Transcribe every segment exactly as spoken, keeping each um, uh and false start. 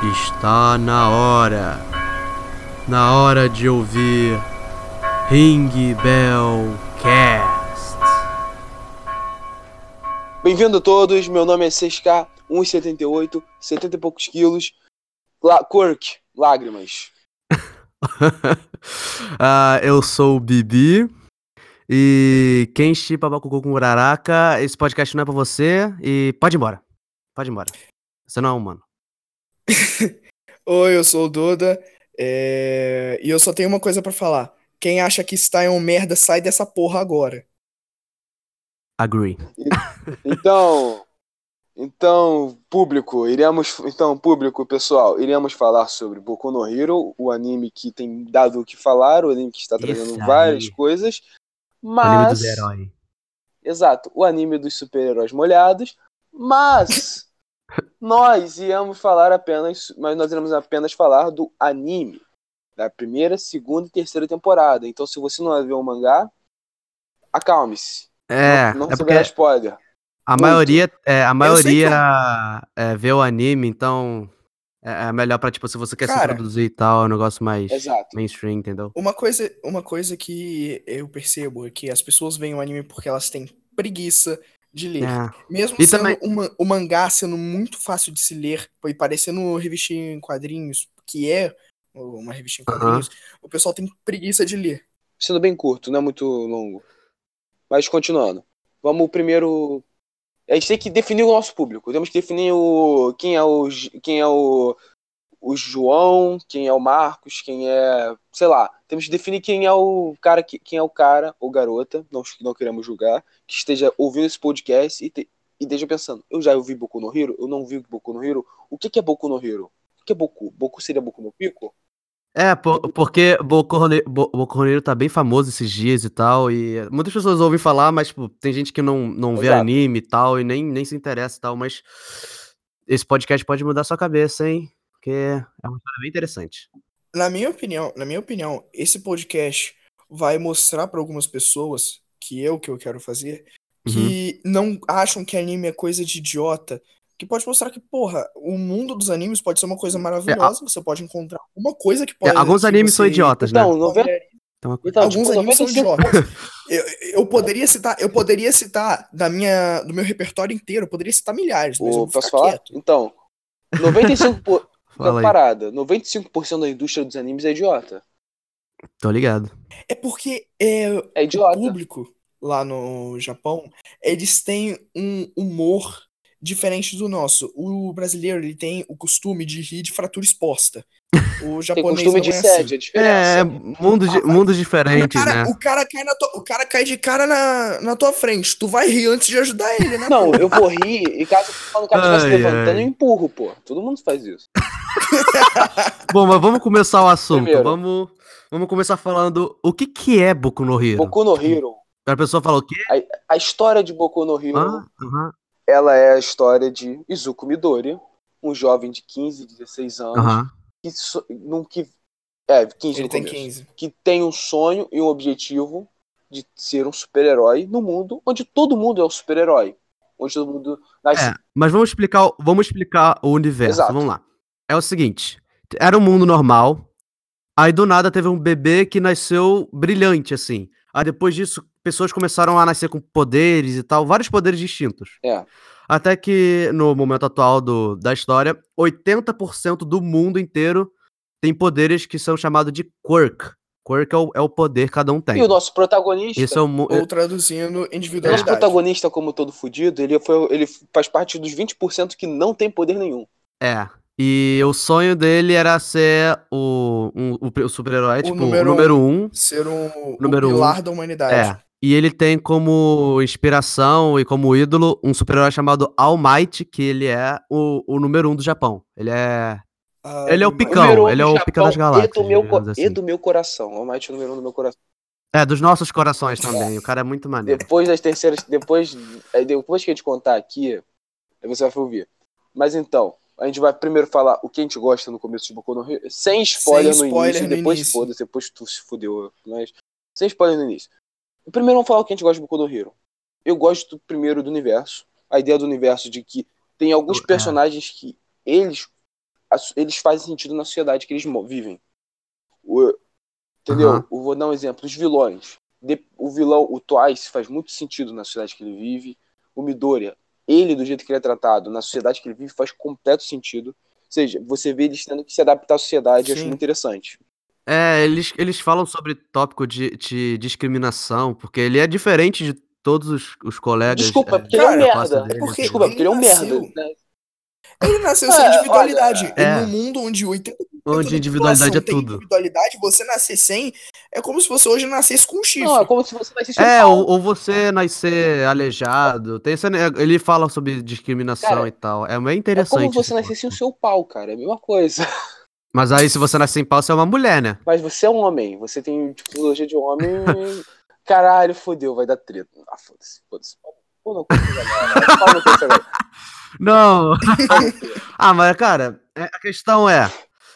Está na hora, na hora de ouvir Ring Bell Cast. Bem-vindo a todos, meu nome é seis K, um e setenta e oito, setenta e poucos quilos, La- Quirk, lágrimas. Ah, eu sou o Bibi e quem chipa Bakugou com Uraraka, esse podcast não é pra você e pode ir embora, pode ir embora, você não é humano. Oi, eu sou o Duda, é, e eu só tenho uma coisa pra falar. Quem acha que está em um merda, sai dessa porra agora. Agree. Então, então, público, iremos, então, público, pessoal, iremos falar sobre Boku no Hero, o anime que tem dado o que falar, o anime que está trazendo Esse várias aí, coisas, o anime dos mas, heróis. exato, o anime dos super-heróis molhados, mas nós iremos falar apenas, mas nós iremos apenas falar do anime da primeira, segunda e terceira temporada. Então, se você não viu o mangá, acalme-se. É, Não, não é receberá porque spoiler. a Muito. maioria, é, a Eu sei que maioria é, vê o anime, então é, é melhor pra, tipo, se você quer se Cara, introduzir e tal, é um negócio mais Exato. mainstream, entendeu? uma coisa, uma coisa que eu percebo é que as pessoas veem o anime porque elas têm preguiça de ler. É. Mesmo E sendo também, uma, o mangá sendo muito fácil de se ler e parecendo revistinha em quadrinhos, que é uma revistinha em aham, quadrinhos, o pessoal tem preguiça de ler. Sendo bem curto, não é muito longo. Mas continuando. Vamos primeiro. A gente tem que definir o nosso público. Temos que definir o quem é o quem é o, o João, quem é o Marcos, quem é, sei lá. Temos que definir quem é o cara, que- quem é o cara ou garota, não, não queremos julgar, que esteja ouvindo esse podcast e, te- e esteja pensando, eu já ouvi Boku no Hero, eu não vi Boku no Hero. O que que é Boku no Hero? O que é Boku? Boku seria Boku no Pico? é, po- porque Boku no Bo- Boku no Hero tá bem famoso esses dias e tal, e muitas pessoas ouvem falar, mas, tipo, tem gente que não, não vê Exato. anime e tal, e nem, nem se interessa e tal, mas esse podcast pode mudar sua cabeça, hein? Porque é uma história bem interessante. Na minha opinião, na minha opinião, esse podcast vai mostrar para algumas pessoas que é o que eu quero fazer, Uhum. que não acham que anime é coisa de idiota, que pode mostrar que, porra, o mundo dos animes pode ser uma coisa É, a- maravilhosa, você pode encontrar uma coisa que é, pode alguns que animes são você idiotas, né? Então, noventa, Então, uma coisa- então alguns tipo, animes são noventa e cinco idiotas. Eu, eu poderia citar, eu poderia citar da minha, do meu repertório inteiro, eu poderia citar milhares, mas eu Ô, vou posso ficar falar? quieto. Então, noventa e cinco por... Fala aí. parada, noventa e cinco por cento da indústria dos animes é idiota. Tô ligado. É porque é, É o idiota. público lá no Japão, eles têm um humor diferente do nosso. O brasileiro, ele tem o costume de rir de fratura exposta. O Tem japonês costume não de é sede, assim. a diferença. É, mundo, di- Ah, vai- mundo O diferente, cara, né? o cara cai na tua, o cara cai de cara na, na tua frente. Tu vai rir antes de ajudar ele, né? Não, pô? eu vou rir e caso quando o cara estiver se Ai, levantando, ai. eu empurro, pô. Todo mundo faz isso. Bom, mas vamos começar o assunto. Primeiro. Vamos, vamos começar falando o que que é Boku no Hero. Boku no Hero, A pessoa fala o quê? a, a história de Boku no Hero, Ah, aham, ela é a história de Izuku Midoriya, um jovem de quinze, dezesseis anos, aham. que, so- num, que é, quinze Ele no tem começo, quinze. que tem um sonho e um objetivo de ser um super-herói no mundo onde todo mundo é um super-herói. Onde todo mundo nasce. É, mas vamos explicar, o- vamos explicar o universo. Exato. Vamos lá. É o seguinte, era um mundo normal. Aí do nada teve um bebê que nasceu brilhante assim. Aí depois disso, pessoas começaram a nascer com poderes e tal, vários poderes distintos. É. Até que no momento atual do, da história, oitenta por cento do mundo inteiro tem poderes que são chamados de quirk. Quirk é o, é o poder que cada um tem. E o nosso protagonista, Esse é o mu- Ou traduzindo, o nosso individualidade. protagonista, como todo fudido, ele, foi, ele faz parte dos vinte por cento que não tem poder nenhum. É. E o sonho dele era ser o, um- o, o super-herói, O tipo, número o número um. Ser um, Número o um. pilar da humanidade. É. E ele tem como inspiração e como ídolo um super-herói chamado All Might, que ele é o, o número um do Japão. Ele é. Ah, Ele é o mas- picão, Número um ele do é o pica Japão das e galáxias, do, meu, co- digamos e assim. do meu coração. O Almighty é o número um do meu coração. É, dos nossos corações também. O cara é muito maneiro. Depois das terceiras. Depois, aí depois que a gente contar aqui, aí você vai ouvir. Mas então, a gente vai primeiro falar o que a gente gosta no começo de Boku no Hero. Sem spoiler, Sem no spoiler início. no Depois início. foda-se, depois tu se fudeu. Mas. Sem spoiler no início. Primeiro vamos falar o que a gente gosta de Boku no Hero. Eu gosto primeiro do universo. A ideia do universo de que tem alguns É. personagens que eles. eles fazem sentido na sociedade que eles vivem. O, entendeu? Aham. Eu vou dar um exemplo. Os vilões. De, o vilão, o Twice, faz muito sentido na sociedade que ele vive. O Midoriya, ele, do jeito que ele é tratado, na sociedade que ele vive, faz completo sentido. Ou seja, você vê eles tendo que se adaptar à sociedade, eu acho Sim. muito interessante. É, eles, eles falam sobre tópico de, de discriminação, porque ele é diferente de todos os, os colegas. Desculpa, é, porque ele é um Cara, da classe merda. dele, porque Desculpa, entendeu? porque ele é um nasceu- merda. Né? Ele nasceu É, sem individualidade. olha, E é. num mundo onde oitenta por cento Onde da individualidade população é tem tudo. individualidade, você nascer sem é como se você hoje nascesse com um chifre. Não, é como se você nascesse um É, pau. ou, ou você nascer aleijado. Tem esse, ele fala sobre discriminação Cara, e tal. É bem É como interessante você esse nascesse tópico. o seu pau, cara. É a mesma coisa. Mas aí, se você nasce sem pau, você é uma mulher, né? Mas você é um homem. Você tem tipo, fisiologia de homem. Caralho, fodeu, vai dar treta. Ah, foda-se, foda-se. Pô, não consigo agora. Pau no cu agora. Não. Pau no cu. Ah, mas, cara, é- a questão é.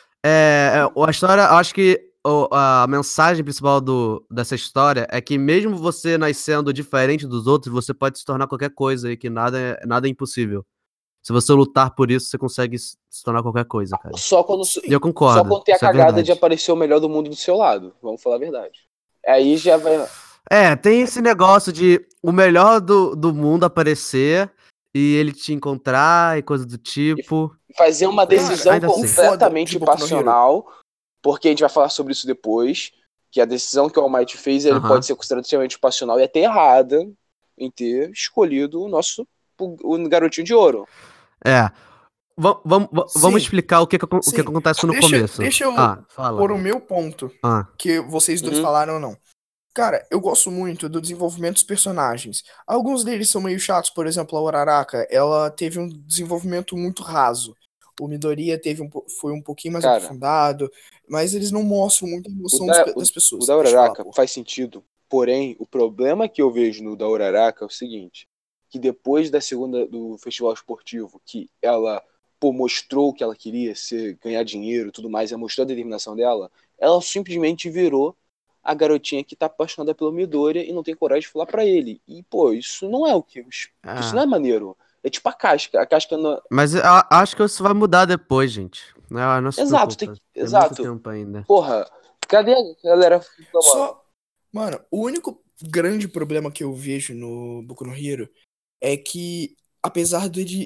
É, é, a história, acho que o- a mensagem principal do, dessa história é que mesmo você nascendo diferente dos outros, você pode se tornar qualquer coisa e que nada é, nada é impossível. Se você lutar por isso, você consegue se se tornar qualquer coisa, cara. Só quando, E eu só concordo, quando tem a isso é cagada de verdade. aparecer o melhor do mundo do seu lado. Vamos falar a verdade. Aí já vai É, tem esse negócio de o melhor do, do mundo aparecer e ele te encontrar e coisa do tipo. fazer uma Cara, decisão ainda assim. O foda completamente de Boku no Hero. passional. Porque a gente vai falar sobre isso depois. Que a decisão que o All Might fez, ele Aham. pode ser considerado extremamente passional e até errada em ter escolhido o nosso o garotinho de ouro. É. Va- Vamos, va- vamos Sim. explicar o que, que, acon- o que Sim. que acontece no Deixa, começo. deixa eu Ah, fala. pôr o meu ponto, Ah, que vocês dois Uhum. falaram ou não. Cara, eu gosto muito do desenvolvimento dos personagens. Alguns deles são meio chatos, por exemplo, a Uraraka, ela teve um desenvolvimento muito raso. O Midoriya teve um, po- foi um pouquinho mais Cara. aprofundado, mas eles não mostram muita emoção O da- dos pe- das O pessoas. da Deixa eu falar, Uraraka pô. faz sentido. Porém, o problema que eu vejo no da Uraraka é o seguinte: que depois da segunda do festival esportivo, que ela pô, mostrou o que ela queria ser, ganhar dinheiro e tudo mais, ela mostrou a determinação dela, ela simplesmente virou a garotinha que tá apaixonada pelo Midoriya e não tem coragem de falar pra ele. E, pô, isso não é o que. Isso ah. não é maneiro. É tipo a casca. A casca não. Mas eu a- acho que isso vai mudar depois, gente. Não, não se Exato, preocupa. tem- Tem exato. muito tempo ainda. Porra, cadê a galera reclamando? Só, mano, o único grande problema que eu vejo no Boku no Hero é que, apesar de,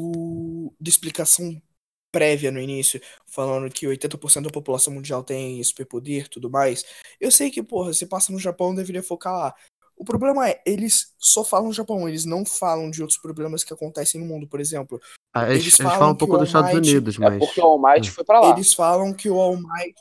do, de explicação prévia no início, falando que oitenta por cento da população mundial tem superpoder e tudo mais, eu sei que, porra, se passa no Japão, deveria focar lá. O problema é, eles só falam no Japão, eles não falam de outros problemas que acontecem no mundo, por exemplo. Ah, eles, Eles eles falam falam um que pouco o dos Estados All Might- Unidos, É mas. porque o All Might Hum. foi pra lá. Eles falam que o All Might.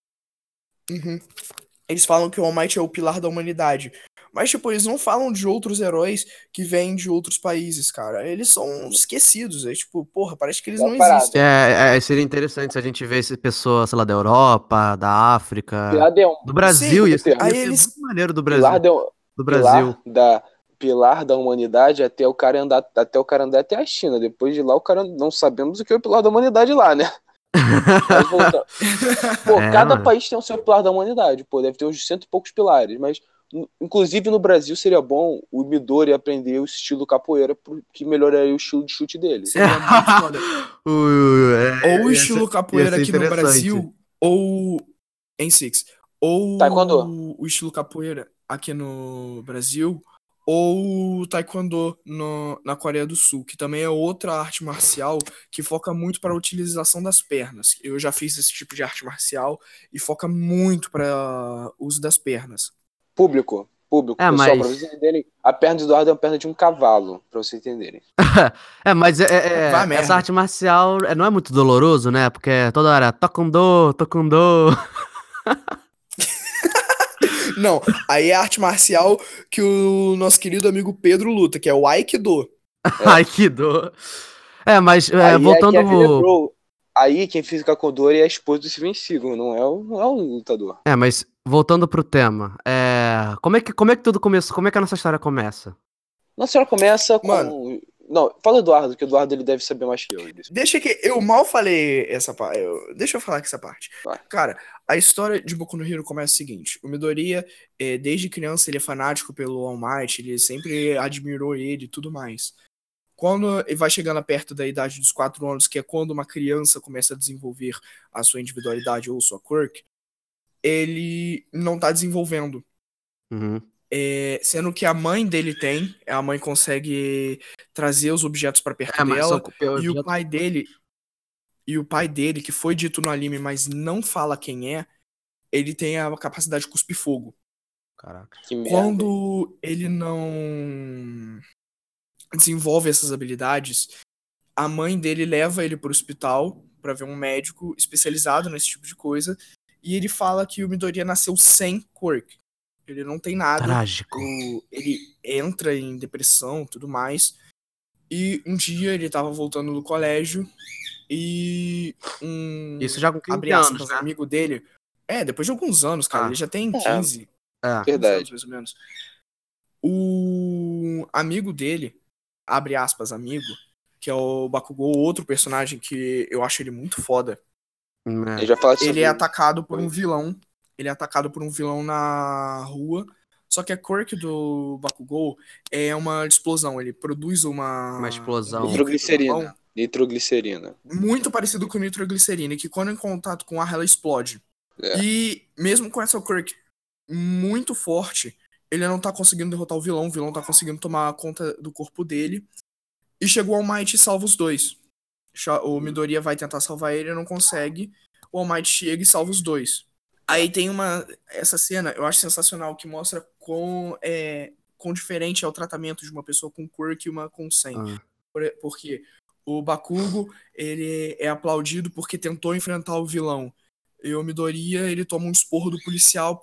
Uhum. Eles falam que o All Might é o pilar da humanidade. Mas, tipo, eles não falam de outros heróis que vêm de outros países, cara. Eles são esquecidos. É tipo, porra, parece que eles Dá não uma parada. existem. É, é, seria interessante se a gente vesse pessoas, sei lá, da Europa, da África, Pilar de, do Brasil. Sim, Ia ser, aí ia ser eles- muito maneiro do pilar, Brasil. de, Do Brasil. pilar, da, pilar da humanidade até o cara andar até o cara andar até a China. Depois de lá, o cara não sabemos o que é o pilar da humanidade lá, né? Mas voltando. Pô, É, cada mano. país tem o seu pilar da humanidade. Pô, deve ter uns cento e poucos pilares. Mas, in- inclusive no Brasil, seria bom o Midori aprender o estilo capoeira, que melhoraria o estilo de chute dele. Seria muito foda. Uh, é, Ou o ia estilo ser- ia capoeira ser aqui no interessante. Brasil, ou em Six. Ou Taekwondo. o estilo capoeira aqui no Brasil, ou o Taekwondo no, na Coreia do Sul, que também é outra arte marcial que foca muito para a utilização das pernas. Eu já fiz esse tipo de arte marcial e foca muito para uso das pernas. Público. Público, É, pessoal, mas- pra vocês entenderem, a perna do Eduardo é uma perna de um cavalo, pra vocês entenderem. É, mas é, é- Vá essa merda. arte marcial é- não é muito doloroso, né? Porque é toda hora taekwondo, taekwondo. Não, aí é arte marcial que o nosso querido amigo Pedro luta, que é o Aikido. Ai, que dor. É, mas é, Aí voltando. é Kevin Bro. Aí quem fica com dor é a esposa do Steven Seagal, não é o, não é o lutador. É, mas voltando pro tema. É, como é que, como é que tudo começou? Como é que a nossa história começa? Nossa senhora começa com. Mano. Não, fala o Eduardo, que o Eduardo ele deve saber mais que eu. Ele- Deixa que eu mal falei essa parte. Deixa eu falar aqui essa parte. Vai. Cara, a história de Boku no Hero começa o seguinte: o Midoriya, eh, desde criança, ele é fanático pelo All Might, ele sempre admirou ele e tudo mais. Quando ele vai chegando perto da idade dos quatro anos, que é quando uma criança começa a desenvolver a sua individualidade ou sua quirk, ele não tá desenvolvendo. Uhum. É, sendo que a mãe dele tem, a mãe consegue trazer os objetos pra perto É, mas são dela, co- e o objetos- pai dele, e o pai dele, que foi dito no anime, mas não fala quem é, ele tem a capacidade de cuspir fogo. Caraca. Que merda. Quando ele não desenvolve essas habilidades, a mãe dele leva ele pro hospital pra ver um médico especializado nesse tipo de coisa, e ele fala que o Midoriya nasceu sem quirk. Ele não tem nada. Trágico. O- ele entra em depressão e tudo mais. E um dia ele tava voltando do colégio e um Isso já com quinze abre aspas, anos, né? amigo dele. É, depois de alguns anos, cara. Ah. Ele já tem É. quinze, É. quinze Verdade. anos, mais ou menos. O amigo dele, abre aspas, amigo, que é o Bakugou, outro personagem que eu acho ele muito foda. Hum, é. Eu já falei Ele é sobre- atacado por um vilão. Ele é atacado por um vilão na rua. Só que a quirk do Bakugou é uma explosão. Ele produz uma... Uma explosão. um líquido na Nitroglicerina. mão Nitroglicerina. muito parecido com nitroglicerina, que quando em contato com ar, ela explode. É. E mesmo com essa quirk muito forte, ele não tá conseguindo derrotar o vilão. O vilão tá conseguindo tomar conta do corpo dele. E chegou o All Might e salva os dois. Cha- O Midoriya vai tentar salvar ele e não consegue. O All Might chega e salva os dois. Aí tem uma... Essa cena eu acho sensacional, que mostra quão, é, quão diferente é o tratamento de uma pessoa com quirk e uma com sem. Ah. Por- Porque o Bakugo, ele é aplaudido porque tentou enfrentar o vilão. E o Midoriya, ele toma um esporro do policial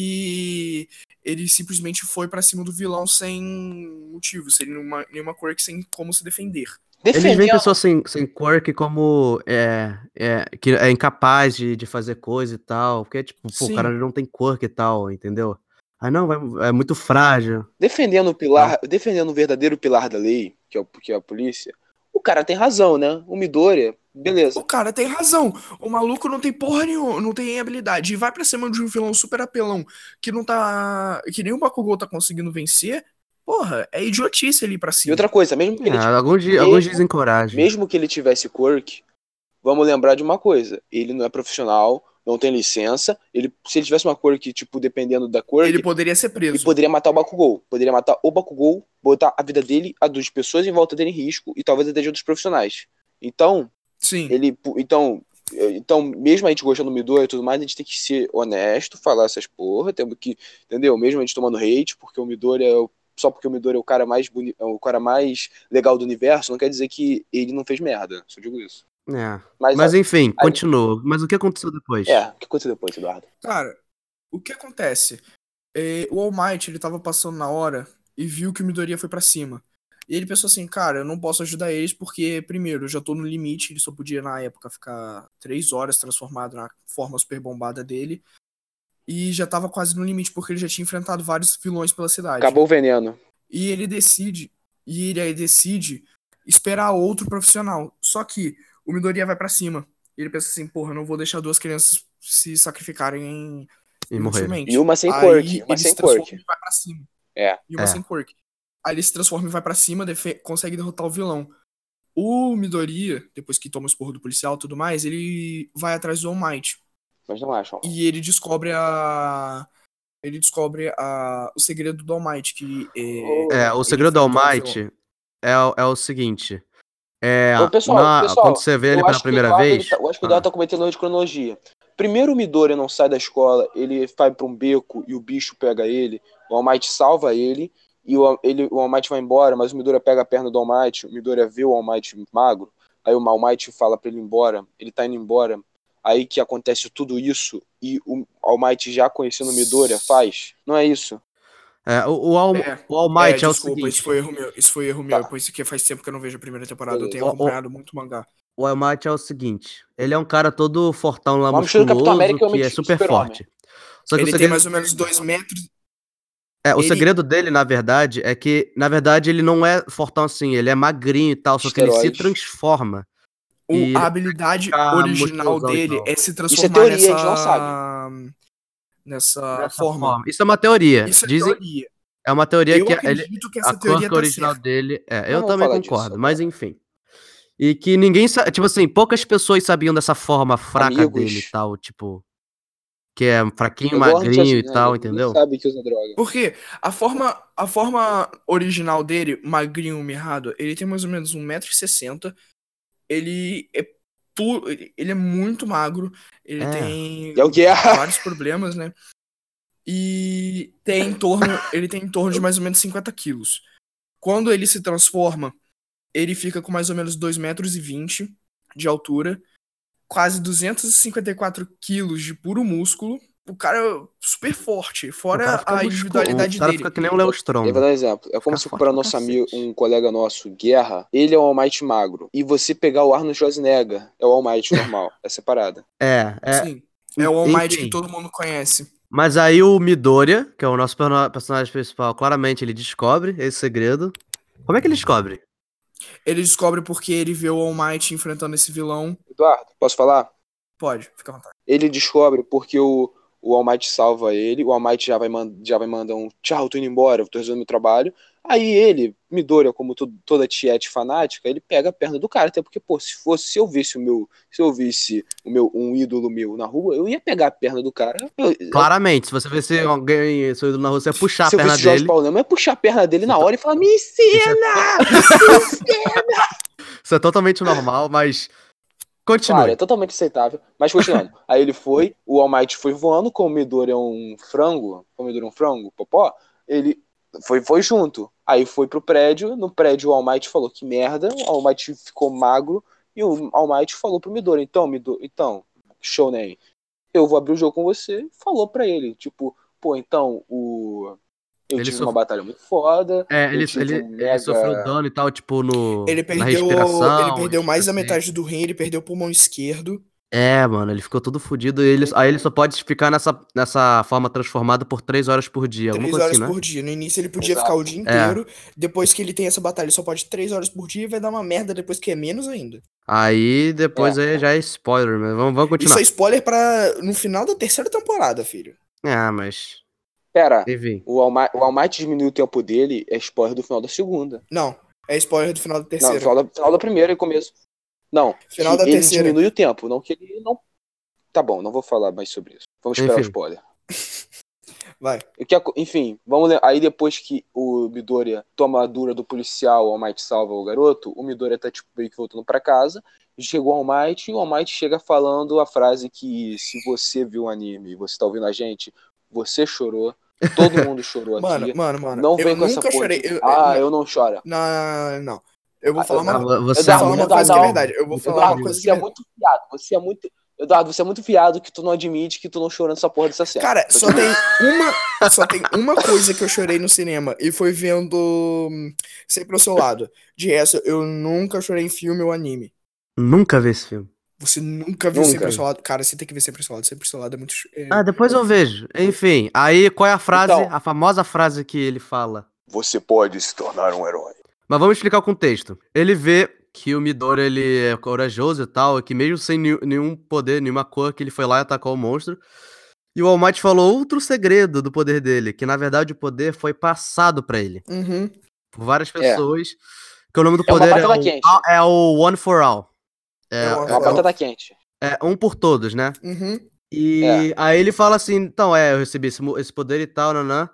porque ele simplesmente foi pra cima do vilão sem motivo, sem nenhuma, nenhuma quirk, sem como se defender. Eles veem Defendendo. pessoas sem, sem quirk como é, é, que é incapaz de, de fazer coisa e tal. Porque, tipo, pô, o Sim. cara não tem quirk e tal, entendeu? Aí não, vai- é muito frágil. Defendendo o pilar, defendendo o verdadeiro pilar da lei, que é, o, que é a polícia, o cara tem razão, né? O Midoriya, beleza. O cara tem razão. O maluco não tem porra nenhuma, não tem habilidade. E vai pra cima de um vilão super apelão que não tá. Que nem o Bakugou tá conseguindo vencer. Porra, é idiotice ali pra E cima. outra coisa, mesmo que ele, É, alguns, di- mesmo- alguns dizem coragem. mesmo que ele tivesse quirk, vamos lembrar de uma coisa: ele não é profissional, não tem licença. Ele, se ele tivesse uma quirk, tipo, dependendo da quirk, Ele poderia ser ele preso. poderia matar o Bakugou. Poderia matar o Bakugou, botar a vida dele, a das pessoas em volta dele em risco e talvez até de outros profissionais. Então, Sim. ele, então, então, mesmo a gente gostando do Midoriya e tudo mais, a gente tem que ser honesto, falar essas porra, temos que, entendeu? Mesmo a gente tomando hate, porque o Midoriya é o, só porque o Midoriya é o cara mais boni, é o cara mais legal do universo, não quer dizer que ele não fez merda. Só digo isso. É. Mas, Mas a- enfim, aí- continua. Mas o que aconteceu depois? é, o que aconteceu depois, Eduardo? Cara, o que acontece? É, o All Might, ele tava passando na hora e viu que o Midoriya foi pra cima. E ele pensou assim, cara, eu não posso ajudar eles porque, primeiro, eu já tô no limite, ele só podia, na época, ficar três horas transformado na forma super bombada dele. E já tava quase no limite, porque ele já tinha enfrentado vários vilões pela cidade. Acabou o veneno. E ele decide, e ele aí decide esperar outro profissional. Só que o Midoriya vai pra cima. E ele pensa assim, porra, eu não vou deixar duas crianças se sacrificarem em, E morreram. inutilmente. E uma sem Aí quirk, uma ele sem se transforma quirk. e vai pra cima. É. E uma É. sem quirk. Aí ele se transforma e vai pra cima, defe- consegue derrotar o vilão. O Midoriya, depois que toma o esporro do policial e tudo mais, ele vai atrás do All Might. Mas não acham. E ele descobre a... Ele descobre a... o segredo do All Might, que é... É, o ele segredo do All enfrentou o Might vilão. é, o- é o seguinte. É, Ô, pessoal, na- pessoal, quando você vê ele eu pela acho que o primeira Eduardo, vez. ele tá- eu acho que o Ah, Eduardo tá cometendo erro de cronologia. Primeiro o Midoriya não sai da escola, ele vai pra um beco e o bicho pega ele, o All Might salva ele, e o, ele, o All Might vai embora, mas o Midoriya pega a perna do All Might, o Midoriya vê o All Might magro, aí o All Might fala pra ele ir embora, ele tá indo embora, aí que acontece tudo isso, e o All Might já conhecendo o Midoriya faz, não é isso? é, o, o, All, É, o All é, Might é, o desculpa, seguinte. isso foi erro meu. Isso foi erro meu, Tá. pois que faz tempo que eu não vejo a primeira temporada. Eu tenho Beleza. O- o- acompanhado muito mangá. O All Might é o seguinte. Ele é um cara todo fortão lá, Uma mistura do Capitão musculoso, América e Homem que é de super Super-Homem. forte. Só que Ele o tem segredo, mais ou menos dois metros. é, o ele- segredo dele, na verdade, é que, na verdade, ele não é fortão assim, ele é magrinho e tal, só que ele se Esteroide. transforma. O- E ele a habilidade fica original musculosão e dele tal. é se Isso é transformar teoria, a nessa. gente não sabe. Nessa Dessa forma. forma. Isso é uma teoria. Isso é Dizem, teoria. É uma teoria Eu que ele, acredito que a essa teoria quirk tá original certa. dele... É, Não eu vamos também falar disso concordo, mas agora. enfim. E que ninguém sabe, tipo assim, poucas pessoas sabiam dessa forma fraca dele e Amigos, tal, tipo, que é fraquinho, é igual Arnold magrinho e Schwarzenegger, tal, ninguém entendeu? sabe que usa droga. Porque a forma, a forma original dele, magrinho, mirrado, ele tem mais ou menos um metro e sessenta. Ele é pu- ele é muito magro, ele É. tem E é o Guerra. vários problemas, né? E tem em torno, ele tem em torno de mais ou menos cinquenta quilos. Quando ele se transforma, ele fica com mais ou menos dois metros e vinte de altura, quase duzentos e cinquenta e quatro quilos de puro músculo. O cara é super forte, O cara fora fica a musculoso, o individualidade cara dele. fica que nem o Léo Eu vou Stronda. dar um exemplo. É como Fica se forte para pra nosso amigo, cacete. um colega nosso, Guerra, ele é o All Might magro. E você pegar o Arnold Schwarzenegger, é o All Might normal. É separada. É, é, Sim, é o All Might que enfim. todo mundo conhece. Mas aí o Midoriya, que é o nosso perno- personagem principal, claramente ele descobre esse segredo. Como é que ele descobre? Ele descobre porque ele vê o All Might enfrentando esse vilão. Eduardo, posso falar? Pode, fica à vontade. Ele descobre porque o, o All Might salva ele. O All Might já vai, man- já vai mandar um tchau, tô indo embora, eu tô resolvendo meu trabalho. Aí ele, Midoriya, como to- toda tiete fanática, ele pega a perna do cara. Até porque, pô, se fosse, se eu visse o meu, se eu visse o meu, um ídolo meu na rua, eu ia pegar a perna do cara. Eu- eu- Claramente, se você vê se alguém, seu ídolo na rua, você ia puxar a se eu perna visse o Jorge dele. Paulo Lema, eu ia puxar a perna dele Isso na é to- hora e falar: Me Isso é, ensina! Me ensina! isso é totalmente normal, mas Claro, é continue. totalmente aceitável. Mas continuando. Aí ele foi, o All Might foi voando, como o Midori é um frango, como o Midori é um frango, popó, ele foi, foi junto. Aí foi pro prédio, no prédio o All Might falou que merda, o All Might ficou magro, e o All Might falou pro Midori, então, Midori, então, Shounen, eu vou abrir o jogo com você, falou pra ele, tipo, pô, então, o... eu Ele tive uma sof... batalha muito foda, é, eu ele, tive ele, um ele sofreu mega... dano e tal, tipo, no, Ele na perdeu, ele respiração, perdeu entre mais da cacete. metade do rim, ele perdeu o pulmão esquerdo. É, mano, ele ficou todo fudido. E ele, aí ele só pode ficar nessa, nessa forma transformada por três horas por dia. Alguma Três coisa assim, horas né? por dia. No início ele podia ficar Exato. o dia É. inteiro. Depois que ele tem essa batalha, ele só pode três horas por dia e vai dar uma merda depois que é menos ainda. Aí depois É. aí já é spoiler, mas vamos, vamos Isso é continuar. spoiler pra no final da terceira temporada, filho. É, mas. Pera, Enfim. o All Might, o All Might diminuiu o tempo dele, é spoiler do final da segunda. Não, é spoiler do final da Não, terceira. final da, final da primeira e começo. Não, Final que da ele terceira. diminui o tempo, não que ele não. Tá bom, não vou falar mais sobre isso. Vamos esperar o Enfim. spoiler. Vai. O que, enfim, vamos ler. Aí depois que o Midoriya toma a dura do policial, o All Might salva o garoto, o Midoriya tá tipo meio que voltando pra casa. Chegou o All Might e o All Might chega falando a frase que se você viu o anime e você tá ouvindo a gente, você chorou. Todo mundo chorou Mano, aqui. mano, mano. Não Eu vem com essa nunca porra chorei. de, Eu, eu- ah, não, eu não choro. não, não. Eu vou Ah, falar eu- uma, Você vou é falar muito uma coisa que é não. verdade. Eu vou falar Eduardo, uma coisa que você é é verdade. muito fiado. Você é muito. Eduardo, você é muito fiado que tu não admite que tu não chorou nessa porra dessa cena. Cara, só tem uma, só tem uma coisa que eu chorei no cinema e foi vendo hum, Sempre ao Seu Lado. De resto, eu nunca chorei em filme ou anime. Nunca vi esse filme. Você nunca viu Nunca. Sempre ao Seu Lado? Cara, você tem que ver Sempre ao Seu Lado. Sempre ao Seu Lado é muito. É... Ah, depois eu vejo. Enfim, aí qual é a frase? Então. A famosa frase que ele fala. Você pode se tornar um herói. Mas vamos explicar o contexto. Ele vê que o Midoriya, ele é corajoso e tal, que mesmo sem ni- nenhum poder, nenhuma cor, que ele foi lá e atacou o monstro. E o All Might falou outro segredo do poder dele, que na verdade o poder foi passado pra ele Uhum. por várias É. pessoas. Que o nome do É uma poder é batata o, quente. é o One for All. É, É uma- É uma batata quente. é um por todos, né? Uhum. E aí ele fala assim, então, é, eu recebi esse, mo- esse poder e tal, nanã,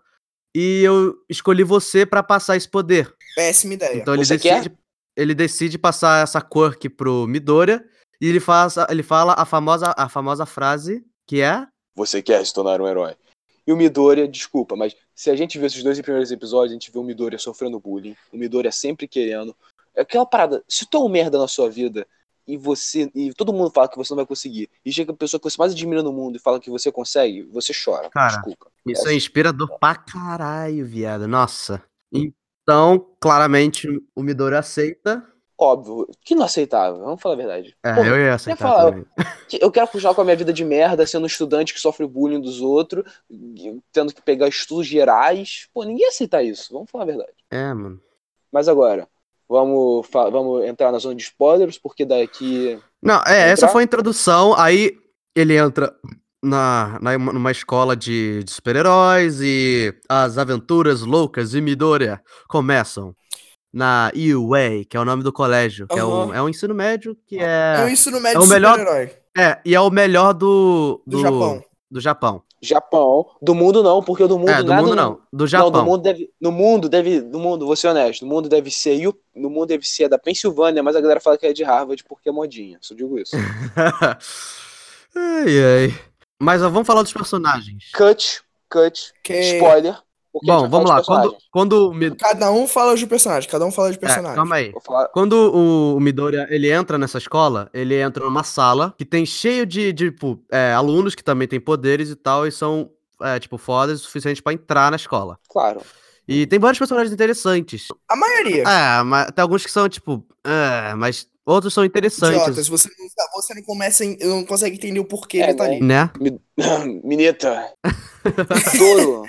e eu escolhi você pra passar esse poder. Péssima ideia. Então ele Você decide, ele decide passar essa quirk pro Midoriya, e ele, faz, ele fala a famosa, a famosa frase, que é... Você quer se tornar um herói. E o Midoriya, desculpa, mas se a gente vê esses dois primeiros episódios, a gente vê o Midoriya sofrendo bullying, o Midoriya sempre querendo. É aquela parada, se tu é um merda na sua vida, e você. E todo mundo fala que você não vai conseguir, e chega a pessoa que você mais admira no mundo e fala que você consegue, você chora. Cara, Desculpa. Isso É é inspirador pra caralho, viado. Nossa. Então, claramente, o Midori aceita. óbvio, que não aceitável, vamos falar a verdade. É, Porra, eu ia quer aceitar falar, também. que eu quero continuar com a minha vida de merda, sendo um estudante que sofre bullying dos outros, tendo que pegar estudos gerais. Pô, ninguém ia aceitar isso, vamos falar a verdade. É, mano. Mas agora, vamos, fa- vamos entrar na zona de spoilers, porque daqui. Não, é, essa Entrar? foi a introdução. Aí ele entra na, na, numa escola de, de super-heróis e as aventuras loucas de Midoriya começam na U A, que é o nome do colégio, que é um, Aham. é um ensino médio que É um é, ensino é médio o melhor, super-herói é, e é o melhor do, do do, Japão. do Japão. Japão. Do mundo não, porque do É, mundo do nada mundo no... não, do Não, do Japão. mundo deve. No mundo deve. No mundo, vou ser honesto. No mundo deve ser. U- No mundo deve ser da Pensilvânia, mas a galera fala que é de Harvard porque é modinha. Só digo isso. Ai, ai. Mas ó, vamos falar dos personagens. Cut, cut, Que spoiler. Porque a gente Bom, vai falar vamos dos lá. Quando, personagens. quando o Mi- cada um fala de personagem, cada um fala de É, personagem. calma aí. Vou falar. Quando o, o Midoriya, ele entra nessa escola, ele entra numa sala que tem cheio de, de, tipo, é, alunos que também têm poderes e tal, e são, é, tipo, fodas o suficiente pra entrar na escola. Claro. E tem vários personagens interessantes. A maioria. É, mas tem alguns que são, tipo, é, mas outros são Idiotas, interessantes, você não, sa- você não começa, em- não consegue entender o porquê É, ele tá né? ali. né? Mi- Mineta. Touro.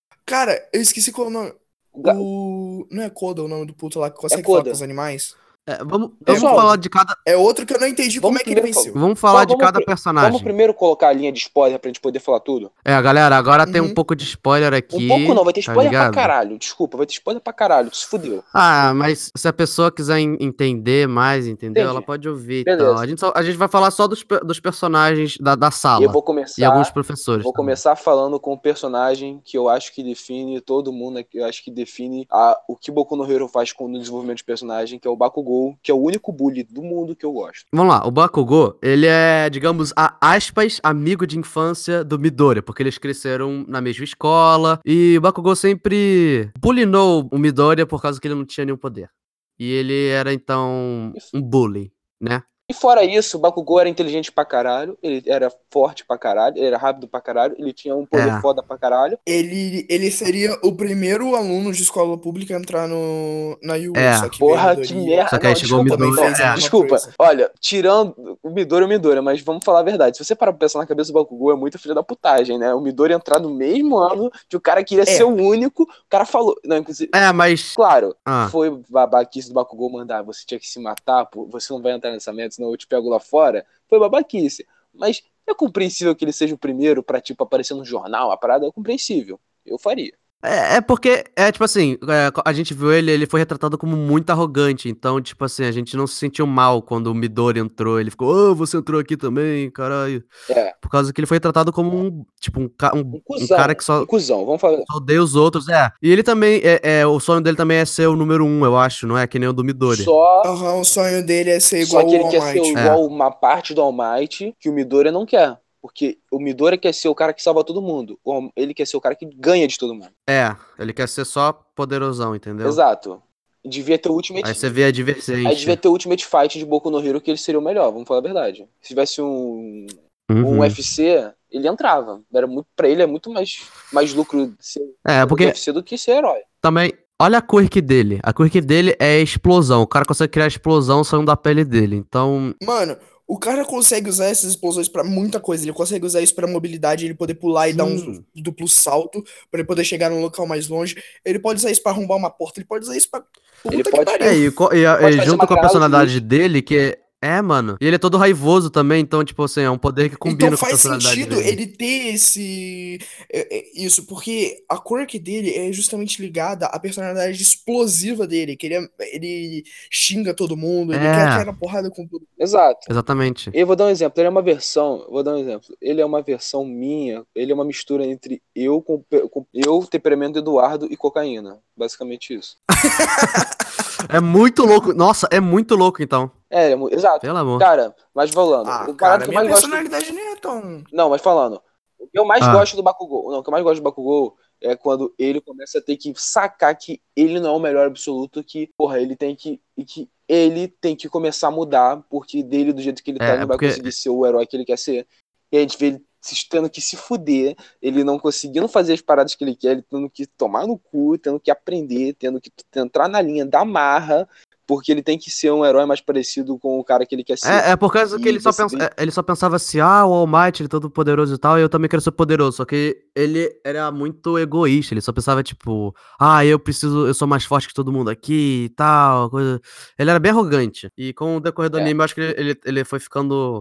Cara, eu esqueci qual é o nome. Ga- O. Não é Koda o nome do puto lá que consegue Koda. falar com os animais? É, vamos vamos Pessoal, falar de cada, É outro que eu não entendi como Vamos é que ele primeiro venceu. vamos falar Vamos de cada pri- Vamos personagem. primeiro colocar a linha de spoiler pra gente poder falar tudo? É, galera, agora tem um Uhum. pouco de spoiler aqui. Um pouco não, vai ter tá spoiler pra ligado? caralho. Desculpa, vai ter spoiler pra caralho. Tu se fudeu. Ah, mas se a pessoa quiser en- entender mais, entendeu? Entendi. Ela pode ouvir e Beleza. tal. A gente, só- a gente vai falar só dos, pe- dos personagens da, da E eu sala. vou E começar. alguns professores. Vou também. começar falando com um personagem que eu acho que define todo mundo, que eu acho que define a, o que Boku no Hero faz com o desenvolvimento de personagem, que é o Bakugou, que é o único bully do mundo que eu gosto. Vamos lá, o Bakugou, ele é, digamos, a aspas, amigo de infância do Midoriya, porque eles cresceram na mesma escola, e o Bakugou sempre bulinou o Midoriya por causa que ele não tinha nenhum poder. E ele era, então, um bully, né? E fora isso, o Bakugou era inteligente pra caralho, ele era forte pra caralho, ele era rápido pra caralho, ele tinha um poder É. foda pra caralho. Ele, ele seria o primeiro aluno de escola pública a entrar no, na U A, É. só que Porra, veio que Midoriya. merda. Só que aí Não, chegou o desculpa, Midoriya, não, fez a mesma desculpa. coisa. Olha, tirando o Midoriya é o Midoriya, mas vamos falar a verdade. Se você parar pra pensar na cabeça do Bakugou, é muito filho da putagem, né? O Midoriya entrar no mesmo ano que o cara queria É. ser o único, o cara falou. Não, inclusive. É, mas... Claro, Ah. foi babaquice do Bakugou mandar, você tinha que se matar, pô, você não vai entrar nessa meta, senão eu te pego lá fora. Foi babaquice. Mas é compreensível que ele seja o primeiro pra, tipo, aparecer no jornal, a parada é compreensível. Eu faria. É, é porque, é tipo assim, é, a gente viu ele, ele foi retratado como muito arrogante, então, tipo assim, a gente não se sentiu mal quando o Midori entrou, ele ficou, ô, você entrou aqui também, caralho. É. Por causa que ele foi tratado como um, tipo, um, ca- um, Um um cuzão. cara que só, Um cuzão, vamos falar. só odeia os outros, é. E ele também, é, é, o sonho dele também é ser o número um, eu acho, não é? Que nem o do Midori. Só. Aham, o sonho dele é ser Só igual que ele ao quer All ser Might. igual uma parte do All Might que o Midoriya não quer. Porque o Midoriya quer ser o cara que salva todo mundo. O All- Ele quer ser o cara que ganha de todo mundo. É, ele quer ser só poderosão, entendeu? Exato. Devia ter o Ultimate. Aí você vê a divergência. Aí devia ter o Ultimate Fight de Boku no Hero, que ele seria o melhor, vamos falar a verdade. Se tivesse um, um Uhum. U F C, ele entrava. Era muito, pra ele é muito mais, mais lucro ser É, do porque U F C do que ser herói. também, olha a quirk dele. A quirk dele é explosão. O cara consegue criar explosão saindo da pele dele. Então, Mano, o cara consegue usar essas explosões pra muita coisa. Ele consegue usar isso pra mobilidade, ele poder pular e dar um Sim. duplo salto pra ele poder chegar num local mais longe. Ele pode usar isso pra arrombar uma porta, ele pode usar isso pra. Puta Ele que pode- pariu. é, e, co- e a- Pode e fazer junto uma com a granada de personalidade luz. dele, que é, é, mano. E ele é todo raivoso também, então, tipo assim, é um poder que combina Então com a faz personalidade sentido dele. ele ter esse. é, é, Isso, porque a quirk dele é justamente ligada à personalidade explosiva dele, que ele, é- ele xinga todo mundo, ele É. quer cair na porrada com tudo. Exato. Exatamente. Eu vou dar um exemplo. Ele é uma versão. Vou dar um exemplo. Ele é uma versão minha. Ele é uma mistura entre eu com, com eu, temperamento Eduardo e cocaína. Basicamente isso. É muito louco. Nossa, é muito louco, então. É, ele é mu- exato. Pelo amor. Cara, mas falando. Ah, o cara, barato que eu minha mais gosto. personalidade nem é tão. Não, mas falando. O que eu mais Ah. gosto do Bakugou. Não, o que eu mais gosto do Bakugou é quando ele começa a ter que sacar que ele não é o melhor absoluto, que, porra, ele tem que. E que ele tem que começar a mudar, porque dele, do jeito que ele tá, É, ele não vai porque- conseguir ser o herói que ele quer ser. E a gente vê ele se- tendo que se fuder, ele não conseguindo fazer as paradas que ele quer, ele tendo que tomar no cu, tendo que aprender, tendo que entrar na linha da marra, porque ele tem que ser um herói mais parecido com o cara que ele quer ser. É, é por causa que E ele só, você pensa, vê- é, ele só pensava assim, ah, o All Might, ele é todo poderoso e tal, e eu também quero ser poderoso. Só que ele era muito egoísta, ele só pensava, tipo, ah, eu preciso, eu sou mais forte que todo mundo aqui e tal, coisa. Ele era bem arrogante. E com o decorrer do É. anime, eu acho que ele, ele, ele foi ficando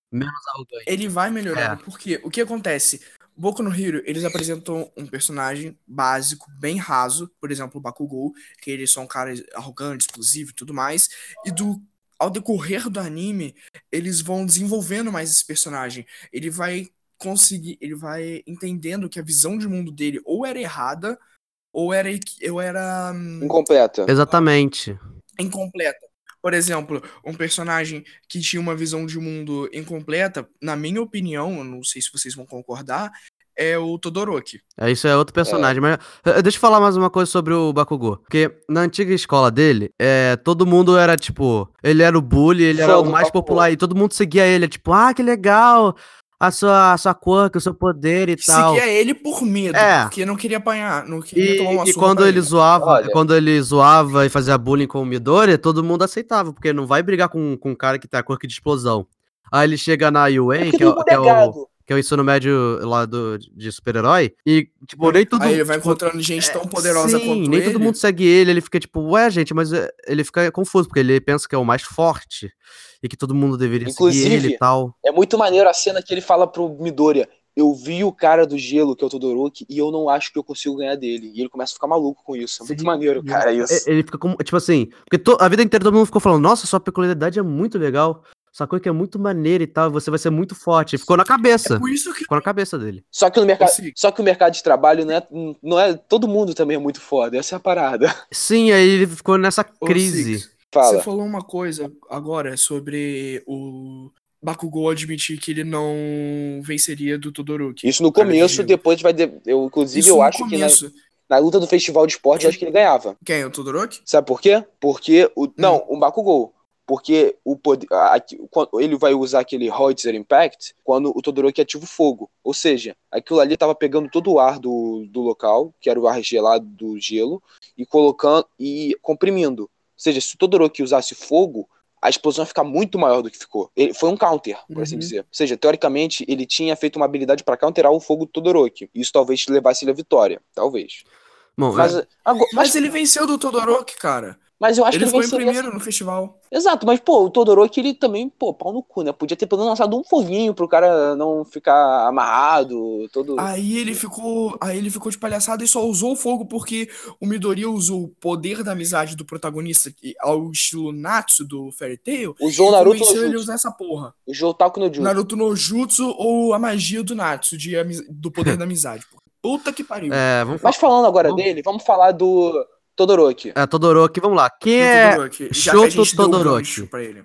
menos arrogante. Ele vai melhorando, É. porque o que acontece? Boku no Hero, eles apresentam um personagem básico, bem raso, por exemplo, o Bakugou, que eles são caras arrogantes, explosivos e tudo mais, e do ao decorrer do anime, eles vão desenvolvendo mais esse personagem. Ele vai conseguir, ele vai entendendo que a visão de mundo dele ou era errada, ou era, equi- ou era hum, Incompleta. Exatamente. incompleta. Por exemplo, um personagem que tinha uma visão de mundo incompleta, na minha opinião, eu não sei se vocês vão concordar, é o Todoroki. É, isso é outro personagem. Mas eh, deixa eu falar mais uma coisa sobre o Bakugou. Porque na antiga escola dele, é, todo mundo era tipo. Ele era o bully, ele era Fã o do mais Bakugou. popular. E todo mundo seguia ele. Tipo, ah, que legal. A sua, a sua cor, o seu poder e tal. Seguia ele por medo, É. porque não queria apanhar, não queria tomar E, uma e surra quando pra ele ele. zoava, Olha. quando ele zoava e fazia bullying com o Midori, todo mundo aceitava, porque não vai brigar com, com um cara que tem a cor de explosão. Aí ele chega na É U A, porque que é, o- todo mundo que é é o, gado. que é o ensino médio lá do, de super-herói, e, tipo, nem todo Aí ele vai tipo, encontrando gente é, tão poderosa sim, quanto nem ele. todo mundo segue ele, ele fica tipo, ué, gente, mas é, ele fica confuso, porque ele pensa que é o mais forte, e que todo mundo deveria seguir ele Inclusive, e tal. é muito maneiro a cena que ele fala pro Midoriya: eu vi o cara do gelo, que é o Todoroki, e eu não acho que eu consigo ganhar dele. E ele começa a ficar maluco com isso. É muito Sim, maneiro, cara, ele, isso. ele fica como, tipo assim, porque to- a vida inteira todo mundo ficou falando, nossa, sua peculiaridade é muito legal, sua coisa que é muito maneira e tal, você vai ser muito forte. E ficou na É cabeça, por isso que ficou na cabeça dele. Só que, no mercado, Sim. só que o mercado de trabalho não é, não é. Todo mundo também é muito foda. Essa é a parada. Sim, aí ele ficou nessa Ô, crise. Six, você Fala. falou uma coisa agora sobre o Bakugou admitir que ele não venceria do Todoroki. Isso no o cara de começo, gelo. depois vai. de- Eu, inclusive, Isso eu no acho que na, começo. na luta do festival de esporte, eu acho que ele ganhava. Quem? O Todoroki? Sabe por quê? Porque. O, não, o Bakugou. Porque o poder, a- a- quando ele vai usar aquele Hoitzer Impact quando o Todoroki ativa o fogo. Ou seja, aquilo ali estava pegando todo o ar do, do local, que era o ar gelado do gelo, e colocando e comprimindo. Ou seja, se o Todoroki usasse fogo, a explosão ia ficar muito maior do que ficou. Ele, foi um counter, por assim Uhum. dizer. Ou seja, teoricamente, ele tinha feito uma habilidade para counterar o fogo do Todoroki. Isso talvez levasse ele à vitória. Talvez. Bom, Mas, é, agora, Mas mas, ele venceu do Todoroki, cara. mas eu acho Ele que ele ficou em venceria. primeiro no festival. Exato, mas, pô, o Todoroki, ele também, pô, pau no cu, né? Podia ter pelo menos lançado um foguinho pro cara não ficar amarrado, todo... Aí ele ficou, aí ele ficou de palhaçada e só usou o fogo porque o Midoriya usou o poder da amizade do protagonista, que- ao estilo Natsu do Fairy Tail, Usou o e Naruto no convenceu ele a Jutsu. usar essa porra. Usou o Taku no Jutsu. Naruto no Jutsu ou a magia do Natsu, de amiz- do poder da amizade. Porra. Puta que pariu. é, vamos Mas falar. falando agora Vamos- dele, vamos falar do Todoroki. É, Todoroki, vamos lá. Quem Do é Todoroki, já que a Shoto gente deu o gancho Todoroki? pra ele.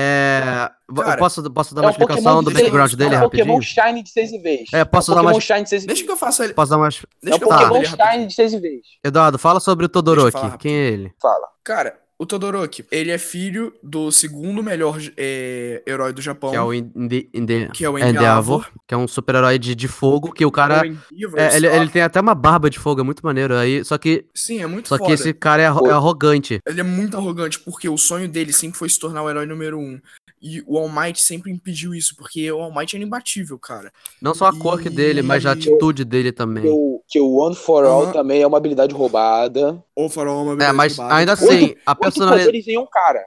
É, eu Cara, posso, posso dar É uma um explicação Pokémon, do de seis- background dele é um Pokémon rapidinho? Shine de seis e vez. É, posso um dar Pokémon mais- Shine de seis e Deixa vez. que eu faça ele. Posso dar mais... É Deixa um que eu fale Pokémon dele rapidinho. Shine de seis e vez. Eduardo, fala sobre o Deixa eu Todoroki. falar rapidinho. Quem é ele? Fala. Cara, o Todoroki, ele é filho do segundo melhor é, herói do Japão, Que é o Inde, Inde, que é o Endeavor, Endeavor. que é um super-herói de, de fogo, que o Ou cara... Endeavor, é, ele, sei lá. ele tem até uma barba de fogo, é muito maneiro. Aí, só que, Sim, é muito só foda. que esse cara é, arro- é arrogante. Ele é muito arrogante, porque o sonho dele sempre foi se tornar o herói número um. E o All Might sempre impediu isso, porque o All Might era imbatível, cara. Não só a cor que dele, mas a E- atitude dele Que também. o, que o One for All Aham. também é uma habilidade roubada. Ou Farol é uma É, habilidade mas roubada. ainda Oito- assim, a Oito personalidade... poderes em um cara.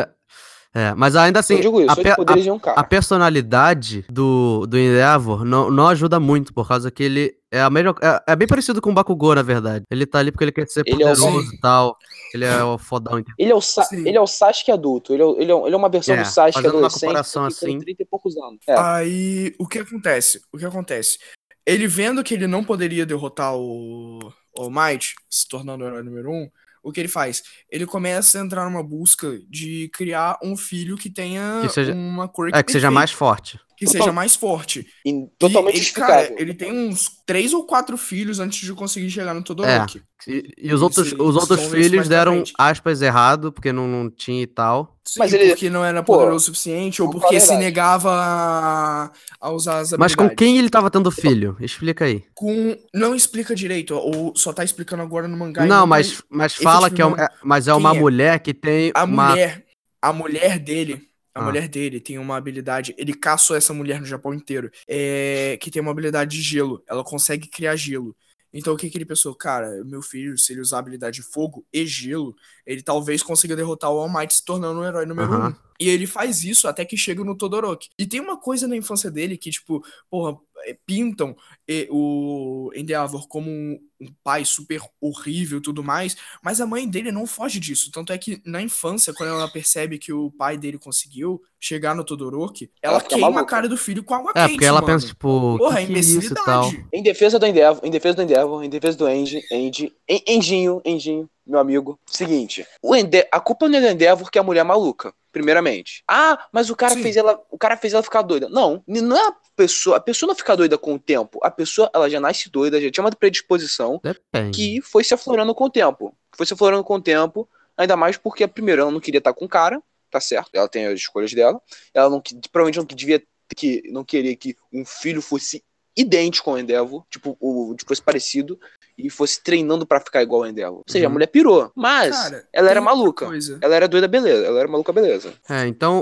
É, mas ainda assim, Eu digo isso, a, oito pe- a- poderes em um cara. a personalidade do, do Endeavor não, não ajuda muito, por causa que ele é a melhor. É, é bem parecido com o Bakugou, na verdade. Ele tá ali porque ele quer ser Ele é o- poderoso Sim. e tal. Ele é o fodão. entendeu? Ele é o, Sa Sim. ele é o Sasuke adulto. Ele é, o- ele é, um- ele é uma versão É, do Sasuke fazendo uma adolescente. comparação só que com assim. trinta e poucos anos. É. Aí, o que acontece? O que acontece? Ele vendo que ele não poderia derrotar o All Might, se tornando o herói número um, o que ele faz? Ele começa a entrar numa busca de criar um filho que tenha Que seja- uma cor É, que seja perfeita, mais forte. que Total- seja mais forte. E totalmente e ele, justificável. cara, ele tem uns três ou quatro filhos antes de conseguir chegar no Todoroki. E, e os Isso- outros, isso os outros vamos ver isso filhos mais pra deram frente. aspas errado, porque não, não tinha e tal. Sim, Mas ele- porque não era pô, poderoso o suficiente, ou vamos porque falar a se verdade. negava a, a usar as Mas com habilidades. quem ele tava tendo filho? Explica aí. Com... Não explica direito, ou só tá explicando agora no mangá. e Não, tá- mas, mas fala que é, um- efetivamente, é- mas é quem uma é? mulher que tem A uma... mulher, a mulher dele, a Ah. mulher dele tem uma habilidade, ele caçou essa mulher no Japão inteiro, é, que tem uma habilidade de gelo, ela consegue criar gelo. Então o que que ele pensou? Cara, meu filho, se ele usar a habilidade de fogo e gelo, ele talvez consiga derrotar o All Might se tornando o herói número Aham. um. E ele faz isso até que chega no Todoroki. E tem uma coisa na infância dele que, tipo, porra, é, pintam e- o Endeavor como um, um pai super horrível e tudo mais, mas a mãe dele não foge disso. Tanto é que na infância, quando ela percebe que o pai dele conseguiu chegar no Todoroki, ela, Ela fica queima a maluca. cara do filho com água É, quente, porque ela mano. pensa, tipo, Porra, que é que é isso e tal. imbecilidade. Em defesa do Endeavor, em defesa do Endeavor, em defesa do Engie, Engie, En- Enginho, Enginho, meu amigo. Seguinte, o Ende a culpa não é do Endeavor que é a mulher maluca, primeiramente. Ah, mas o cara Sim. fez ela, o cara fez ela ficar doida. Não, não é a pessoa, a pessoa não fica doida com o tempo. A pessoa, ela já nasce doida, já tinha uma predisposição Depende. que foi se aflorando com o tempo. Foi se aflorando com o tempo, ainda mais porque, primeiro, ela não queria estar com o cara, tá certo? Ela tem as escolhas dela. Ela não, que- provavelmente não devia que não queria que um filho fosse idêntico ao Endeavor, tipo, o, tipo, fosse parecido e fosse treinando pra ficar igual ao Endeavor. Ou seja, a Uhum. mulher pirou, mas Cara, ela era tem outra maluca. coisa. Ela era doida, beleza. Ela era maluca, beleza. É, então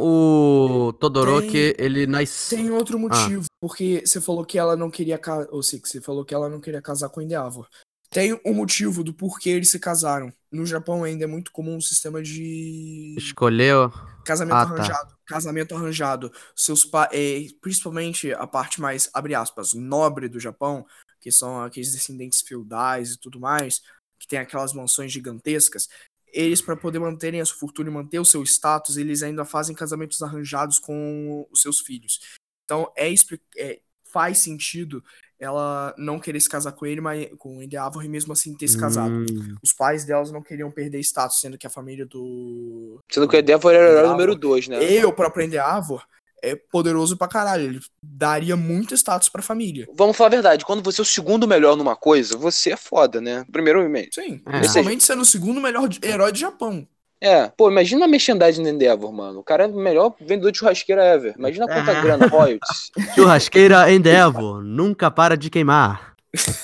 o Todoroki, Tem- ele nasce... Tem outro Ah. motivo, porque você falou que ela não queria casar, ou Six, você falou que ela não queria casar com o Endeavor. Tem um motivo do porquê eles se casaram. No Japão ainda é muito comum um sistema de Escolheu... casamento Ah, tá. arranjado. Casamento arranjado. Seus pa... é, principalmente a parte mais, abre aspas, nobre do Japão, que são aqueles descendentes feudais e tudo mais, que tem aquelas mansões gigantescas. Eles, para poder manterem a sua fortuna e manter o seu status, eles ainda fazem casamentos arranjados com os seus filhos. Então, é, expli- é, faz sentido ela não querer se casar com ele, mas com o Endeavor, e mesmo assim ter se casado. Hum, Os pais delas não queriam perder status, sendo que a família do... Sendo que o Endeavor era o herói Endeavor. número dois, né? E o próprio Endeavor é poderoso pra caralho. Ele daria muito status pra família. Vamos falar a verdade, quando você é o segundo melhor numa coisa, você é foda, né? Primeiro e-mail. Sim, É. principalmente sendo o segundo melhor de- herói do Japão. É, pô, imagina a merchandising do Endeavor, mano. O cara é o melhor vendedor de churrasqueira ever. Imagina quanta É. grana, royalties. Churrasqueira Endeavor, nunca para de queimar.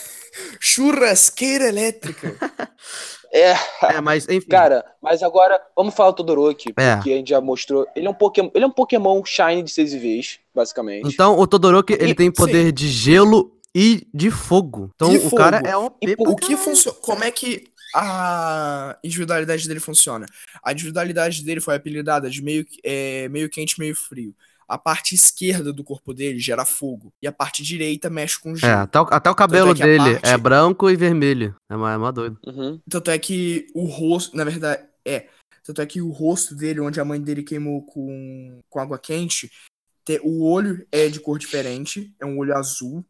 Churrasqueira elétrica. É, É, mas enfim. cara, mas agora vamos falar do Todoroki, É. porque a gente já mostrou. Ele é um Pokémon, ele é um Pokémon Shine de seis vez, basicamente. Então o Todoroki, ele E- tem poder de gelo e de fogo. Então De o cara fogo. é O P E pra O que caralho. funciona? Como é que a individualidade dele funciona? A individualidade dele foi apelidada de meio, é, meio quente, meio frio. A parte esquerda do corpo dele gera fogo. E a parte direita mexe com É, gelo. até o, até o cabelo que a dele parte- é branco e vermelho. É mó, é mó doido. Uhum. Tanto é que o rosto, na verdade, é. Tanto é que o rosto dele, onde a mãe dele queimou com, com água quente, te- o olho é de cor diferente, é um olho azul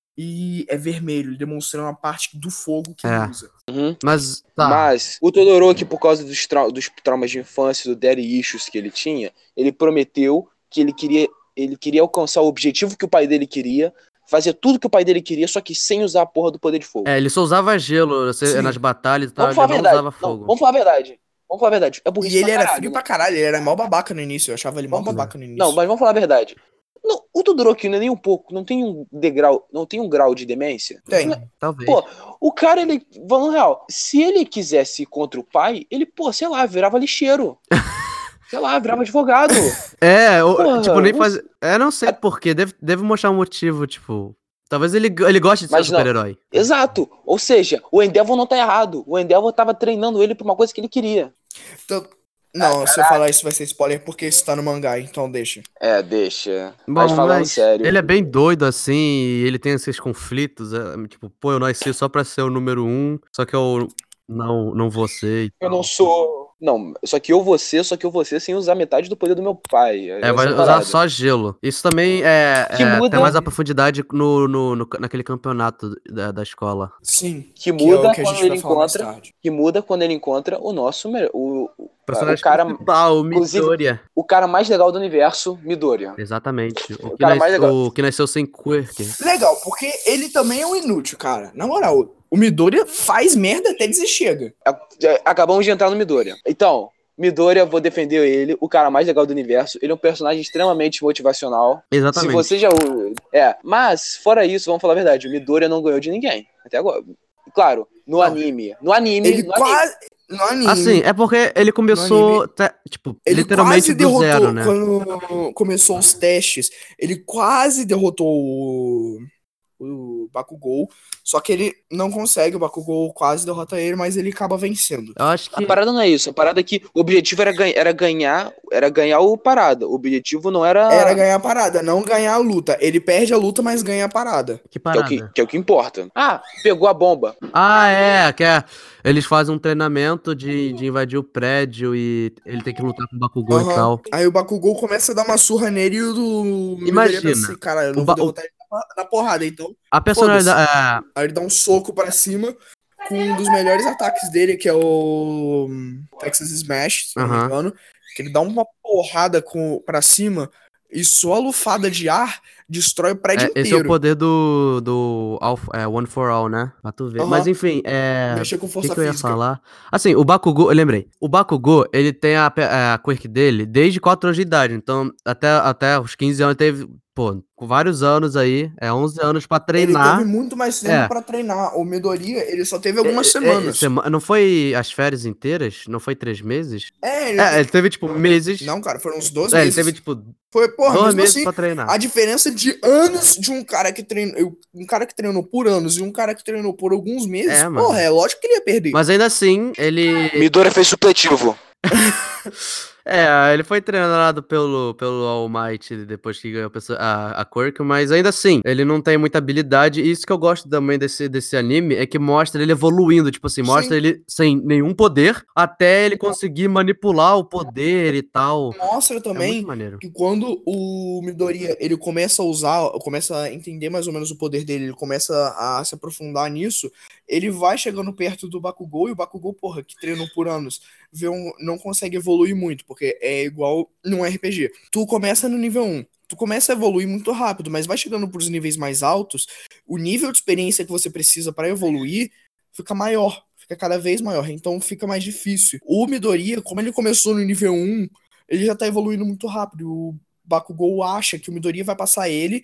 e é vermelho, demonstrando a parte do fogo que É. ele usa. Uhum. Mas, tá. Mas o Todoroki, por causa dos, trau- dos traumas de infância, do daddy issues que ele tinha, ele prometeu que ele queria, ele queria alcançar o objetivo que o pai dele queria, fazer tudo que o pai dele queria, só que sem usar a porra do poder de fogo. É, ele só usava gelo você- Sim. nas batalhas e tal, Vamos ele falar a não verdade. usava Não, fogo. vamos falar a verdade. Vamos falar a verdade. É burrice E ele pra era caralho, frio né? pra caralho, ele era mal babaca no início, eu achava ele mal Vamos- babaca no início. Não, mas vamos falar a verdade. Não, o Todoroki não é nem um pouco, não tem um degrau, não tem um grau de demência. Tem. Talvez. Pô, o cara, ele, vamos real, se ele quisesse ir contra o pai, ele, pô, sei lá, virava lixeiro. Sei lá, virava advogado. É, o- Porra, tipo, nem não faz. É, não sei porquê, deve, deve mostrar um motivo, tipo. Talvez ele, ele goste de ser Mas não. super-herói. Exato. Ou seja, o Endeavor não tá errado. O Endeavor tava treinando ele pra uma coisa que ele queria. Então, não, se eu falar isso vai ser spoiler porque isso tá no mangá, então deixa. É, deixa. Bom, mas falando mas sério. ele é bem doido assim, e ele tem esses conflitos. É, tipo, pô, eu nasci só pra ser o número um, só que eu não, não vou ser. e Eu tal. não sou. Não, só que eu vou ser, só que eu vou ser sem usar metade do poder do meu pai. É, vai essa usar parada. só gelo. Isso também é, Que é muda- tem mais a profundidade no, no, no- naquele campeonato da, da escola. Sim. Que é muda o que a quando gente vai ele falar mais encontra. tarde. Que muda quando ele encontra o nosso. me- O, o, Personagem o, cara, principal, inclusive- Midoriya. o cara mais legal do universo, Midoriya. Exatamente. O, O que, cara nas- mais legal. o que nasceu sem quirk. Legal, porque ele também é um inútil, cara. Na moral, o Midoriya faz merda até dizer chega. É, Acabamos de entrar no Midoriya. Então, Midoriya, vou defender ele, o cara mais legal do universo. Ele é um personagem extremamente motivacional. Exatamente. Se você já. É, mas, fora isso, vamos falar a verdade: o Midoriya não ganhou de ninguém. Até agora. Claro, no Não. anime. No anime. Ele no anime. quase. No anime. Assim, é porque ele começou, anime, te- tipo, Ele literalmente quase do derrotou zero, né? quando começou os testes. Ele quase derrotou o, o Bakugou. Só que ele não consegue, o Bakugou quase derrota ele, mas ele acaba vencendo. Eu acho A que. parada não é isso. A parada é que o objetivo era, ganha, era ganhar era ganhar o parada. O objetivo não era... Era ganhar a parada, não ganhar a luta. Ele perde a luta, mas ganha a parada. Que Que é, o parada. que, que é o que importa. Ah, pegou a bomba. Ah, é, que é. Eles fazem um treinamento de, de invadir o prédio e ele tem que lutar com o Bakugou e Aham. tal. Aí o Bakugou começa a dar uma surra nele e o Midoriya pensa Imagina, assim, cara, eu o não Ba- vou derrotar ele na- na porrada, então A personalidade. É, aí ele dá um soco pra cima com um dos melhores ataques dele, que é o hum, Texas Smash, se não me Aham. engano, que ele dá uma porrada com, pra cima e só a lufada de ar destrói o prédio é, esse é o inteiro. poder do, do all, é, One for All, né? Pra tu ver. Aham. Mas enfim, é. Mexer com O que, força que eu ia física. falar? Assim, o Bakugou, eu lembrei. O Bakugou, ele tem a, pe- a quirk dele desde quatro anos de idade. Então, até, até os quinze anos, teve, pô, com vários anos aí, é onze anos pra Ele treinar. teve muito mais tempo É. pra treinar. O Midoriya, ele só teve algumas É, é, semanas. sema- não foi as férias inteiras? Não foi três meses? É, ele É, te- ele teve, tipo, meses. Não, cara, foram uns doze É, ele meses. teve, tipo, Foi, porra, dois mesmo meses assim, pra treinar. a diferença de anos de um cara que treinou, um cara que treinou por anos e um cara que treinou por alguns meses, É, mano. porra, é lógico que ele ia perder. Mas ainda assim, ele. Midoriya fez supletivo. É, ele foi treinado pelo, pelo All Might depois que ganhou a, pessoa- a, a quirk, mas ainda assim, ele não tem muita habilidade. E isso que eu gosto também desse, desse anime é que mostra ele evoluindo, tipo assim, mostra Sim. ele sem nenhum poder até ele conseguir manipular o poder e tal. Mostra É também muito maneiro. que quando o Midoriya, ele começa a usar, começa a entender mais ou menos o poder dele, ele começa a se aprofundar nisso, ele vai chegando perto do Bakugou, e o Bakugou, porra, que treinou por anos, vê um, não consegue evoluir muito, porque é igual num R P G. Tu começa no nível um, tu começa a evoluir muito rápido, mas vai chegando pros níveis mais altos, o nível de experiência que você precisa pra evoluir fica maior, fica cada vez maior, então fica mais difícil. O Midoriya, como ele começou no nível um, ele já tá evoluindo muito rápido. O Bakugou acha que o Midoriya vai passar ele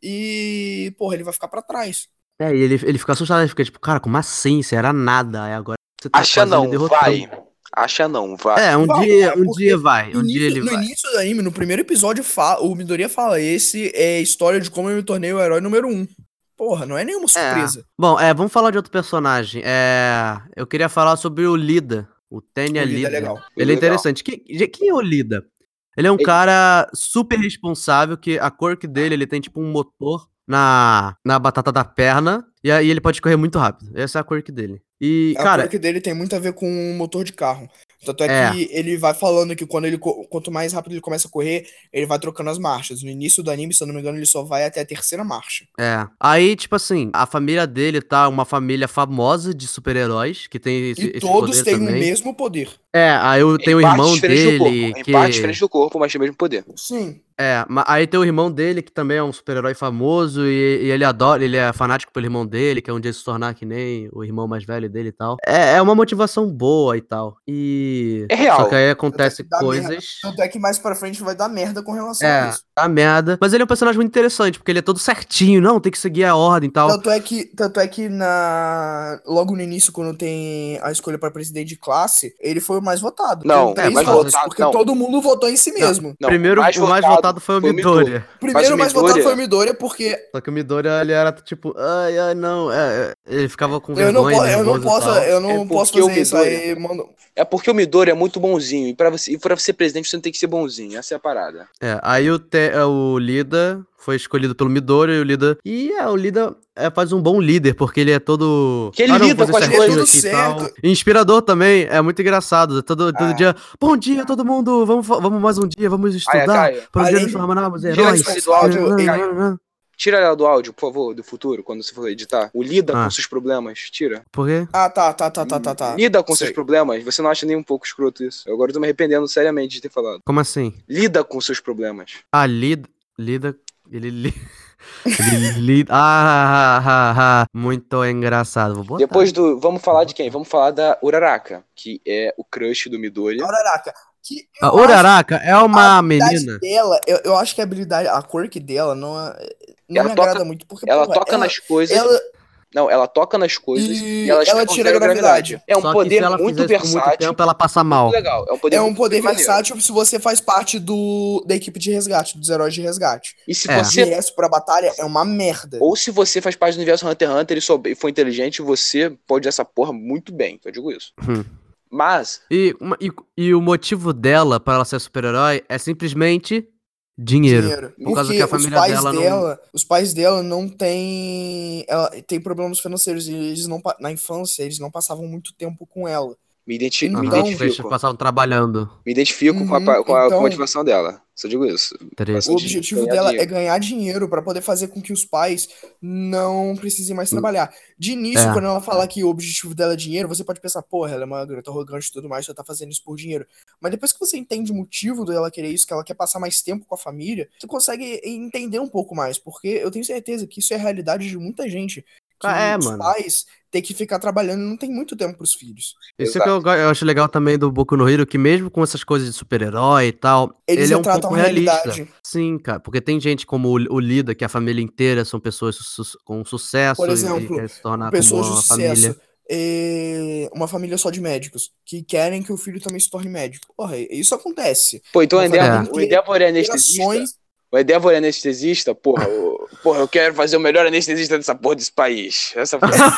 e, porra, ele vai ficar pra trás. É, e ele, ele fica assustado, ele fica tipo, cara, como assim? Isso era nada. Aí agora você tá Acha quase me não, derrotando. vai. Acha não, vai. É, um Vai, dia, cara, um porque dia vai. No, Um dia início, ele no vai. início do anime, no primeiro episódio, fa- o Midoriya fala: esse é a história de como eu me tornei o herói número um. Porra, não é nenhuma surpresa. Bom, é, vamos falar de outro personagem. É, eu queria falar sobre o Lida, o Tenya O Lida Lida. é legal. Ele é Legal. interessante. Que- que- Quem é o Lida? Ele é um Ele- cara super responsável, que a quirk dele, ele tem tipo um motor na, na batata da perna, e aí ele pode correr muito rápido. Essa é a quirk dele. E, A cara, quirk dele tem muito a ver com o motor de carro. Tanto é, É. que ele vai falando que quando ele, co- quanto mais rápido ele começa a correr, ele vai trocando as marchas. No início do anime, se eu não me engano, ele só vai até a terceira marcha. é. Aí, tipo assim, a família dele tá uma família famosa de super-heróis, que tem esse, E esse todos poder têm o também. mesmo poder. É, aí eu tenho o Em partes irmão diferentes do dele, corpo. Em que... partes diferentes do corpo, mas tem o mesmo poder. Sim. É, ma- aí tem o irmão dele, que também é um super-herói famoso, e, e ele adora, ele é fanático pelo irmão dele, que é um dia se tornar que nem o irmão mais velho dele e tal. É, é uma motivação boa e tal. E. É real. Só que aí Tanto é acontece que dá merda. coisas. Tanto é que mais pra frente vai dar merda com relação a É, isso. a merda. Mas ele é um personagem muito interessante, porque ele é todo certinho, não, tem que seguir a ordem e tal. Tanto é que, tanto é que na... logo no início, quando tem a escolha pra presidente de classe, ele foi o mais votado. Não, Tem três mais votos, votado, porque não. todo mundo votou em si mesmo. Não, Primeiro, mais o mais votado votado foi o foi o Midoriya. Primeiro o mais votado Midoriya- foi o Midoriya, porque Só que o Midoriya, ele era tipo, ai, ai, não. é, é, ele ficava com eu não, vergonha, po- eu não nervoso e posso, tal. eu não É posso porque o fazer isso. Midoriya- Aí, mano, É porque o Midoriya é muito bonzinho. E pra você, e pra ser presidente, você não tem que ser bonzinho. Essa é a parada. É, aí o, te, é, o Lida foi escolhido pelo Midoriya e o Lida. E é, o Lida é, faz um bom líder, porque ele é todo. Que ele ah, não, lida vou com fazer as certinho coisas. aqui e Tudo tal. certo. E inspirador também, é muito engraçado. Todo, todo Ah. dia, bom dia todo mundo, vamos, fa- vamos mais um dia, vamos estudar. Caio. Para um dia Além nos de- tornarmos Tira heróis. isso do áudio, Não, Caio. não, não. Tira ela do áudio, por favor, do futuro, quando você for editar. O lida Ah. com seus problemas. Tira. Por quê? Ah, tá, tá, tá, tá, tá, tá. Lida com Sei. seus problemas. Você não acha nem um pouco escroto isso? Eu agora tô me arrependendo seriamente de ter falado. Como assim? Lida com seus problemas. Ah, Lida. Lida. Ele. Li, ele lida. Ah, ah, ah, ah, muito engraçado. Vou botar. Depois do. Vamos falar de quem? Vamos falar da Uraraka, que é o crush do Midoriya. Uraraka. Que eu A acho Uraraka é a uma habilidade menina. dela, eu, eu acho que a habilidade, a quirk dela não, é- não Ela me toca- agrada muito, porque Ela porra, toca ela, nas coisas. ela, Não, ela toca nas coisas e, E elas ela ficam tira a zero gravidade. É um Só que poder se ela muito fizer isso por muito versátil, tempo, ela passa mal. muito legal. É um poder É um muito poder maneiro. versátil se você faz parte do, da equipe de resgate, dos heróis de resgate. E se É. Se você resto pra batalha, é uma merda. Ou se você faz parte do universo Hunter x Hunter e souber- e for inteligente, você pode usar essa porra muito bem. Eu digo isso. Hum. Mas, E, uma- e, e o motivo dela para ela ser super-herói é simplesmente dinheiro. Dinheiro. Por causa Porque que a os família pais dela dela, não. os pais dela não têm, ela tem problemas financeiros e eles não pa- na infância eles não passavam muito tempo com ela. me, identi me Então- Aham, porque eles identifico. passavam trabalhando. Me identifico com, a, Uhum, pa- com, a, com a então- motivação dela. Só digo isso. Interessante. O objetivo Ganhar dela dinheiro. é ganhar dinheiro pra poder fazer com que os pais não precisem mais Hum. trabalhar. De início, É. quando ela falar que o objetivo dela é dinheiro, você pode pensar, porra, ela é uma garota arrogante e tudo mais, só tá fazendo isso por dinheiro. Mas depois que você entende o motivo dela querer isso, que ela quer passar mais tempo com a família, você consegue entender um pouco mais, porque eu tenho certeza que isso é a realidade de muita gente. Que É, os mano. pais têm que ficar trabalhando e não tem muito tempo pros filhos. Isso Exato. que eu, go- eu acho legal também do Boku no Hero, que mesmo com essas coisas de super-herói e tal, Eles ele é um retratam pouco a realista. realidade. Sim, cara, porque tem gente como o, o Lida, que a família inteira são pessoas su- com sucesso Por e- e exemplo, quer se tornar como pessoas de uma sucesso, família. é, uma família só de médicos, que querem que o filho também se torne médico. Porra, isso acontece. Pô, então o Uma Endeavor, família o inteira, Endeavor é anestesista. gerações. O Endeavor é anestesista, porra. O, porra, eu quero fazer o melhor anestesista dessa porra desse país. Essa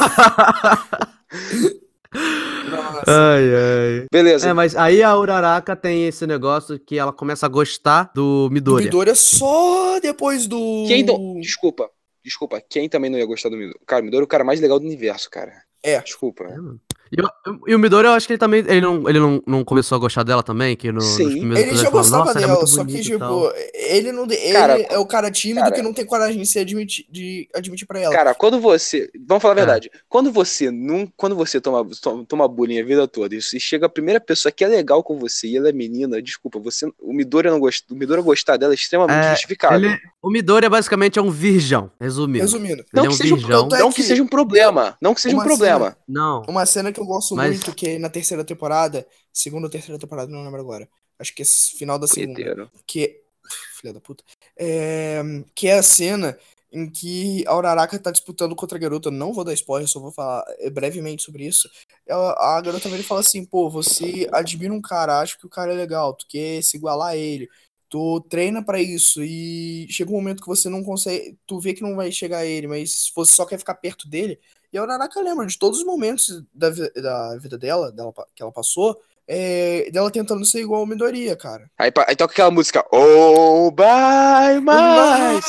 Nossa. Ai, ai. Beleza. É, mas aí a Uraraka tem esse negócio que ela começa a gostar do Do Midoriya. Midoriya só depois do. Quem não... Desculpa. Desculpa. Quem também não ia gostar do Midori? Cara, o Midori é o cara mais legal do universo, cara. É. Desculpa. É, mano. E, o- e o Midoriya, eu acho que ele também. Ele não, ele não, não começou a gostar dela também, que no, Sim. nos primeiros Ele já episódios falava, gostava nossa, ela é dela, muito só que, bonita e tipo, tal. ele não. de- Ele Cara, é o cara tímido cara. que não tem coragem de se admitir, de admitir pra ela. Cara, quando você. Vamos falar a É. verdade. Quando você não. Quando você toma, toma, toma bullying a vida toda e chega a primeira pessoa que é legal com você e ela é menina, desculpa, você. O Midoriya não gost, o Midoriya gostar dela é extremamente É, justificável. ele, o Midoriya basicamente é um virgão, resumindo. Resumindo, Ele Não é que, um seja um, virgão. Tanto é não que que seja um problema. Não que seja um uma problema. Não. uma cena que eu gosto Mas- muito, que é na terceira temporada, segunda ou terceira temporada, não lembro agora. Acho que é final da segunda. Punheteiro. Que é. Filha da puta. É, que é a cena em que a Uraraka tá disputando contra a garota. Eu não vou dar spoiler, só vou falar é, brevemente sobre isso. Ela, a garota vem e fala assim: pô, você admira um cara, acha que o cara é legal, tu quer se igualar a ele, tu treina pra isso, e chega um momento que você não consegue, tu vê que não vai chegar a ele, mas você só quer ficar perto dele. E a Uraraka lembra de todos os momentos da, vi- da vida dela, dela, que ela passou, é, dela tentando ser igual ao Midoriya, cara. Aí, pa- aí toca aquela música. Oh, bye, mais.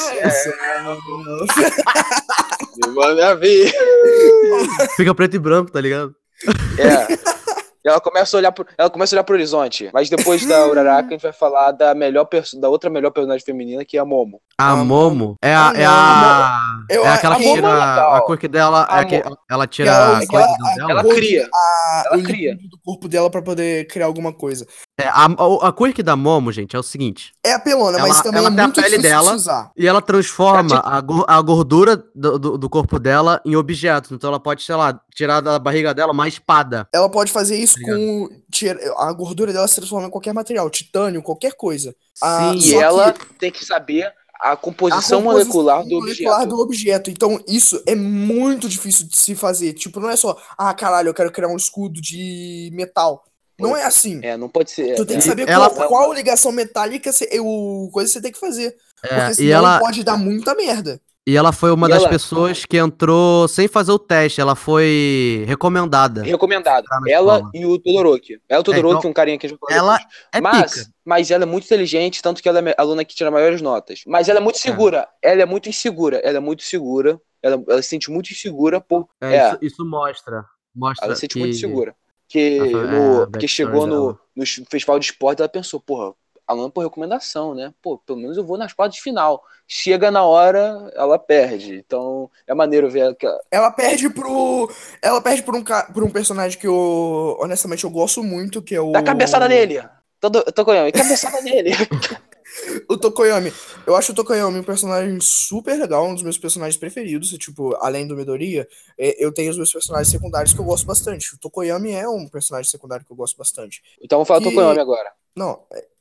Minha vida. Fica preto e branco, tá ligado? É. E ela começa a olhar pro, ela começa a olhar pro horizonte. Mas depois da Uraraka, a gente vai falar da melhor perso- da outra melhor personagem feminina, que é a Momo. A A Momo é a. Ah, É, não, a, Eu- é aquela a que Momo é tira. legal. A quirk dela. A É que Mo- ela tira Ela- a coisa ela- dela. ela Cor- cria. a- Ela o cria. líquido do corpo dela pra poder criar alguma coisa. É, a, a, a quirk da Momo, gente, é o seguinte. É apelona, mas Ela- também ela é tem a muito pele difícil de dela. se usar. E ela transforma Ela a, go- a gordura do, do, do corpo dela em objetos. Então ela pode, sei lá, tirar da barriga dela uma espada. Ela pode fazer isso Tá com. tira- A gordura dela se transforma em qualquer material, titânio, qualquer coisa. Ah, Sim. E Só ela que- tem que saber a A composição composição molecular do molecular objeto. do objeto. Então, isso é muito difícil de se fazer. Tipo, não é só, ah, caralho, eu quero criar um escudo de metal. Não é assim. É, não pode ser. Tu tem é. que saber Ela- qual, qual ligação metálica cê- o coisa você tem que fazer. É, Porque e senão ela, pode dar muita merda. e ela foi uma E das ela- pessoas que entrou sem fazer o teste. Ela foi recomendada. Recomendado. Tá na Ela escola. e o Todoroki. Ela e o Todoroki, então, um carinha que a gente vai falar Ela depois. é mas, pica. mas ela é muito inteligente, tanto que ela é a aluna que tira maiores notas. Mas ela é muito segura. Ela é muito insegura. Ela é muito segura. Ela, ela se sente muito insegura por. É, É, Isso, isso mostra. Mostra ela se sente que... muito segura. Que, a fa- é, no, a porque backstory chegou no, dela. no festival de esporte, ela pensou, porra, aluna por recomendação, né? Pô, pelo menos eu vou nas quartas de final. Chega na hora, ela perde. Então, é maneiro ver que ela- Ela perde pro. Ela perde por um, ca- por um personagem que eu, honestamente, eu gosto muito, que é o. dá cabeçada nele. Todo, Tokoyami, cabeçada nele. O Tokoyami. Eu acho o Tokoyami um personagem super legal, um dos meus personagens preferidos. e, Tipo, além do Midoriya, é, eu tenho os meus personagens secundários que eu gosto bastante. O Tokoyami é um personagem secundário que eu gosto bastante. Então vamos falar do Que- Tokoyami agora. Não, é,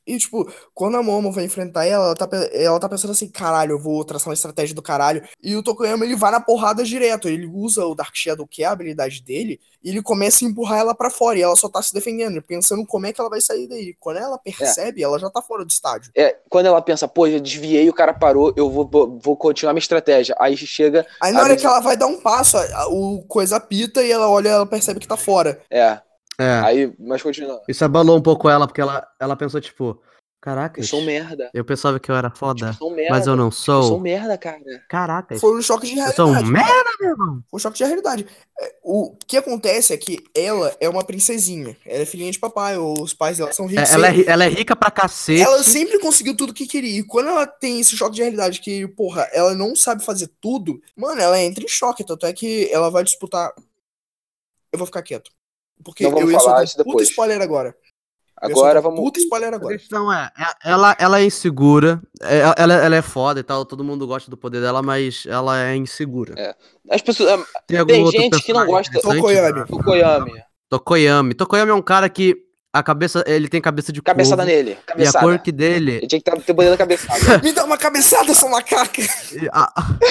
E, tipo, quando a Momo vai enfrentar ela, ela tá, pe- ela tá pensando assim, caralho, eu vou traçar uma estratégia do caralho. E o Tokoyama, ele vai na porrada direto. Ele usa o Dark Shadow, que é a habilidade dele, e ele começa a empurrar ela pra fora. E ela só tá se defendendo, pensando como é que ela vai sair daí. Quando ela percebe, ela já tá fora do estádio. É, quando ela pensa, pô, já desviei, o cara parou, eu vou, vou, vou continuar minha estratégia. Aí chega. Aí na hora abre- que ela vai dar um passo, a- a- o coisa apita e ela olha, ela percebe que tá fora. É, É, aí, mas continua. isso abalou um pouco ela, porque ela, ela pensou, tipo, caracas, Eu sou um merda. eu pensava que eu era Tipo, foda, eu sou um merda. mas eu não Eu sou um sou. merda, cara. Caracas, Foi um choque de eu sou realidade. um cara. merda, meu irmão. Foi um choque de realidade. É, O que acontece é que ela é uma princesinha. Ela é filhinha de papai, os pais dela são É, ricos. ela, é, sempre- ri- ela é rica pra cacete. Ela sempre conseguiu tudo que queria. E quando ela tem esse choque de realidade que, porra, ela não sabe fazer tudo, mano, ela entra em choque. Tanto é que ela vai disputar. Eu vou ficar quieto. Porque Não vamos eu ia falar soltar um isso puta depois. spoiler agora. Eu ia Agora soltar um vamos. Puta spoiler A agora. questão é, é- ela, ela é insegura, é- ela, ela é foda e tal, todo mundo gosta do poder dela, mas ela é insegura. É. As pessoas. ah, Tem algum Tem outro gente que não personagem gosta. interessante? Tokoyami. do Koyami. Tokoyami. Tokoyami é um cara que a cabeça, ele tem cabeça de Cabeçada corvo, nele. e a Cabeçada. quirk dele, Ele tinha que ter poder da cabeçada. Me dá uma cabeçada, sua macaca! e a,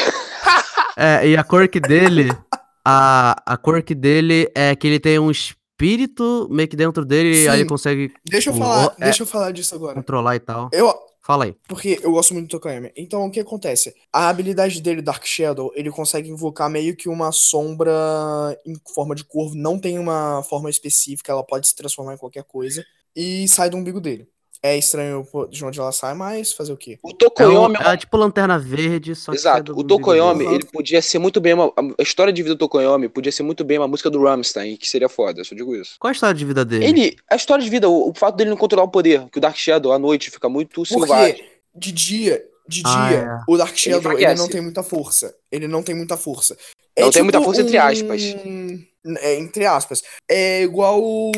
é, e a quirk dele, a, a quirk dele é que ele tem um espírito meio que dentro dele, e aí ele Sim. consegue Deixa eu tipo, falar, é, deixa eu falar disso agora. controlar e tal. Eu, Fala aí. Porque eu gosto muito do Tokoyami. Então, o que acontece? A habilidade dele, Dark Shadow, ele consegue invocar meio que uma sombra em forma de corvo. Não tem uma forma específica, ela pode se transformar em qualquer coisa. E sai do umbigo dele. É estranho de onde ela sai, mas fazer o quê? O É, um, Tokoyami. é tipo Lanterna Verde, só que sai Exato. do O umbigo Tokoyami, dele. Uhum. ele podia ser muito bem uma. A história de vida do Tokoyami podia ser muito bem uma música do Rammstein, que seria foda, eu só digo isso. Qual a história de vida dele? Ele. A história de vida, o, o fato dele não controlar o poder, que o Dark Shadow à noite fica muito selvagem. Porque de dia, de Ah, dia, é. o Dark Shadow, ele, enfraquece. não tem muita força. Ele não tem muita força. Não tem muita força, um- entre aspas. É, entre aspas. É igual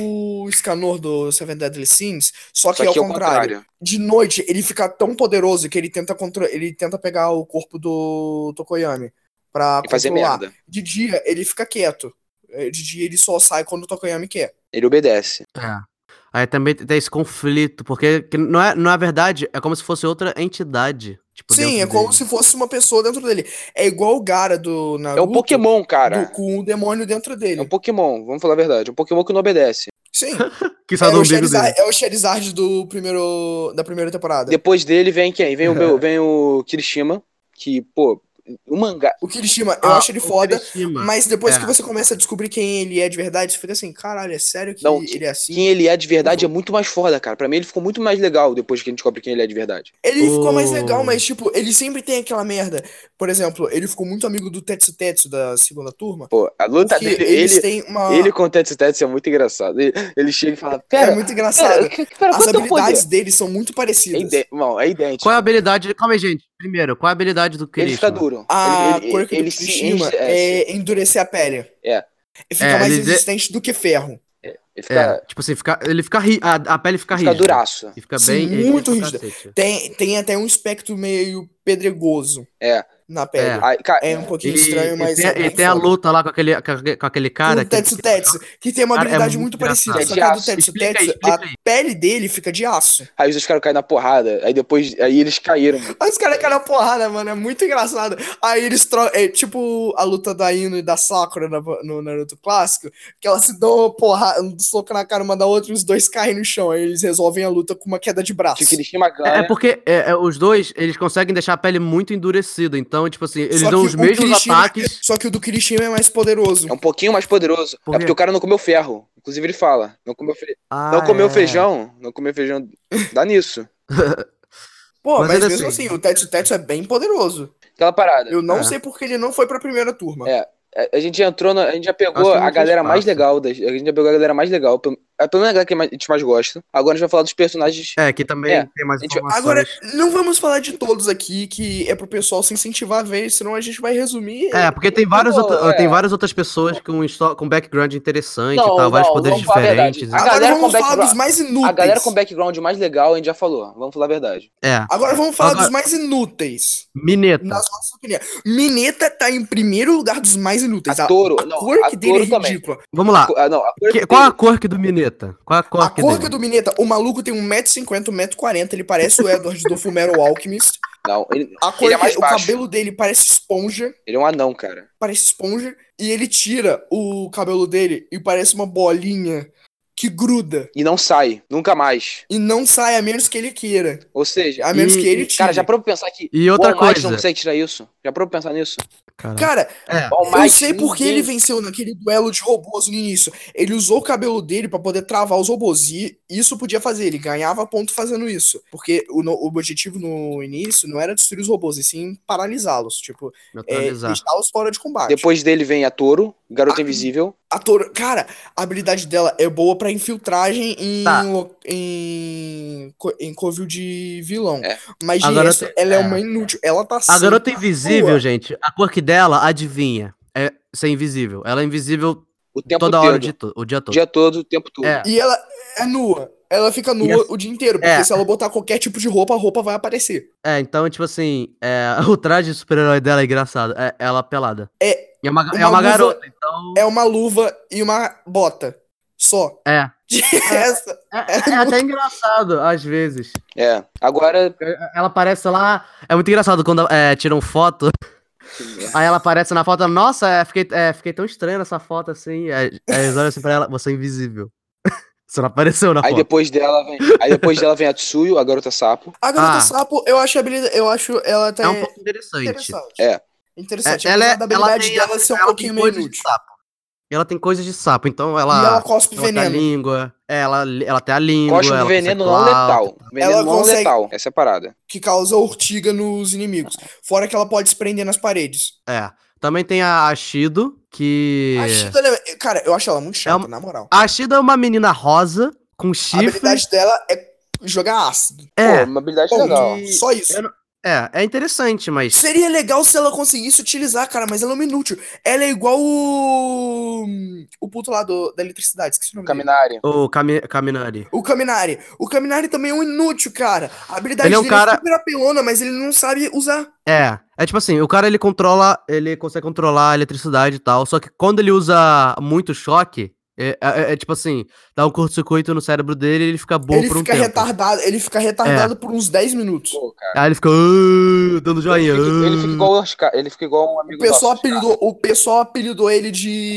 o Escanor do Seven Deadly Sins, só que, Só é que ao ao contrário. contrário. De noite, ele fica tão poderoso que ele tenta, contro... ele tenta pegar o corpo do Tokoyami pra E fazer controlar. merda. De dia, ele fica quieto. É, De dia, ele só sai quando o Tokoyami quer. Ele obedece. É. Aí também tem esse conflito, porque que não é, não é verdade, é como se fosse outra entidade. Tipo, Sim, é dentro como dele. se fosse uma pessoa dentro dele. É igual o Gara do Naruto. É um Pokémon, cara. do- com o demônio dentro dele. É um Pokémon, vamos falar a verdade. É um Pokémon que não obedece. Sim. Que sai É do o, umbigo Charizard, dele. é o Charizard do primeiro, da primeira temporada. Depois dele vem quem? Vem o, vem o Kirishima, que, pô, o mangá. O Kirishima, eu Ah, acho ele o foda, Kirishima. mas depois É. que você começa a descobrir quem ele é de verdade, você fica assim, caralho, é sério que Não, ele é assim? Quem ele é de verdade é muito mais foda, cara. Pra mim ele ficou muito mais legal depois que a gente descobre quem ele é de verdade. Ele ficou mais O- legal, mas tipo, ele sempre tem aquela merda. Por exemplo, ele ficou muito amigo do Tetsu Tetsu da segunda turma. Pô, a luta Porque dele, eles ele, têm uma. ele com o Tetsu Tetsu é muito engraçado. Ele, ele chega e fala, pera, É muito engraçado. pera, que- pera, As qual é o teu habilidades poder? deles são muito É, parecidas. ide... Não, é idêntico. Qual é a habilidade? Calma aí, gente. Primeiro, qual é a habilidade do Ele Kirishima? fica duro. A ele, ele, quirk ele do se Kirishima enche- é endurecer a pele. É. E fica É, mais ele de- resistente do que ferro. Ele É, fica, tipo assim, fica, ele fica ri, a, a pele fica, fica rígida. duraço. E fica Sim, bem muito resistente rígida. pra cacete. Tem, tem até um aspecto meio pedregoso É. na pele. É. Aí, cara, É um pouquinho E, estranho, e mas tem, é e bem tem a foda. luta lá com aquele, com aquele- com aquele cara. Com o Tetsu Tetsu, que tem uma Cara, é habilidade muito muito parecida. engraçado. Só que a do É de aço. Tetsu Explica aí, Tetsu, explica a aí. pele dele fica de aço. aí os caras caem na porrada. Aí depois, aí eles caíram. Aí os caras caem na porrada, mano. É muito engraçado. Aí eles trocam. É tipo a luta da Ino e da Sakura no, no Naruto clássico. Que elas se dão uma porrada, um soco na cara uma da outra e os dois caem no chão. Aí eles resolvem a luta com uma queda de braço. Tipo, Kirishima É, ganha. é porque é, é, os dois, eles conseguem deixar a pele muito endurecida. Então, tipo assim, eles Só dão que os o mesmos Kirishima- ataques. Só que o do Kirishima é mais poderoso. É um pouquinho mais poderoso. Por É quê? porque o cara não comeu ferro. Inclusive ele fala. Não comeu, fe... Ah, não comeu é. feijão. Não comeu feijão. Dá nisso. Pô, Mas mas, ainda mesmo assim- assim, o Tetsu Tetsu é bem poderoso. Aquela parada. Eu não É. sei porque ele não foi pra primeira turma. É. A gente já entrou na, a gente já Acho pegou que não a tinha galera mais espaço. legal das, a gente já pegou a galera mais legal, pelo é pelo menos a galera que mais- a gente mais gosta. Agora a gente vai falar dos personagens. É, que também É, tem mais a gente- informações. Agora, não vamos falar de todos aqui, que é pro pessoal se incentivar a ver, senão a gente vai resumir. É, porque tem, vários Pô, outra- é. tem várias outras pessoas com, histó- com background interessante Não, e tal, vários não, poderes vamos falar a verdade. diferentes. A Agora galera vamos com falar background- dos mais inúteis. A galera com background mais legal a gente já falou. Vamos falar a verdade. É. Agora vamos falar Agora- dos mais inúteis. Mineta. Nas nossas opiniões. Mineta tá em primeiro lugar dos mais inúteis. A Toro, a não, quirk a dele é Toro também. ridícula. Vamos lá. Ah, não, a cor Que- dele- qual a cor que do Mineta? Mineta? Qual a cor A que cor dele? que é do Mineta, o maluco tem um metro e cinquenta, um metro e quarenta, ele parece o Edward do Fullmetal Alchemist. Não, ele, A cor ele é que- mais o baixo. cabelo dele parece esponja, Ele é um anão, cara. parece esponja, e ele tira o cabelo dele e parece uma bolinha que gruda E não sai, nunca mais. e não sai a menos que ele queira. Ou seja, A menos E- que ele e- tire. cara, já parou pra pensar que E o outra All Might coisa. não consegue tirar isso? Já parou pra pensar nisso? Caralho. Cara, É. O All eu Might, sei porque ninguém- ele venceu naquele duelo de robôs no início. Ele usou o cabelo dele pra poder travar os robôs. E isso podia fazer. Ele ganhava ponto fazendo isso. Porque o, no- o objetivo no início não era destruir os robôs, e sim paralisá-los. Tipo, é, Neutralizar. deixá-los fora de combate. Depois dele vem a Toro, Garota Ah, Invisível. A Toro, cara, a habilidade dela é boa pra infiltragem em, Tá. lo- em, co- em covil de vilão. É. Mas de A garota- resto, ela é, é. uma inútil. Ela tá A sempre garota na invisível, rua. gente, a cor que dela, adivinha, é ser invisível. Ela é invisível O tempo toda todo. hora, de to- o dia O todo. dia todo, o tempo todo. É. E ela é nua. Ela fica nua E essa- o dia inteiro. Porque é. se ela botar qualquer tipo de roupa, a roupa vai aparecer. É, então, tipo assim, é, o traje de super-herói dela é engraçado. É ela pelada. É E é uma, uma é uma luva- garota, então. É uma luva e uma bota. Só. É. De essa. É, é até engraçado, às vezes. É. Agora. Ela aparece lá. É muito engraçado quando é, tiram foto. Aí ela aparece na foto. Nossa, é, fiquei, é, fiquei tão estranha nessa foto assim. Aí, aí eles olham assim pra ela. Você é invisível. Você não apareceu na Aí foto. depois dela vem. Aí depois dela vem a Tsuyu, a garota sapo. A garota Ah. sapo, eu acho a habilidade. Eu acho ela até É um pouco interessante. interessante. É. Interessante. É, ela, é, apesar da ela habilidade tem, dela ser um ela pouquinho tem meio coisas de inútil. sapo. Ela tem coisas de sapo, então ela. E ela cospe ela tem a veneno. língua. É, ela, ela tem a língua. Cospe ela veneno consegue não pular letal. alto. Veneno Ela não consegue- letal. Essa é a parada. Que causa urtiga nos inimigos. Fora que ela pode se prender nas paredes. É. Também tem a Shido, que. A Shida, ela é- cara, eu acho ela muito chata, uma- na moral. A Shido é uma menina rosa, com A chifre. habilidade dela é jogar ácido. É, Pô, uma habilidade Bom, legal. e- Só isso. eu não- é, é interessante, mas. Seria legal se ela conseguisse utilizar, cara, mas ela é uma inútil. Ela é igual o. O puto lá do, da eletricidade, esqueci o nome dele. Caminari. O Kami, Kaminari. O Kaminari. O Kaminari também é um inútil, cara. A habilidade Ele é um dele cara- é super apelona, mas ele não sabe usar. É, é tipo assim, o cara ele controla, ele consegue controlar a eletricidade e tal, só que quando ele usa muito choque, é, é- é tipo assim, dá um curto-circuito no cérebro dele e ele fica burro ele por um fica tempo. retardado, ele fica retardado por uns dez minutos. Pô, cara. Aí ele fica "Ah", dando joinha. Ele fica, ele fica "Ah". igual o Oscar, ele fica igual um O amigo pessoal, nosso, Oscar. apelidou, o pessoal apelidou ele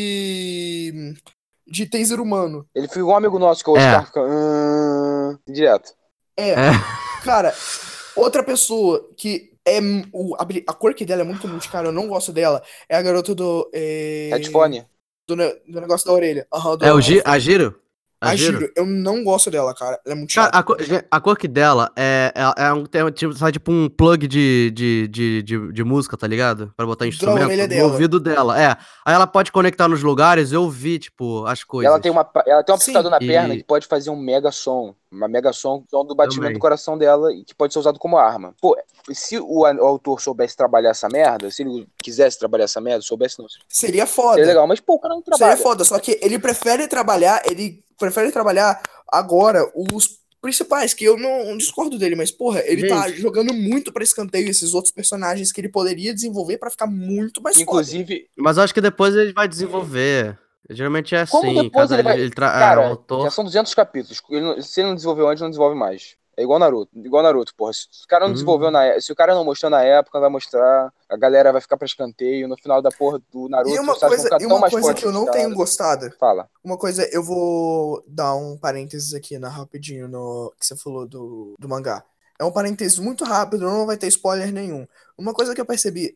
de. de taser humano. Ele fica igual um amigo nosso, que é o É. Oscar fica. "Ah", direto. É, É. cara, outra pessoa que é. O, a, a cor que dela é muito inútil, cara, eu não gosto dela. É a garota do. É, Headphone. do, ne- do negócio da orelha. Aham, do- É o Gi- a Giro? A Giro, eu não gosto dela, cara. Ela é muito Cara, chata. a, cor, gente, a cor que dela é, é, é um, tem, um- tipo, sabe, tipo um plug de, de, de, de, de música, tá ligado? Pra botar instrumento orelha no dela. ouvido dela. É. Aí ela pode conectar nos lugares e ouvir, tipo, as E coisas. ela tem uma, pa- ela tem um Sim. amplificador na E- perna que pode fazer um mega som. Uma mega som, som do batimento Também. do coração dela e que pode ser usado como arma. Pô, se o, a- o autor soubesse trabalhar essa merda, se ele quisesse trabalhar essa merda, soubesse não. Seria foda. Seria legal, mas pô, o cara não trabalha. Seria foda, só que ele prefere trabalhar, ele prefere trabalhar agora os principais, que eu não discordo dele, mas porra, ele tá Gente. jogando muito pra escanteio esses outros personagens que ele poderia desenvolver pra ficar muito mais foda. Inclusive, Mas eu acho que depois ele vai desenvolver. Geralmente é como assim, depois cada ele vai... ele tra... é, Cara, o autor. já são duzentos capítulos. Ele não- se ele não desenvolveu antes, não desenvolve mais. É igual Naruto. Igual Naruto, porra. Se o cara não Hum. desenvolveu na época, se o cara não mostrou na época, vai mostrar, a galera vai ficar pra escanteio. No final da porra do Naruto, E uma os caras vão coisa, ficar e tão uma mais coisa fortes que eu os não caras. tenho gostado, Fala. uma coisa, eu vou dar um parênteses aqui na rapidinho no que você falou do, do mangá. É um parênteses muito rápido, não vai ter spoiler nenhum. Uma coisa que eu percebi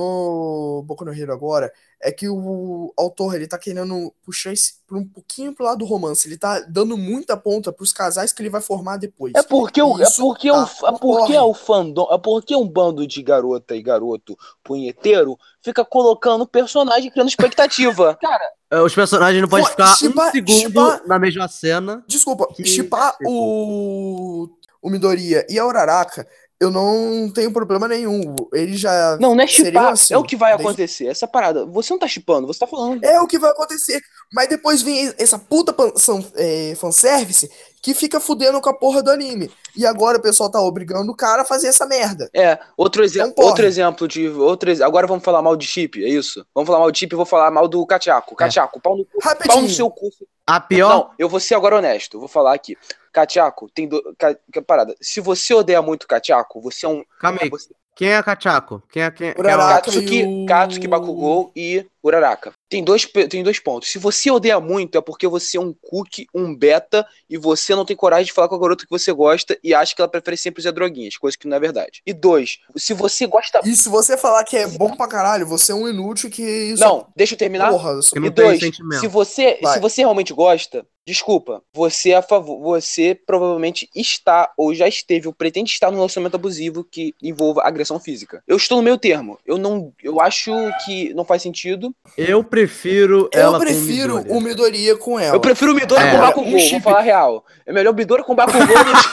no Boku no Hero agora é que o autor, ele tá querendo puxar esse pra um pouquinho pro lado do romance. Ele tá dando muita ponta pros casais que ele vai formar depois. É porque, o, é Isso porque, o, tá é um porque porre. o fandom, é porque um bando de garota e garoto punheteiro fica colocando personagem criando expectativa. Cara, É, Os personagens não podem Pô, ficar shipar- um segundo shipar- na mesma cena. Desculpa, Que- shippar tipo- o, o Midoriya e a Uraraka, eu não tenho problema nenhum. Ele já. não, não é seriam chipar, assim, é o que vai desde- acontecer. Essa parada, você não tá chipando, você tá falando. É o que vai acontecer. Mas depois vem essa puta pan- san- é, fanservice que fica fudendo com a porra do anime. E agora o pessoal tá obrigando o cara a fazer essa merda. É, outro, exe Então, porra. outro exemplo de. Outro ex agora vamos falar mal de chip, é isso? Vamos falar mal de chip e vou falar mal do Katiako. Katiako, pau no, cu- pau no Rapidinho. seu cu. A pior. Não, eu vou ser agora honesto, vou falar aqui. Katiako, tem do... Ka... que parada. Se você odeia muito Katiako, você é um. Calma aí. Você... Quem é Kachako? Quem é quem? quem é o- Uraraka. Katsuki, e o- Katsuki Bakugou e Uraraka. Tem dois, pe- tem dois pontos. Se você odeia muito, é porque você é um cookie, um beta, e você não tem coragem de falar com a garota que você gosta e acha que ela prefere sempre usar droguinhas, coisa que não é verdade. E dois, se você gosta. E se você falar que é bom pra caralho, você é um inútil que... só- Não, deixa eu terminar. Porra, Que E não tem dois, sentimento. se você, Vai. se você realmente gosta, desculpa, você é a favor, você provavelmente está ou já esteve ou pretende estar num relacionamento abusivo que envolva agressão física. Eu estou no meio termo. Eu não, eu acho que não faz sentido. Eu prefiro eu ela prefiro com Midoriya. o Midoriya com ela. Eu prefiro o Midoriya É. com o Um Bakugou, chip. vou falar a real. É melhor o Midoriya com o Bakugou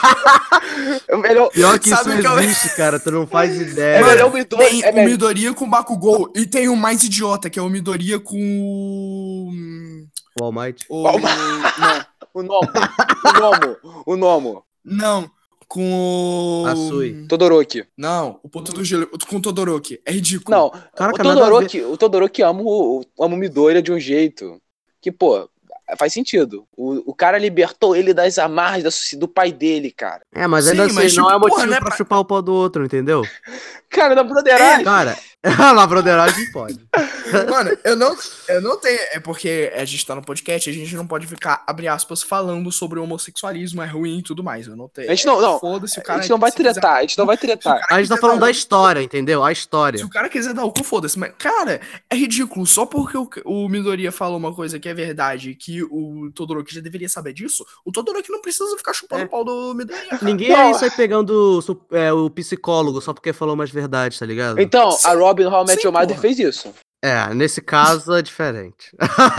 do que... É melhor... Pior que Sabe isso que eu- não existe, cara. Tu não faz É ideia. melhor o Midoriya... Tem É o melhor... Midoriya com o Bakugou e tem o mais idiota, que é o Midoriya com o... O All Might. o... Qual- Não, O Nomo. O Nomo. O Nomo. não, com o... Asui. Todoroki. Não, o ponto do gelo, com o Todoroki. É ridículo. Não, Caraca, o nada a Todoroki, o Todoroki ama o, ama o Midoriya de um jeito que, pô, faz sentido. O, o cara libertou ele das amarras da, soci- do pai dele, cara. É, mas Sim, ainda assim, mas, não tipo, é motivo porra, né, pra pra- chupar o pau do outro, entendeu? Cara, na broderagem. Cara, na broderagem pode. Mano, eu não, eu não tenho. É porque a gente tá no podcast, a gente não pode ficar, abre aspas, falando sobre o homossexualismo, é ruim e tudo mais. Eu não tenho. A gente não- não, Foda-se o A cara. gente não vai se quiser- tretar, a gente não vai tretar. A gente tá falando da história, entendeu? A história. Se o cara quiser dar o cu, foda-se. Mas, cara, é ridículo. Só porque o, o Midoriya falou uma coisa que é verdade, que o Todoroki já deveria saber disso, o Todoroki não precisa ficar chupando É. o pau do Midoriya. cara. Ninguém Não. aí sai pegando su- é, o psicólogo só porque falou mais verdade, tá ligado? Então, Sim, a Robin no How I Met sim, Your Mother porra. fez isso. É, nesse caso é diferente.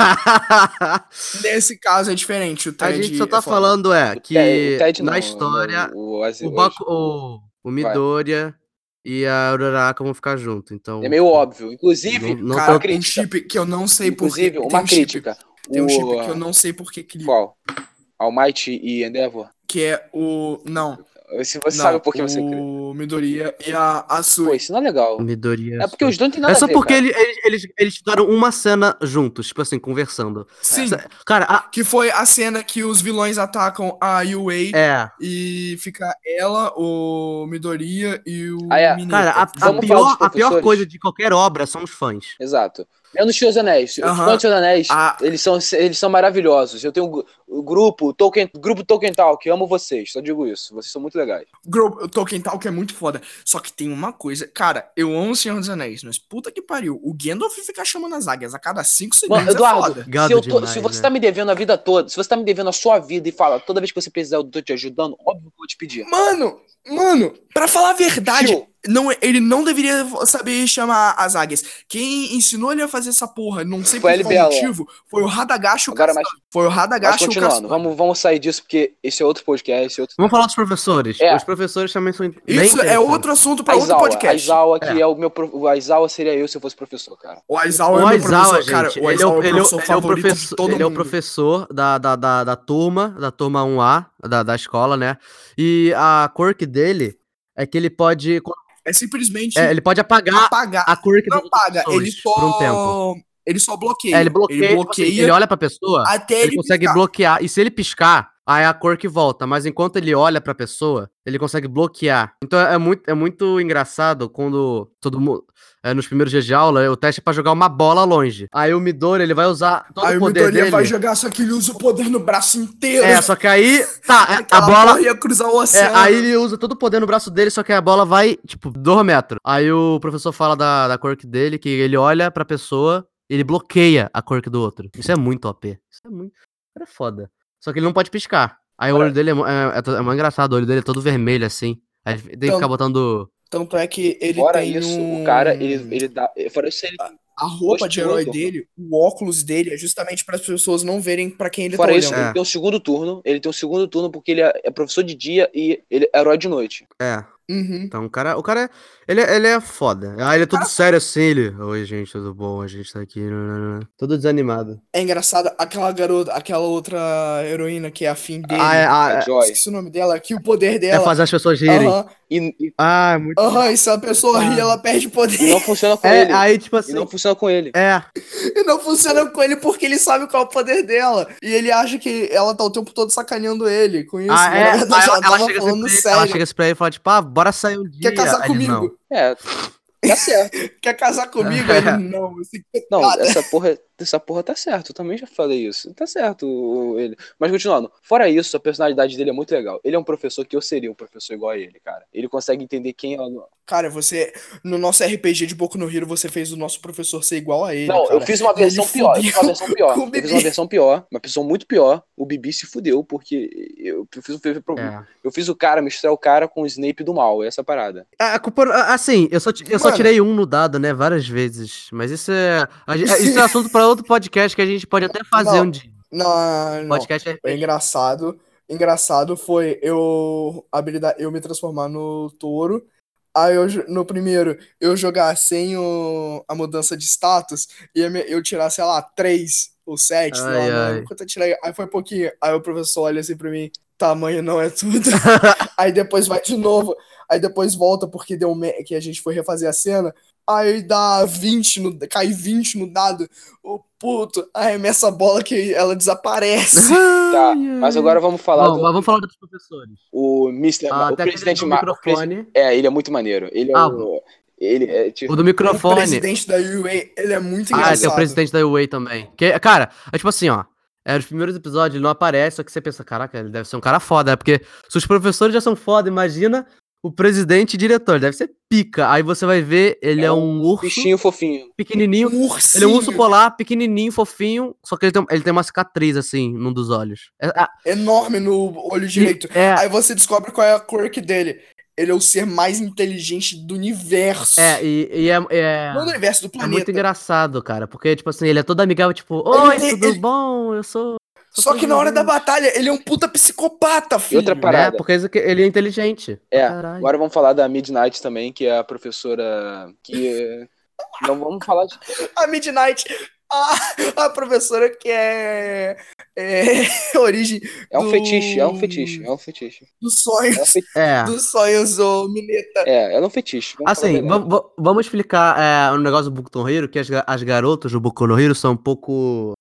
Nesse caso é diferente. O A Ted gente só tá é foda. falando é O que Ted- o Ted na não, história O, o, Asi- o, Baku, o, o Midoriya e a Uraraka vão ficar juntos, então... É meio óbvio. Inclusive, Não- não Cara, uma tô- um crítica. chip que eu não sei por que. Inclusive, tem uma um chip- crítica. Tem um O- chip que eu não sei por que que Qual? All Might e Endeavor? que é o. Não. Se você não, sabe por que você crê. O Midoriya e a Pô, Asui. isso não é legal. O Midoriya... É porque os dois não tem nada É só a ver, porque cara. ele- eles, eles, eles tiveram uma cena juntos, tipo assim, conversando. Sim. Cara, a- Que foi a cena que os vilões atacam a Yue é... e fica ela, o Midoriya e o Ah, é. Mineta. Cara, a, a Vamos falar dos pior, a pior professores? coisa de qualquer obra são os fãs. Exato. Menos Senhor dos Anéis. Os Aham. fãs do Senhor dos Anéis, Ah. eles, são, eles são maravilhosos. Eu tenho o, gru- o grupo, Tolkien, grupo Tolkien Talk, eu amo vocês, só digo isso. Vocês são muito legais. Gro- O Tolkien Talk é muito foda. Só que tem uma coisa. Cara, eu amo o Senhor dos Anéis, mas puta que pariu. O Gandalf fica chamando as águias a cada cinco segundos. Mano, Eduardo, é foda. Gado se, eu tô- demais, se você né? tá me devendo a vida toda, se você tá me devendo a sua vida e fala, toda vez que você precisar eu tô te ajudando, óbvio que eu vou te pedir. Mano, mano, pra falar a verdade, Tio. não, ele não deveria saber chamar as águias. Quem ensinou ele a fazer essa porra, não sei Foi por a qual Libela. motivo, foi o Radagashi o Agora, Caçador. mas- Foi o Mas Radagashi o continuando, Caçador. vamos, vamos sair disso porque esse é outro podcast, esse é outro... Vamos falar dos professores. É. Os professores também são bem Isso é interessantes. outro assunto pra outro Aizawa, podcast. Aizawa, que É. é. o meu... pro- O Aizawa seria eu se eu fosse professor, cara. O Aizawa O é meu Aizawa, professor, gente, cara. O ele, é o, Aizawa é o ele, é o- professor ele é o favorito de professor, todo ele é o mundo. professor da, da, da, da turma, da turma um A, da, da escola, né? E a quirk dele é que ele pode, É simplesmente é, ele pode apagar apagar. a quirk Não das outras apaga, pessoas ele só... por um tempo. Ele só bloqueia. É, ele bloqueia, Ele tipo assim, bloqueia ele olha pra pessoa, até ele ele consegue piscar. bloquear. E se ele piscar, aí a cor que volta. Mas enquanto ele olha pra pessoa, ele consegue bloquear. Então é muito, é muito engraçado quando todo mundo. É, nos primeiros dias de aula, o teste é pra jogar uma bola longe. Aí o Midori, ele vai usar todo Aí o o poder Midoriya dele. vai jogar, só que ele usa o poder no braço inteiro. É, só que aí. Tá, é, a Aquela bola. porra ia cruzar o É, oceano. aí ele usa todo o poder no braço dele, só que a bola vai, tipo, dois metros. Aí o professor fala da, da quirk dele, que ele olha pra pessoa, ele bloqueia a quirk do outro. Isso é muito O P. Isso é muito. É foda. Só que ele não pode piscar. Aí o olho dele é, mo- é, é, to- é muito engraçado, o olho dele é todo vermelho assim. Aí ele tem que Então- ficar botando. Tanto é que ele Fora tem isso, um... o cara, ele, ele dá... Fora isso, ele... A roupa de herói Postura. dele, o óculos dele é justamente para as pessoas não verem pra quem ele Fora tá isso, olhando. É. ele tem um segundo turno. Ele tem um segundo turno porque ele é, é professor de dia e ele é herói de noite. É. Uhum. Então o cara, o cara é, ele, é- ele é foda. Ah, ele é todo sério assim, ele. Oi, gente, tudo bom? A gente tá aqui. nananã." Todo desanimado. É engraçado, aquela garota, aquela outra heroína que é afim Ah, é, dele. ah, A é, Joy. Esqueci o nome dela, que o poder é dela. fazer as pessoas rirem. Aham, E, e, Ah, é muito. aham, e se a pessoa rir, Ah. ela perde poder. e não funciona com É, ele. aí, tipo E assim. não funciona com ele. É. E não funciona com ele porque ele sabe qual é o poder dela. E ele acha que ela tá o tempo todo sacaneando ele com isso. Ah, mas é. na Aí verdade ela, ela ela tava chega assim falando pra ele, sério. ela chega assim pra ele e fala, tipo, ah, bora sair um dia. Quer casar Aí ele, não. comigo? É, tá certo. Quer casar comigo? Ele, não, você quer Não, nada. essa porra, essa porra tá certo. Eu também já falei isso. Tá certo o- ele. Mas continuando, fora isso, a personalidade dele é muito legal. Ele é um professor que eu seria um professor igual a ele, cara. Ele consegue entender quem é o. Cara, você. No nosso R P G de Boku no Hero, você fez o nosso professor ser igual a ele. Não, cara. eu fiz uma E ele versão pior. Eu fiz uma versão pior. com o Eu fiz Bibi. uma versão pior. Uma pessoa muito pior. O Bibi se fudeu, porque eu fiz, eu, É. eu fiz o cara misturar o cara com o Snape do mal. Essa é a parada. A a culpa, a- assim, eu só, ti- eu só Mano. tirei um no dado, né, várias vezes. Mas isso é, a gen- isso é assunto pra outro podcast que a gente pode até fazer Não. um dia. Não, não. Podcast O R P G. engraçado, engraçado foi eu habilidade, eu me transformar no touro. Aí eu, jo- no primeiro, eu jogar sem o, a mudança de status e eu, me- eu tirar, sei lá, três ou sete, sei lá, Ai, não lembro ai. quanto eu tirei. Aí foi pouquinho. Aí o professor olha assim pra mim, tamanho não é tudo. Aí depois vai de novo. Aí depois volta porque deu me- que a gente foi refazer a cena. Aí dá vinte no, cai vinte no dado. Ô puto, arremessa a bola que ela desaparece. Tá, Ai, mas ai. agora vamos falar Bom, do mas vamos falar dos professores. o mister Ah, Ma- o tem aquele presidente do Ma- o presi- microfone. É, ele é muito maneiro. Ele é Ah, o ele é tipo O do O microfone. presidente da U A, ele é muito Ah, tem o engraçado. presidente da U A também. Que, cara, é tipo assim, ó. É, nos primeiros episódios ele não aparece, só que você pensa, caraca, ele deve ser um cara foda, né? Porque se os professores já são foda, imagina o presidente e diretor, deve ser pica. Aí você vai ver, ele é, é um urso bichinho fofinho. pequenininho. Um ursinho. Ele é um urso polar, pequenininho, fofinho, só que ele tem, ele tem uma cicatriz, assim, num dos olhos. É, ah, Enorme no olho direito. e- é, Aí você descobre qual é a quirk dele. Ele é o ser mais inteligente do universo. é, e, e é, é, Não do universo, do é planeta. muito engraçado, cara, porque, tipo assim, ele é todo amigável, tipo, oi, Ele- tudo ele- bom? Eu sou... sou Só que na hora da presidente." batalha, ele é um puta psicopata, E filho. outra Né? parada. Porque isso aqui- ele é inteligente. pra É, caralho. agora vamos falar da Midnight também, que é a professora que não vamos falar de A Midnight, a, a professora que é, é origem é um do- fetiche, é um fetiche, é um fetiche. dos É um sonhos, fetiche. É. dos sonhos, ô Mineta. É, ela é um fetiche. Vamos falar a Assim, verdade. vam- va- vamos explicar é, um negócio do Boku no Hero, que as, ga- as garotas do Boku no Hero são um pouco...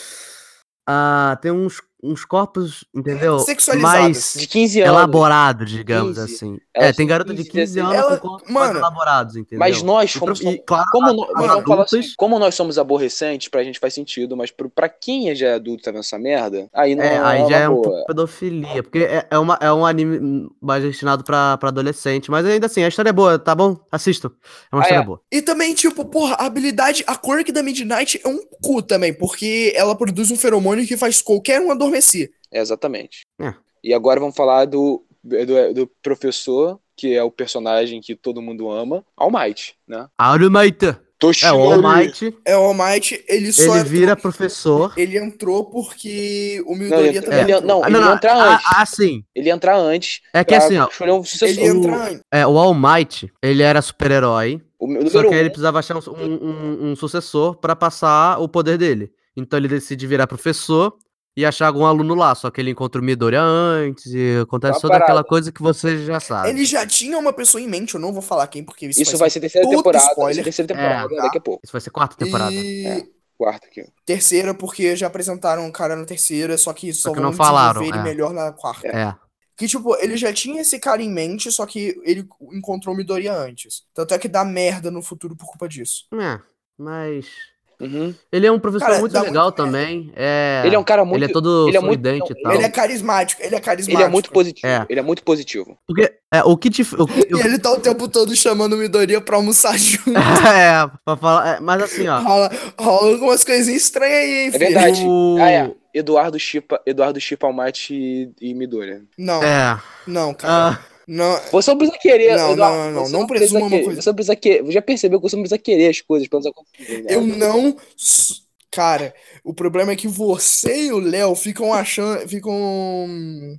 Ah, tem uns, uns corpos, entendeu? Sexualizadas. De Mais quinze anos. elaborados, digamos quinze. assim. Elas É, tem têm garota de quinze, quinze anos Ela- com corpos mano, mais elaborados, entendeu? Mas nós E fomos. pro- e, claro, como, as- no- as mas vamos falar assim, adultas- como nós somos aborrecentes, pra gente faz sentido, mas pro, pra quem já é adulto e tá vendo essa merda, aí não É, aí uma já é um boa. pouco pedofilia, porque é, é, uma, é um anime hum, mais destinado pra, pra adolescente, mas ainda assim, a história é boa, tá bom? Assistam. É uma Ah, história é. boa. E também, tipo, porra, a habilidade, a quirk da Midnight é um cu também, porque ela produz um feromônio que faz qualquer um adormecer. É, exatamente. É. E agora vamos falar do, do, do professor, que é o personagem que todo mundo ama, All Might, né? Almighty. É, o All Might, É o All Might, ele só ele entrou, vira professor. ele entrou porque o Não, Midoriya ele, também ele- entrou. não, Ah, ele ia entrar ah, antes. ah, sim. Ele ia entrar antes. É que pra assim, ó, escolher um sucessor. Ele entra o- antes. É, o All Might, ele era super-herói, O meu só número que aí ele um, precisava achar um, um- um- um sucessor pra passar o poder dele. Então ele decide virar professor e achar algum aluno lá, só que ele encontra o Midoriya antes e acontece Uma toda aquela parada. coisa que você já sabe. Ele já tinha uma pessoa em mente, eu não vou falar quem, porque isso, isso vai ser terceira puta temporada. Vai ser spoiler. terceira temporada É. daqui a pouco. Isso vai ser quarta temporada. E É. Quarta aqui. terceira, porque já apresentaram um cara na terceira, só que só, Só que vão não falaram, desenvolver ele é. melhor na quarta. É. Que, tipo, ele já tinha esse cara em mente, só que ele encontrou o Midoriya antes. Tanto é que dá merda no futuro por culpa disso. É, mas... Uhum. Ele é um professor Cara, muito dá legal muito merda. também. É... Ele é um cara muito- Ele é todo ele é muito- sorridente não, e ele tal. Ele é carismático, ele é carismático. Ele é muito positivo. É. Ele é muito positivo. Porque é, o que te... O que, E o- ele tá o tempo todo chamando o Midoriya pra almoçar junto. é, pra falar... é, mas assim, ó... rola, rola algumas coisinhas estranhas aí, hein, É filho? verdade. O... Ah, é. Eduardo Chipa, Eduardo Chipa Almighty e, e Midoriya. Não, É... não, cara. ah, Não, Você não precisa querer, Não, Eduardo. não, não, Você não precisa presuma uma querer, coisa. Você não precisa querer. Já percebeu que você não precisa querer as coisas pra elas acontecerem, né? eu não. s- Cara, o problema é que você e o Léo ficam achando. Ficam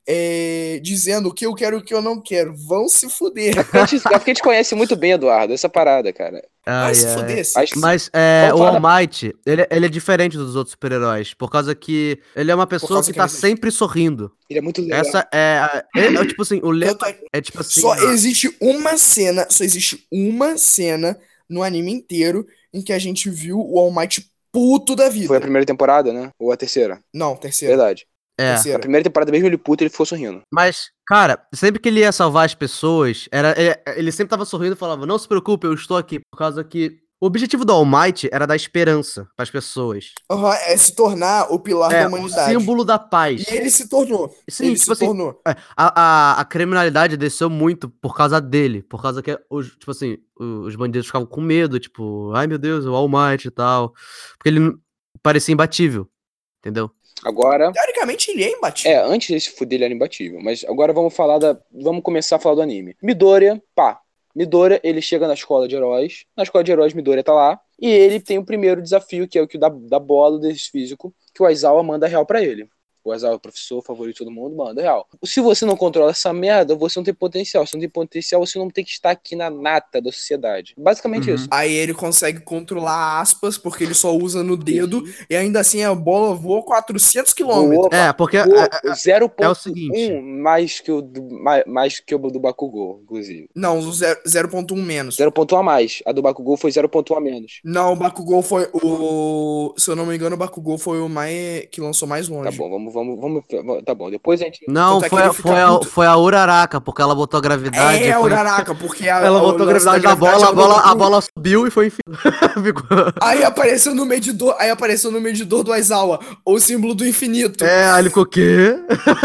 é, dizendo o que eu quero e o que eu não quero. Vão se fuder. Porque a gente, é porque a gente conhece muito bem, Eduardo, essa parada, cara. Vai Ai, se ai. fuder, sim. Acho que Mas é, Vamos o falar All da- Might, ele, ele é diferente dos outros super-heróis, por causa que ele é uma pessoa causa que que tá ele existe. sempre sorrindo. ele é muito legal. Essa é, a- é, é, tipo assim, o lema Tanto é que é tipo assim, só a- existe uma cena, só existe uma cena no anime inteiro em que a gente viu o All Might puto da vida. Foi a primeira temporada, né? Ou a terceira? Não, terceira. Verdade. é. A Terceira. primeira temporada mesmo ele puto, ele ficou sorrindo. Mas, cara, sempre que ele ia salvar as pessoas, era, ele, ele sempre tava sorrindo e falava, não se preocupe, eu estou aqui, por causa que o objetivo do All Might era dar esperança pras pessoas. Uhum, é se tornar o pilar É, da o humanidade. símbolo da paz. E ele se tornou. Sim, ele tipo se assim, tornou. É, a, a, a criminalidade desceu muito por causa dele. Por causa que, os, tipo assim, o- os bandidos ficavam com medo, tipo, ai meu Deus, o All Might e tal. Porque ele não- parecia imbatível, entendeu? Agora, Teoricamente, ele é é, imbatível. antes desse fuder ele era imbatível, mas agora vamos falar da, vamos começar a falar do anime. Midoriya, pá. Midoriya, ele chega na escola de heróis. Na escola de heróis, Midoriya tá lá. E ele tem o primeiro desafio, que é o que da, da bola, do exercício físico, que o Aizawa manda real pra ele. O Aizawa é o professor favorito de todo mundo, manda real. Se você não controla essa merda, você não tem potencial. Se não tem potencial, você não tem que estar aqui na nata da sociedade. Basicamente Uhum. isso. Aí ele consegue controlar aspas, porque ele só usa no dedo. E ainda assim a bola voa quatrocentos quilômetros. Voou, É, porque voou é, é- zero é o ponto seguinte. um mais que o do, mais, mais que o do Bakugou, inclusive. Não, o zero ponto um menos. zero ponto um a mais. A do Bakugou foi zero ponto um a menos. Não, o Bakugou foi o. Se eu não me engano, o Bakugou foi o mais que lançou mais longe. Tá bom, vamos, vamos, vamos, vamos- tá bom. Depois a gente. Não, Tanto é que foi, ele a- fica foi, a, puto. foi a Uraraka, porque ela botou a gravidade. É, o foi- Uraraka, porque a, Ela o botou a lance da gravidade da bola, a ela bola, botou a pro- bola subiu e foi enfim. Ficou- Aí apareceu no medidor, aí apareceu no medidor do Aizawa, o símbolo do infinito. É, aí ele ficou o quê?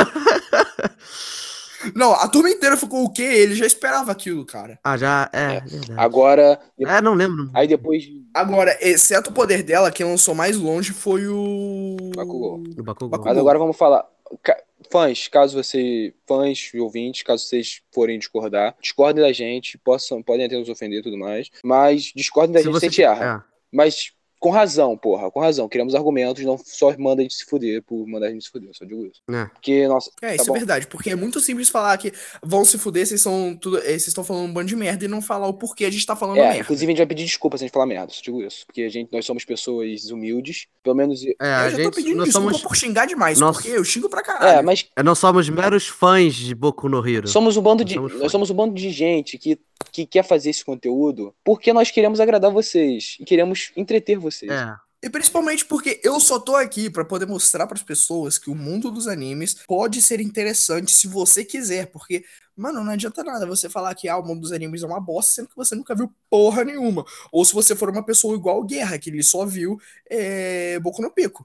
Não, a turma inteira ficou o quê? Ele já esperava aquilo, cara. Ah, já, é, É. verdade. Agora. É, não lembro. Aí depois. Agora, exceto o poder dela, quem lançou mais longe foi o. Bakugou. Do Bakugou. Bakugou. Mas agora vamos falar. Ca- Fãs, caso você. Fãs e ouvintes, caso vocês forem discordar, discordem da gente, possam, podem até nos ofender e tudo mais. Mas discordem da Se gente você se a gente erra. é. Mas com razão, porra, com razão. Queremos argumentos, não só manda a gente se fuder por mandar a gente se fuder, só digo isso. É. Porque, nossa. É, tá isso bom. é verdade, porque é muito simples falar que vão se fuder, vocês são tudo, eh, vocês estão falando um bando de merda e não falar o porquê a gente tá falando É, merda. inclusive a gente vai pedir desculpa se a gente falar merda, só digo isso. Porque a gente, nós somos pessoas humildes, pelo menos. É, a eu já tô gente, pedindo nós desculpa somos, por xingar demais, nós- porque eu xingo pra caralho. É, mas nós somos meros fãs de Boku no Hero. somos um bando Nós de. somos Nós fãs. somos um bando de gente que, que quer fazer esse conteúdo porque nós queremos agradar vocês e queremos entreter vocês. É. E principalmente porque eu só tô aqui pra poder mostrar pras pessoas que o mundo dos animes pode ser interessante se você quiser, porque, mano, não adianta nada você falar que ah, o mundo dos animes é uma bosta, sendo que você nunca viu porra nenhuma. Ou se você for uma pessoa igual o Guerra, que ele só viu é, Boku no Pico.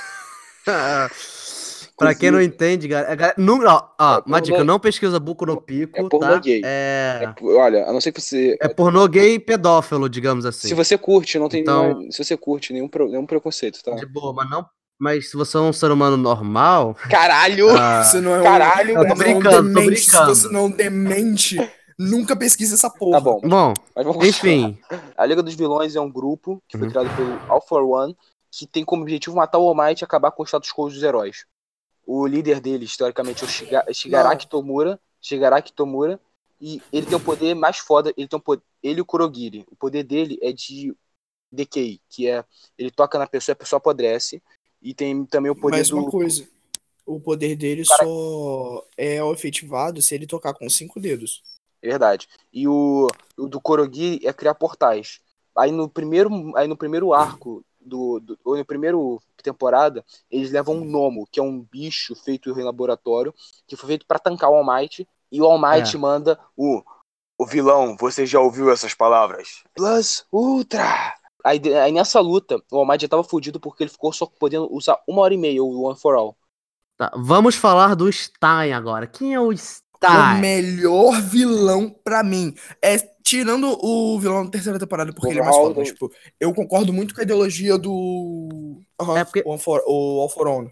Pra quem não entende, galera, é, galera, não, ó, ó, É uma dica, pornô- não pesquisa Boku no Pico, é pornô tá? gay. É, É, olha, a não ser que você. é pornô gay e pedófilo, digamos assim. Se você curte, não tem Então- nenhuma- se você curte nenhum, pro- nenhum preconceito, tá? De boa, mas não. Mas se você é um ser humano normal. Caralho! ah, Você não é um, Caralho, não eu tô é um brincando, tô demente, brincando. se você não é um demente, nunca pesquisa essa porra. Tá bom, Bom, mas vamos continuar. enfim. A Liga dos Vilões é um grupo que foi Uhum. criado pelo All for One, que tem como objetivo matar o All Might e acabar com o status quo dos heróis. O líder deles, teoricamente, é o Shiga- Shigaraki Tomura, Shigaraki Tomura, e ele tem o poder mais foda, ele tem um poder, ele e o Kurogiri. O poder dele é de decay, que é ele toca na pessoa e a pessoa apodrece, e tem também o poder Mais do uma coisa, o poder dele Cara- só é efetivado se ele tocar com cinco dedos. É verdade. E o, o do Kurogiri é criar portais. Aí no primeiro, aí no primeiro arco do, do ou no primeiro temporada, eles levam um gnomo, que é um bicho feito em laboratório, que foi feito pra tancar o All Might, e o All Might É. manda o o vilão, você já ouviu essas palavras? Plus Ultra. Aí, de- aí nessa luta, o All Might já tava fudido porque ele ficou só podendo usar uma hora e meia o One for All. Tá, vamos falar do Stein agora. Quem é o O Stein? melhor vilão pra mim é tirando o vilão da terceira temporada, porque ele é mais foda, mas, tipo, eu concordo muito com a ideologia do. Aham, É porque- o All for, o All for One.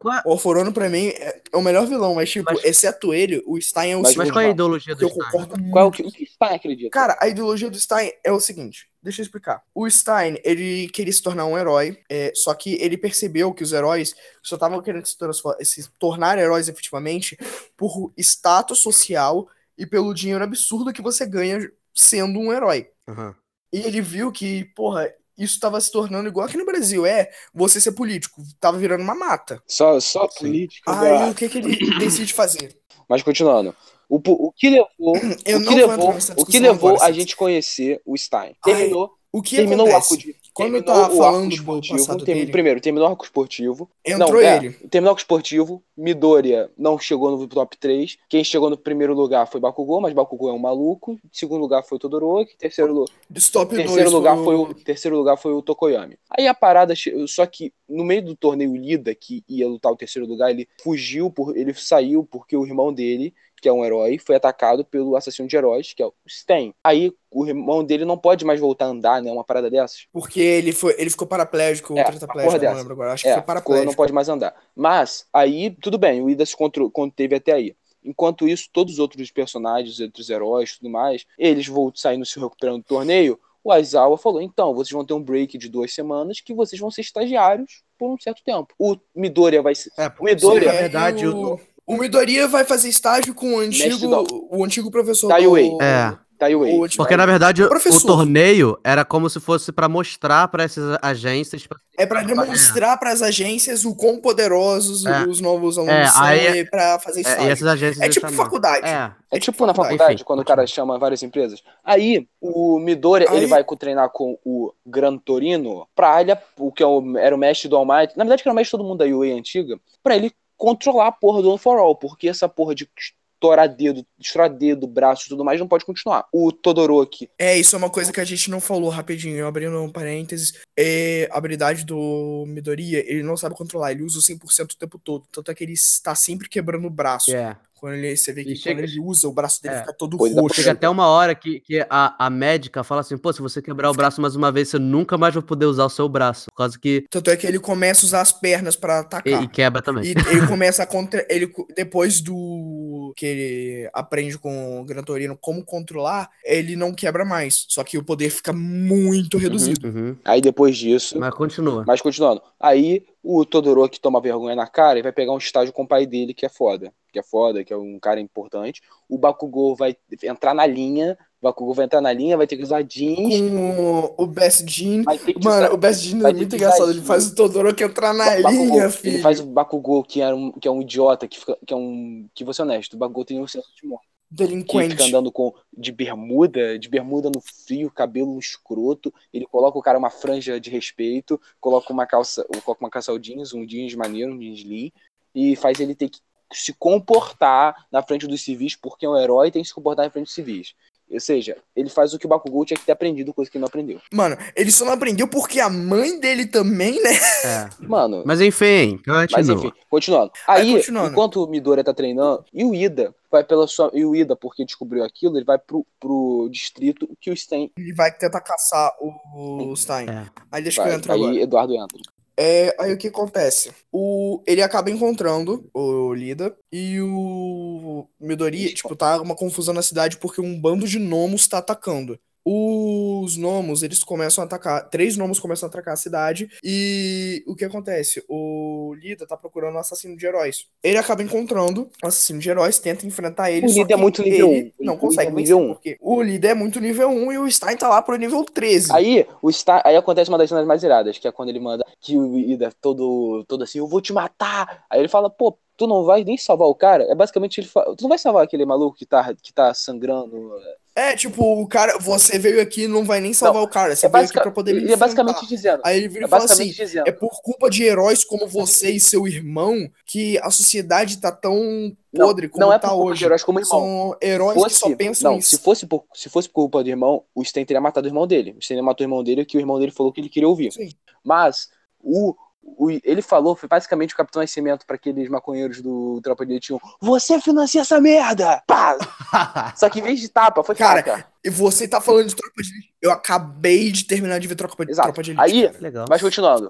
Qual, O Alforono, pra mim, é é o melhor vilão, mas, tipo, Mas- exceto ele, o Stein é o Mas- mas segundo. qual é a ideologia Porque do eu Stein? concordo Qual é o muito. que, o que Stein acredita? Cara, a ideologia do Stein é o seguinte, deixa eu explicar. O Stein, ele queria se tornar um herói, é, só que ele percebeu que os heróis só estavam querendo se, transfor- se tornar heróis efetivamente por status social e pelo dinheiro absurdo que você ganha sendo um herói. Aham. E ele viu que, porra, isso tava se tornando igual aqui no Brasil, é você ser político, tava virando uma mata. Só, só Sim. política. Aí da- o que que ele decide fazer? Mas continuando. O, po- o que levou, Eu o não que vou levou, entrar nessa o que discussão levou agora, a Cid. gente conhecer o Stein? Ai, Terminou, O que terminou o arco acontece? de. Quando eu terminou tava o arco falando do esportivo. passado termi- dele, primeiro, terminou o arco esportivo. entrou não, é, ele. terminou o arco esportivo. Midoriya não chegou no top três. Quem chegou no primeiro lugar foi Bakugou, mas Bakugou é um maluco. Em segundo lugar foi Todoroki. Terceiro, lu- Stop terceiro dois lugar foi foi o... o terceiro lugar foi o Tokoyami. Aí a parada, che- só que no meio do torneio Lida, que ia lutar o terceiro lugar, ele fugiu, por, ele saiu porque o irmão dele, que é um herói, foi atacado pelo assassino de heróis, que é o Sten. Aí o irmão dele não pode mais voltar a andar, né? Uma parada dessas. Porque ele, foi, ele ficou paraplégico ou É, uma tetraplégico, porra eu não dessa. lembro agora. Acho que É, foi ficou, não paraplégico. pode mais andar. Mas, aí, tudo bem, o Ida se contro- conteve até aí. Enquanto isso, todos os outros personagens, outros heróis e tudo mais, eles vão saindo se recuperando do torneio. O Aizawa falou, então, vocês vão ter um break de duas semanas que vocês vão ser estagiários por um certo tempo. O Midoriya vai ser... É, O porque, Midoriya... na verdade, É, e o... o... o Midoriya vai fazer estágio com o antigo, Mestre o antigo professor Taiwei. do... É. Taiwei. o antigo- Porque, na verdade, o Professor. torneio era como se fosse pra mostrar pra essas agências... pra- É pra demonstrar pras agências o quão poderosos É. os novos alunos É, são aí- e pra fazer É, estágio. e essas agências É iam tipo chamar. faculdade. É. É É tipo tipo na faculdade. faculdade, Enfim, quando o continua. cara chama várias empresas. Aí, o Midoriya, Aí- ele vai co- treinar com o Gran Torino pra ele, o que é o- era o mestre do All Might, na verdade que era o mestre de todo mundo da U A antiga, pra ele controlar a porra do One for All, porque essa porra de estourar dedo, estourar dedo, braço e tudo mais não pode continuar. O Todoroki, É, isso é uma coisa que a gente não falou rapidinho, abrindo um parênteses. É, a habilidade do Midoriya, ele não sabe controlar, ele usa o cem por cento o tempo todo. Tanto é que ele está sempre quebrando o braço. É. Quando ele, você vê que E chega- quando ele usa, o braço dele É. fica todo Coisa da roxo. Chega até uma hora que, que a, a médica fala assim, pô, se você quebrar o braço mais uma vez, você nunca mais vai poder usar o seu braço. Por causa que... Tanto é que ele começa a usar as pernas pra E, atacar. e quebra também. E ele começa a contra. Ele, depois do que ele aprende com o Gran Torino como controlar, ele não quebra mais. Só que o poder fica muito reduzido. Uhum. aí depois disso, Mas continua. mas continuando, aí o Todoroki toma vergonha na cara e vai pegar um estágio com o pai dele, que é foda, que é foda, que é um cara importante. O Bakugou vai entrar na linha, o Bakugou vai entrar na linha, vai ter que usar jeans, Com o Best Jean. vai ter que Mano, usar- o Best Jean vai é ter muito que engraçado. usar Ele jean. faz o Todoroki entrar na Bakugou, linha, ele filho. faz o Bakugou, que, era um, que é um idiota, que, fica, que é um. Que vou ser honesto, o Bakugou tem um senso de humor. Que fica Delinquente. andando com, de bermuda, de bermuda no frio, cabelo no escroto. Ele coloca o cara uma franja de respeito, coloca uma calça, coloca uma calça jeans, um jeans maneiro, um jeans lean, e faz ele ter que se comportar na frente dos civis, porque é um herói e tem que se comportar na frente dos civis. Ou seja, ele faz o que o Bakugou tinha que ter aprendido, coisa que ele não aprendeu. Mano, ele só não aprendeu porque a mãe dele também, né? É. Mano, Mas enfim, mas continua. enfim, continuando. Aí, Aí, continuando. enquanto o Midoriya tá treinando, e o Ida vai pela sua. E o Ida, porque descobriu aquilo, ele vai pro, pro distrito que o Sten Ele vai tentar caçar o, o Stein. É. Aí deixa que vai. eu entro Aí agora. Eduardo entra. É, aí o que acontece? O, ele acaba encontrando o Lida e o Midoriya, tipo, tá uma confusão na cidade porque um bando de gnomos tá atacando. Os gnomos, eles começam a atacar, três gnomos começam a atacar a cidade e o que acontece? O Lida tá procurando um assassino de heróis. Ele acaba encontrando um assassino de heróis, tenta enfrentar ele, O só Lida é que muito nível ele um. não O consegue Lida é nível vencer, um. porque o Lida é muito nível um e o Stein tá lá pro nível treze. Aí, o Star, aí acontece uma das cenas mais iradas, que é quando ele manda que o Ida todo, todo assim, eu vou te matar. Aí ele fala, pô, tu não vai nem salvar o cara? É basicamente ele fala, tu não vai salvar aquele maluco que tá, que tá sangrando. É, tipo, o cara, você veio aqui e não vai nem salvar Não, o cara, você É, veio basica- aqui pra poder me ele é basicamente enfrentar. dizendo. Aí ele vira É e fala assim, basicamente dizendo. é por culpa de heróis como você e seu irmão que a sociedade tá tão Não, podre como não é tá por culpa hoje. de heróis como irmão. São heróis Fosse- que só pensam não, em se fosse, por, se fosse por culpa do irmão, o Sten teria matado o irmão dele. O Sten matou o irmão dele, que o irmão dele falou que ele queria ouvir. Sim. Mas o, o- ele falou, foi basicamente o Capitão Nascimento pra aqueles maconheiros do Tropa de Elite um, você financia essa merda! Pá! Só que em vez de tapa, foi Cara, faca. E você tá falando de Tropa de Elite. Eu acabei de terminar de ver Tropa, Exato. Tropa de Elite. Aí, cara. Legal. mas continuando.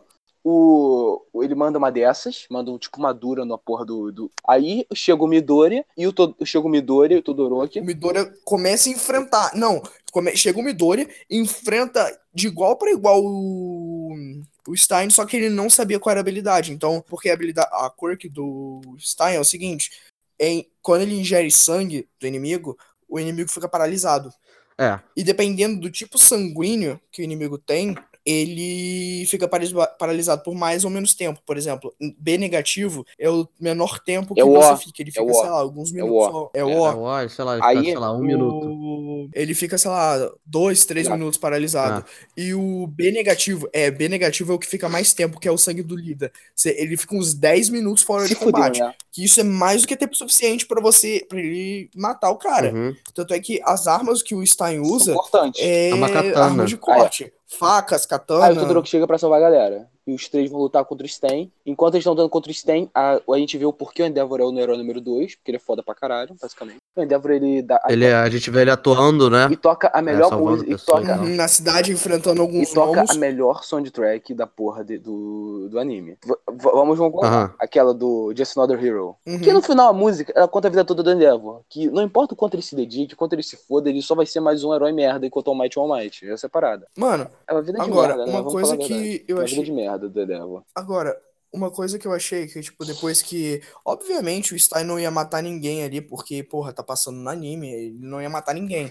o, ele manda uma dessas, manda um, tipo uma dura na porra do, do... Aí chega o Midoriya e o, to, chega o Midoriya e o Todoroki. O Midoriya começa a enfrentar. Não, come, chega o Midoriya, enfrenta de igual para igual o, o Stein, só que ele não sabia qual era a habilidade. Então, porque a habilidade, a quirk do Stein é o seguinte: em, quando ele ingere sangue do inimigo, o inimigo fica paralisado. É. E dependendo do tipo sanguíneo que o inimigo tem, ele fica paralisado por mais ou menos tempo. Por exemplo, B negativo é o menor tempo que é você o, fica. Ele é fica, o, sei lá, alguns minutos. É o, só. É, É, o. ó, sei lá, ele Aí, fica, sei lá, um o... minuto. Ele fica, sei lá, dois, três Exato. minutos paralisado. Ah. E o B negativo, é, B negativo é o que fica mais tempo, que é o sangue do líder. Ele fica uns dez minutos fora Se de combate. fudeu, né? Que isso é mais do que tempo suficiente pra você, pra ele matar o cara. Uhum. Tanto é que as armas que o Stein usa Importante. é, É uma katana. armas de corte. Ah, é. Facas, katana. Aí o Todoroki chega pra salvar a galera. E os três vão lutar contra o Sten. Enquanto eles estão lutando contra o Sten, a, a gente vê o porquê o Endeavor é o herói número dois, porque ele é foda pra caralho, basicamente. O Endeavor, ele dá... Ele, a gente vê ele atuando, né? E toca a melhor salvando música. E pessoas, toca, então. Uhum, na cidade enfrentando e alguns toca gnomos. a melhor soundtrack da porra de- do, do anime. V- v- vamos concordar. Aham. Aquela do Just Another Hero. Uhum. Que no final a música, ela conta a vida toda do Endeavor. Que não importa o quanto ele se dedique, o quanto ele se foda, ele só vai ser mais um herói merda enquanto All Might é All Might. Essa é a parada. Mano, É uma vida de agora, merda, né? uma Vamos coisa falar a verdade. que eu Uma achei... vida de merda do Endeavor. Agora, uma coisa que eu achei que, tipo, depois que... Obviamente o Stein não ia matar ninguém ali, porque, porra, tá passando no anime, ele não ia matar ninguém.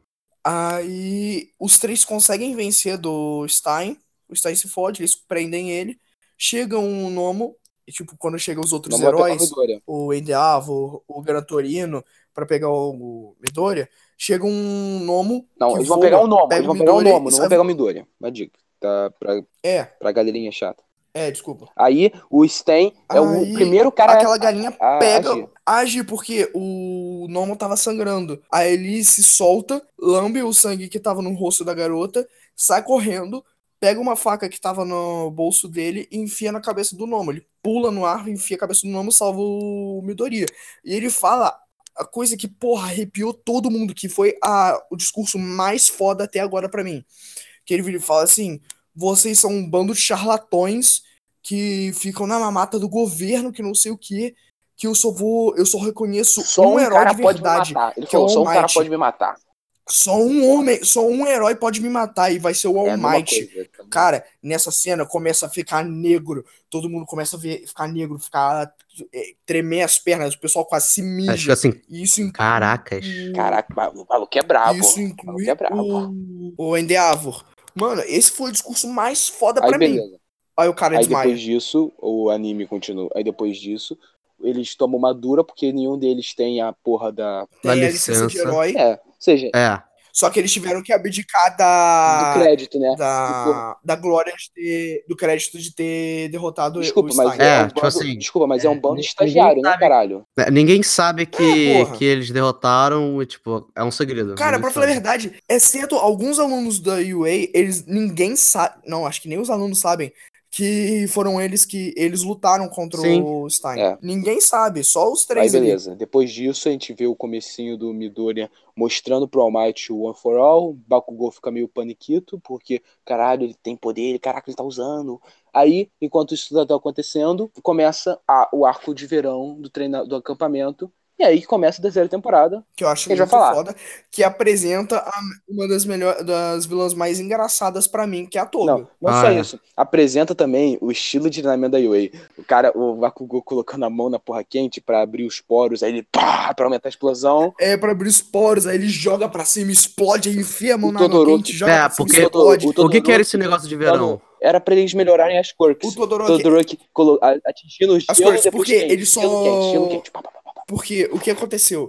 Aí os três conseguem vencer do Stein, o Stein se fode, eles prendem ele, chega um Nomo, e tipo, quando chegam os outros Não vai pegar o heróis, Midoriya. o Endeavor, o Gran Torino, pra pegar o Midoriya, chega um Nomo Não, que eles vão voa, pegar o Nomo, pega eles o vão pegar o Midoriya Nomo, e não sai vão pegar o voando. Midoriya. Uma dica, tá? Pra, É, pra galerinha chata. é, desculpa. Aí o Sten é o Aí, primeiro cara aquela a- galinha a, a pega, agir. age porque o Nomo tava sangrando. Aí ele se solta, lambe o sangue que tava no rosto da garota, sai correndo, pega uma faca que tava no bolso dele e enfia na cabeça do Nomo. Ele pula no ar, enfia a cabeça do Nomo e salva o Midoriya. E ele fala a coisa que, porra, arrepiou todo mundo, que foi a, o discurso mais foda até agora pra mim. Que ele vira e fala assim: vocês são um bando de charlatões que ficam na mamata do governo, que não sei o que, que eu só vou, eu só reconheço Só um um herói cara de pode me verdade, matar. Ele que é o falou, All só um cara Might. pode me matar. Só um homem, só um herói pode me matar e vai ser o All É a mesma Might. coisa. Tá bom? Cara, nessa cena começa a ficar negro, todo mundo começa a ver, ficar negro, ficar é, tremer as pernas, o pessoal quase se Acho que mija. assim, E isso inclui caracas. o- Caraca, o maluco é brabo. isso O inclui maluco é brabo. o, o Endeavor. Mano, esse foi o discurso mais foda Aí pra mim. beleza. Aí o cara Aí desmaia. depois disso, o anime continua. Aí depois disso, eles tomam uma dura porque nenhum deles tem a porra da. Tem Dá a licença de licença. herói, É, ou seja, É. só que eles tiveram que abdicar do da, crédito, né? E, porra, da, da glória de ter, do crédito de ter derrotado o desculpa, mas Stein. é, É, um tipo bando. assim, Desculpa, mas é, um é, bando ni- estagiário, ninguém né, sabe- caralho? É, ninguém sabe que, porra. que eles derrotaram e, tipo, é um segredo. Cara, ninguém pra falar a sabe. verdade, exceto alguns alunos da U A, eles ninguém sabe. Não, acho que nem os alunos sabem que foram eles que eles lutaram contra Sim. o Stein. É. Ninguém sabe, só os Aí três ali. beleza. Depois disso, a gente vê o comecinho do Midoriya mostrando pro All Might o One for All. Bakugou fica meio paniquito, porque, caralho, ele tem poder, caraca, ele tá usando. Aí, enquanto isso tudo tá acontecendo, começa a- o arco de verão do, treina, do acampamento. E aí que começa a terceira temporada. Que eu acho Que a gente muito vai falar. foda, que apresenta a- uma das melhores, das vilãs mais engraçadas pra mim, que é a Toga. Não, não Ah, só é. isso. Apresenta também o estilo de treinamento da U A. O cara, o Bakugou colocando a mão na porra quente pra abrir os poros, aí ele pá, pra aumentar a explosão. É pra abrir os poros, aí ele joga pra cima, explode, aí enfia a mão O na água Todoroki- quente, joga É, pra cima, porque- explode. o O que, que era Todoroki esse negócio de verão? Mano, era pra eles melhorarem as quirks. O Todoroki- Todoroki colo- a- atingindo o As gelo e quirks, depois porque quente, ele só- gelo quente, gelo quente. Pá, pá, pá, pá. Porque o que aconteceu?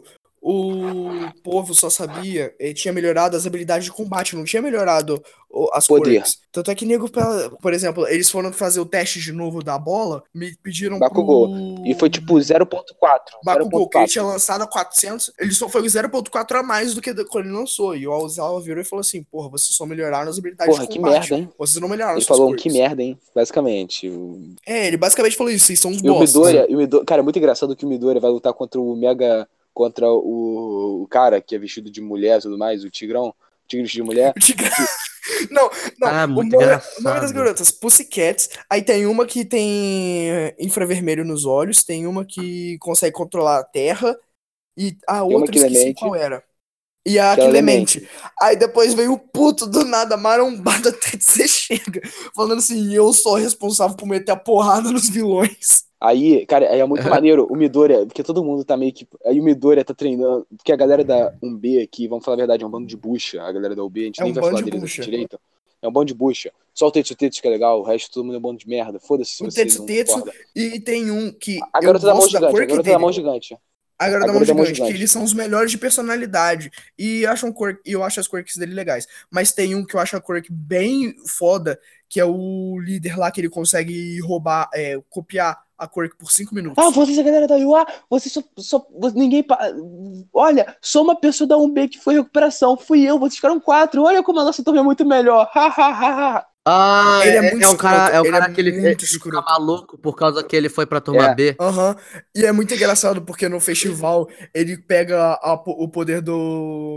O povo só sabia, eh, tinha melhorado as habilidades de combate, não tinha melhorado o- as Poder. quirks. Tanto é que nego, pra- por exemplo, eles foram fazer o teste de novo da bola, me pediram Bakugou. pro... E foi tipo zero ponto quatro. Bakugou, que ele tinha lançado a quatrocentos, ele só foi o zero ponto quatro a mais do que quando ele lançou. E o Alzawa virou e falou assim, porra, vocês só melhoraram as habilidades Porra, de que combate. merda, hein? Vocês não melhoraram Ele as suas falou quirks. que merda, hein? Basicamente. O- É, ele basicamente falou isso, vocês são uns E o bostas. Midoriya, e o Midoriya, cara, é muito engraçado que o Midoriya vai lutar contra o Mega. Contra o, o cara que é vestido de mulher e tudo mais, o Tigrão. O Tigre vestido de mulher. O Tigre- Não, não. Ah, o, muito nome, o nome engraçado. das garotas, Pussycats. Aí tem uma que tem eh, infravermelho nos olhos, tem uma que consegue controlar a terra, e a Tem uma outra que esqueci Lemente, qual era. E a que ela é Clemente. Aí depois veio o puto do nada, marombado até que você chega. Falando assim, eu sou responsável por meter a porrada nos vilões. Aí, cara, aí é muito maneiro o Midoriya, porque todo mundo tá meio que. Aí o Midoriya tá treinando, porque a galera da um B aqui, vamos falar a verdade, é um bando de bucha. A galera da U B, a gente É nem um vai bando falar de deles bucha. aqui direito. É um bando de bucha. Só o Tetsu Tetsu que é legal, o resto todo mundo é um bando de merda. Foda-se se O você Tetsu não Tetsu, concorda. e tem um que A eu garota da mão gosto da gigante, a quirk garota da dele. mão gigante. A Garota A da Mão garota da mão Gigante, que gigante. eles são os melhores de personalidade. E acham quirk, e eu acho as quirks dele legais. Mas tem um que eu acho a quirk bem foda, que é o líder lá, que ele consegue roubar, é, copiar a quirk por cinco minutos. Ah, vocês, a galera da U A, você só. só você- ninguém. pa- Olha, sou uma pessoa da um B que foi recuperação. Fui eu, vocês ficaram quatro. Olha como a nossa turma é muito melhor. Ha, ha, ha, ha. Ah, Ele é é, muito é um cara, escroto, é o ele é cara que ele, muito ele fica escroto. maluco por causa que ele foi pra turma É. B. Aham. E é muito engraçado porque no festival ele pega a- o poder do,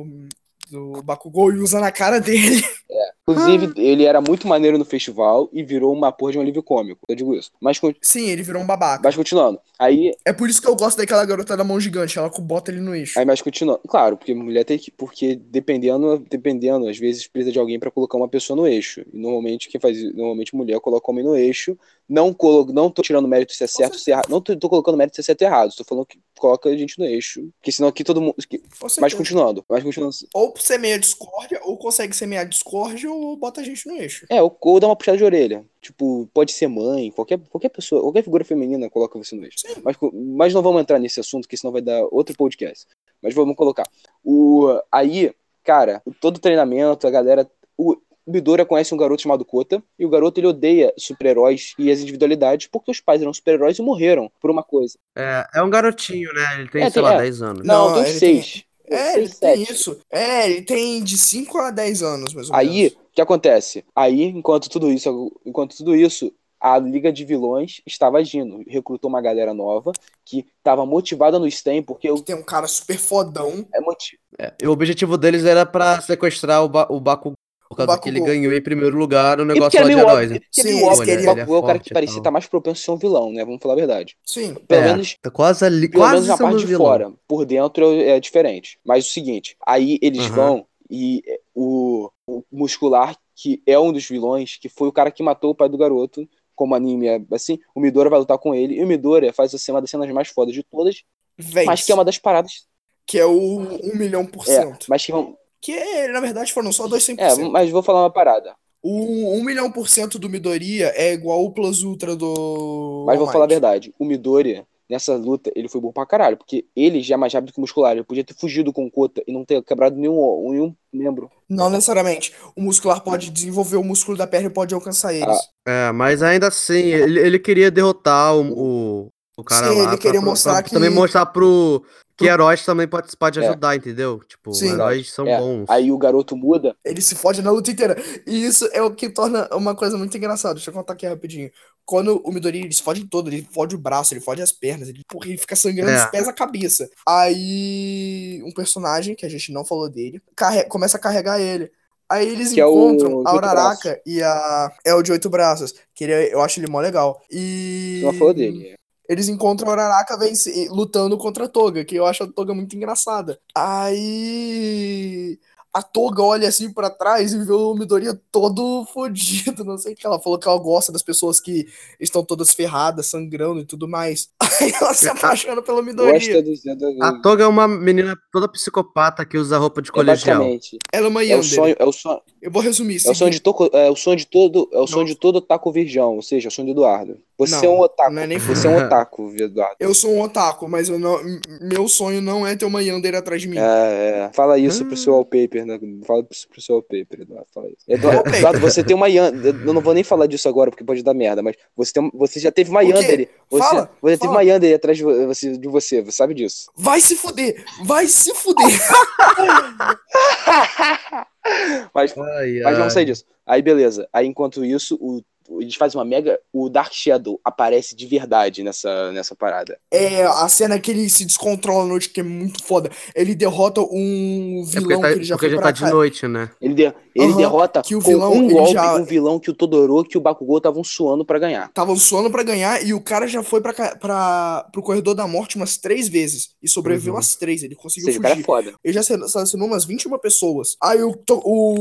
do Bakugou e usa na cara dele. Inclusive, ele era muito maneiro no festival e virou uma porra de um alívio cômico. Eu digo isso. Mas, con- Sim, ele virou um babaca. mas continuando. Aí, É por isso que eu gosto daquela garota da mão gigante, ela bota ele no eixo. aí mais continuando. Claro, porque mulher tem que. Porque dependendo, dependendo, às vezes precisa de alguém pra colocar uma pessoa no eixo. E normalmente quem faz. Normalmente mulher coloca homem no eixo. Não, colo, não tô tirando mérito se é certo ou se é errado. Não tô, tô colocando mérito se é certo ou errado. Tô falando que coloca a gente no eixo. Porque senão aqui todo mundo. que- Com Mas certeza. continuando. Mas continuando. Ou semeia discórdia, ou consegue semear discórdia, ou bota a gente no eixo. É, ou, ou dá uma puxada de orelha. Tipo, pode ser mãe, qualquer, qualquer pessoa, qualquer figura feminina coloca você no eixo. Sim. Mas, mas não vamos entrar nesse assunto, que senão vai dar outro podcast. Mas vamos colocar. O, aí, cara, todo treinamento, a galera. O Midoriya conhece um garoto chamado Kota, e o garoto ele odeia super-heróis e as individualidades porque os pais eram super-heróis e morreram por uma coisa. É, é um garotinho, né? Ele tem, É, sei tem- lá, é. dez anos. Não, Não, tem uns ele tem- seis. É, Seis, ele tem sete. isso. É, ele tem de cinco a dez anos, mais ou Aí, menos. o que acontece? Aí, enquanto tudo isso, enquanto tudo isso, a Liga de Vilões estava agindo, recrutou uma galera nova que estava motivada no S T E M, porque eu, Tem um cara super fodão. é motivo. É, e o objetivo deles era pra sequestrar o, ba o Bakugou, por causa que ele Bakugou. ganhou em primeiro lugar no E negócio porque lá era de meio heróis. óbvio, Né? porque é Sim, meio eles óbvio. queriam- O Bakugou é o cara forte que e parecia tal. estar mais propenso a ser um vilão, né? Vamos falar a verdade. Sim. Pelo É, menos, tá quase ali, pelo quase menos na sendo parte de vilão. fora. Por dentro é diferente. Mas o seguinte, aí eles Aham. vão e é, o, o Muscular, que é um dos vilões, que foi o cara que matou o pai do garoto, como anime é assim, o Midoriya vai lutar com ele, e o Midoriya faz assim, uma das cenas mais fodas de todas, Vence. mas que é uma das paradas. Que é o um milhão por É, cento. mas que vão. Que, é, na verdade, foram só dois cem por É, cento. mas vou falar uma parada. O um milhão por cento do Midoriya é igual o Plus Ultra do. Mas vou All falar a Might. verdade. O Midoriya, nessa luta, ele foi bom pra caralho. Porque ele já é mais rápido que o Muscular. Ele podia ter fugido com o Kota e não ter quebrado nenhum, nenhum membro. Não necessariamente. O muscular pode desenvolver o músculo da perna e pode alcançar eles. É, mas ainda assim, ele, ele queria derrotar o, o, o cara Sim, lá. ele pra- queria pra- mostrar pra que- também mostrar pro. Que pro- heróis também pode, pode É. ajudar, entendeu? Tipo, Sim. heróis são É, bons. aí o garoto muda. Ele se fode na luta inteira. E isso é o que torna uma coisa muito engraçada. Deixa eu contar aqui rapidinho. Quando o Midoriya, ele se fode todo, ele fode o braço, ele fode as pernas, ele, porra, ele fica sangrando É. os pés à cabeça. Aí, um personagem, que a gente não falou dele, carre- começa a carregar ele. Aí eles Que é o encontram de a oito Uraraka e a... É o de oito braços, que ele, é- eu acho ele mó legal. E... Você não falou dele. Eles encontram a Uraraka vence, lutando contra a Toga, que eu acho a Toga muito engraçada. Aí a Toga olha assim pra trás e vê o Midoriya todo fodido, não sei o que. Ela falou que ela gosta das pessoas que estão todas ferradas, sangrando e tudo mais. Aí ela se apaixona pelo Gosta Midoriya. dos. Do, A Toga é uma menina toda psicopata que usa roupa de é colegial. basicamente. Ela é uma É o Yandere. sonho. É o sonho. Eu vou resumir. É o sonho de todo, é o sonho de todo, é o sonho Não. de todo otaku virgão, ou seja, é o sonho do Eduardo. Você Não, é um otaku. não é nem Você é um otaku, Eduardo. Eu sou um otaku, mas eu não, m- meu sonho não é ter uma Yandere atrás de mim. É, é. Fala isso pro Ah. seu wallpaper, né? Fala isso pro seu wallpaper, Eduardo. Fala isso. Eduardo, Wallpaper. Eduardo, você tem uma Yandere. Eu não vou nem falar disso agora, porque pode dar merda, mas você, tem, você já teve uma O quê? Yandere. Você, Fala, você teve fala. uma Yandere atrás de vo- você, de você, você sabe disso. Vai se fuder! Vai se fuder! Mas Ai, Mas vamos ai. sair disso. Aí, beleza. Aí, enquanto isso, o eles fazem uma mega... O Dark Shadow aparece de verdade nessa, nessa parada. É, a cena que ele se descontrola à noite, que é muito foda. Ele derrota um É porque, vilão tá, que ele já porque foi já pra tá de cá. noite, né? Ele, de, ele Aham, derrota que o com vilão, um ele golpe já- um vilão que o Todoroki e o Bakugou estavam suando pra ganhar. Tava suando pra ganhar e o cara já foi pra, ca- pra, pro corredor da morte umas três vezes. E sobreviveu Uhum. às três, ele Ou conseguiu seja, o cara é fugir. foda. Ele já assassinou umas vinte e uma pessoas. Aí o, To-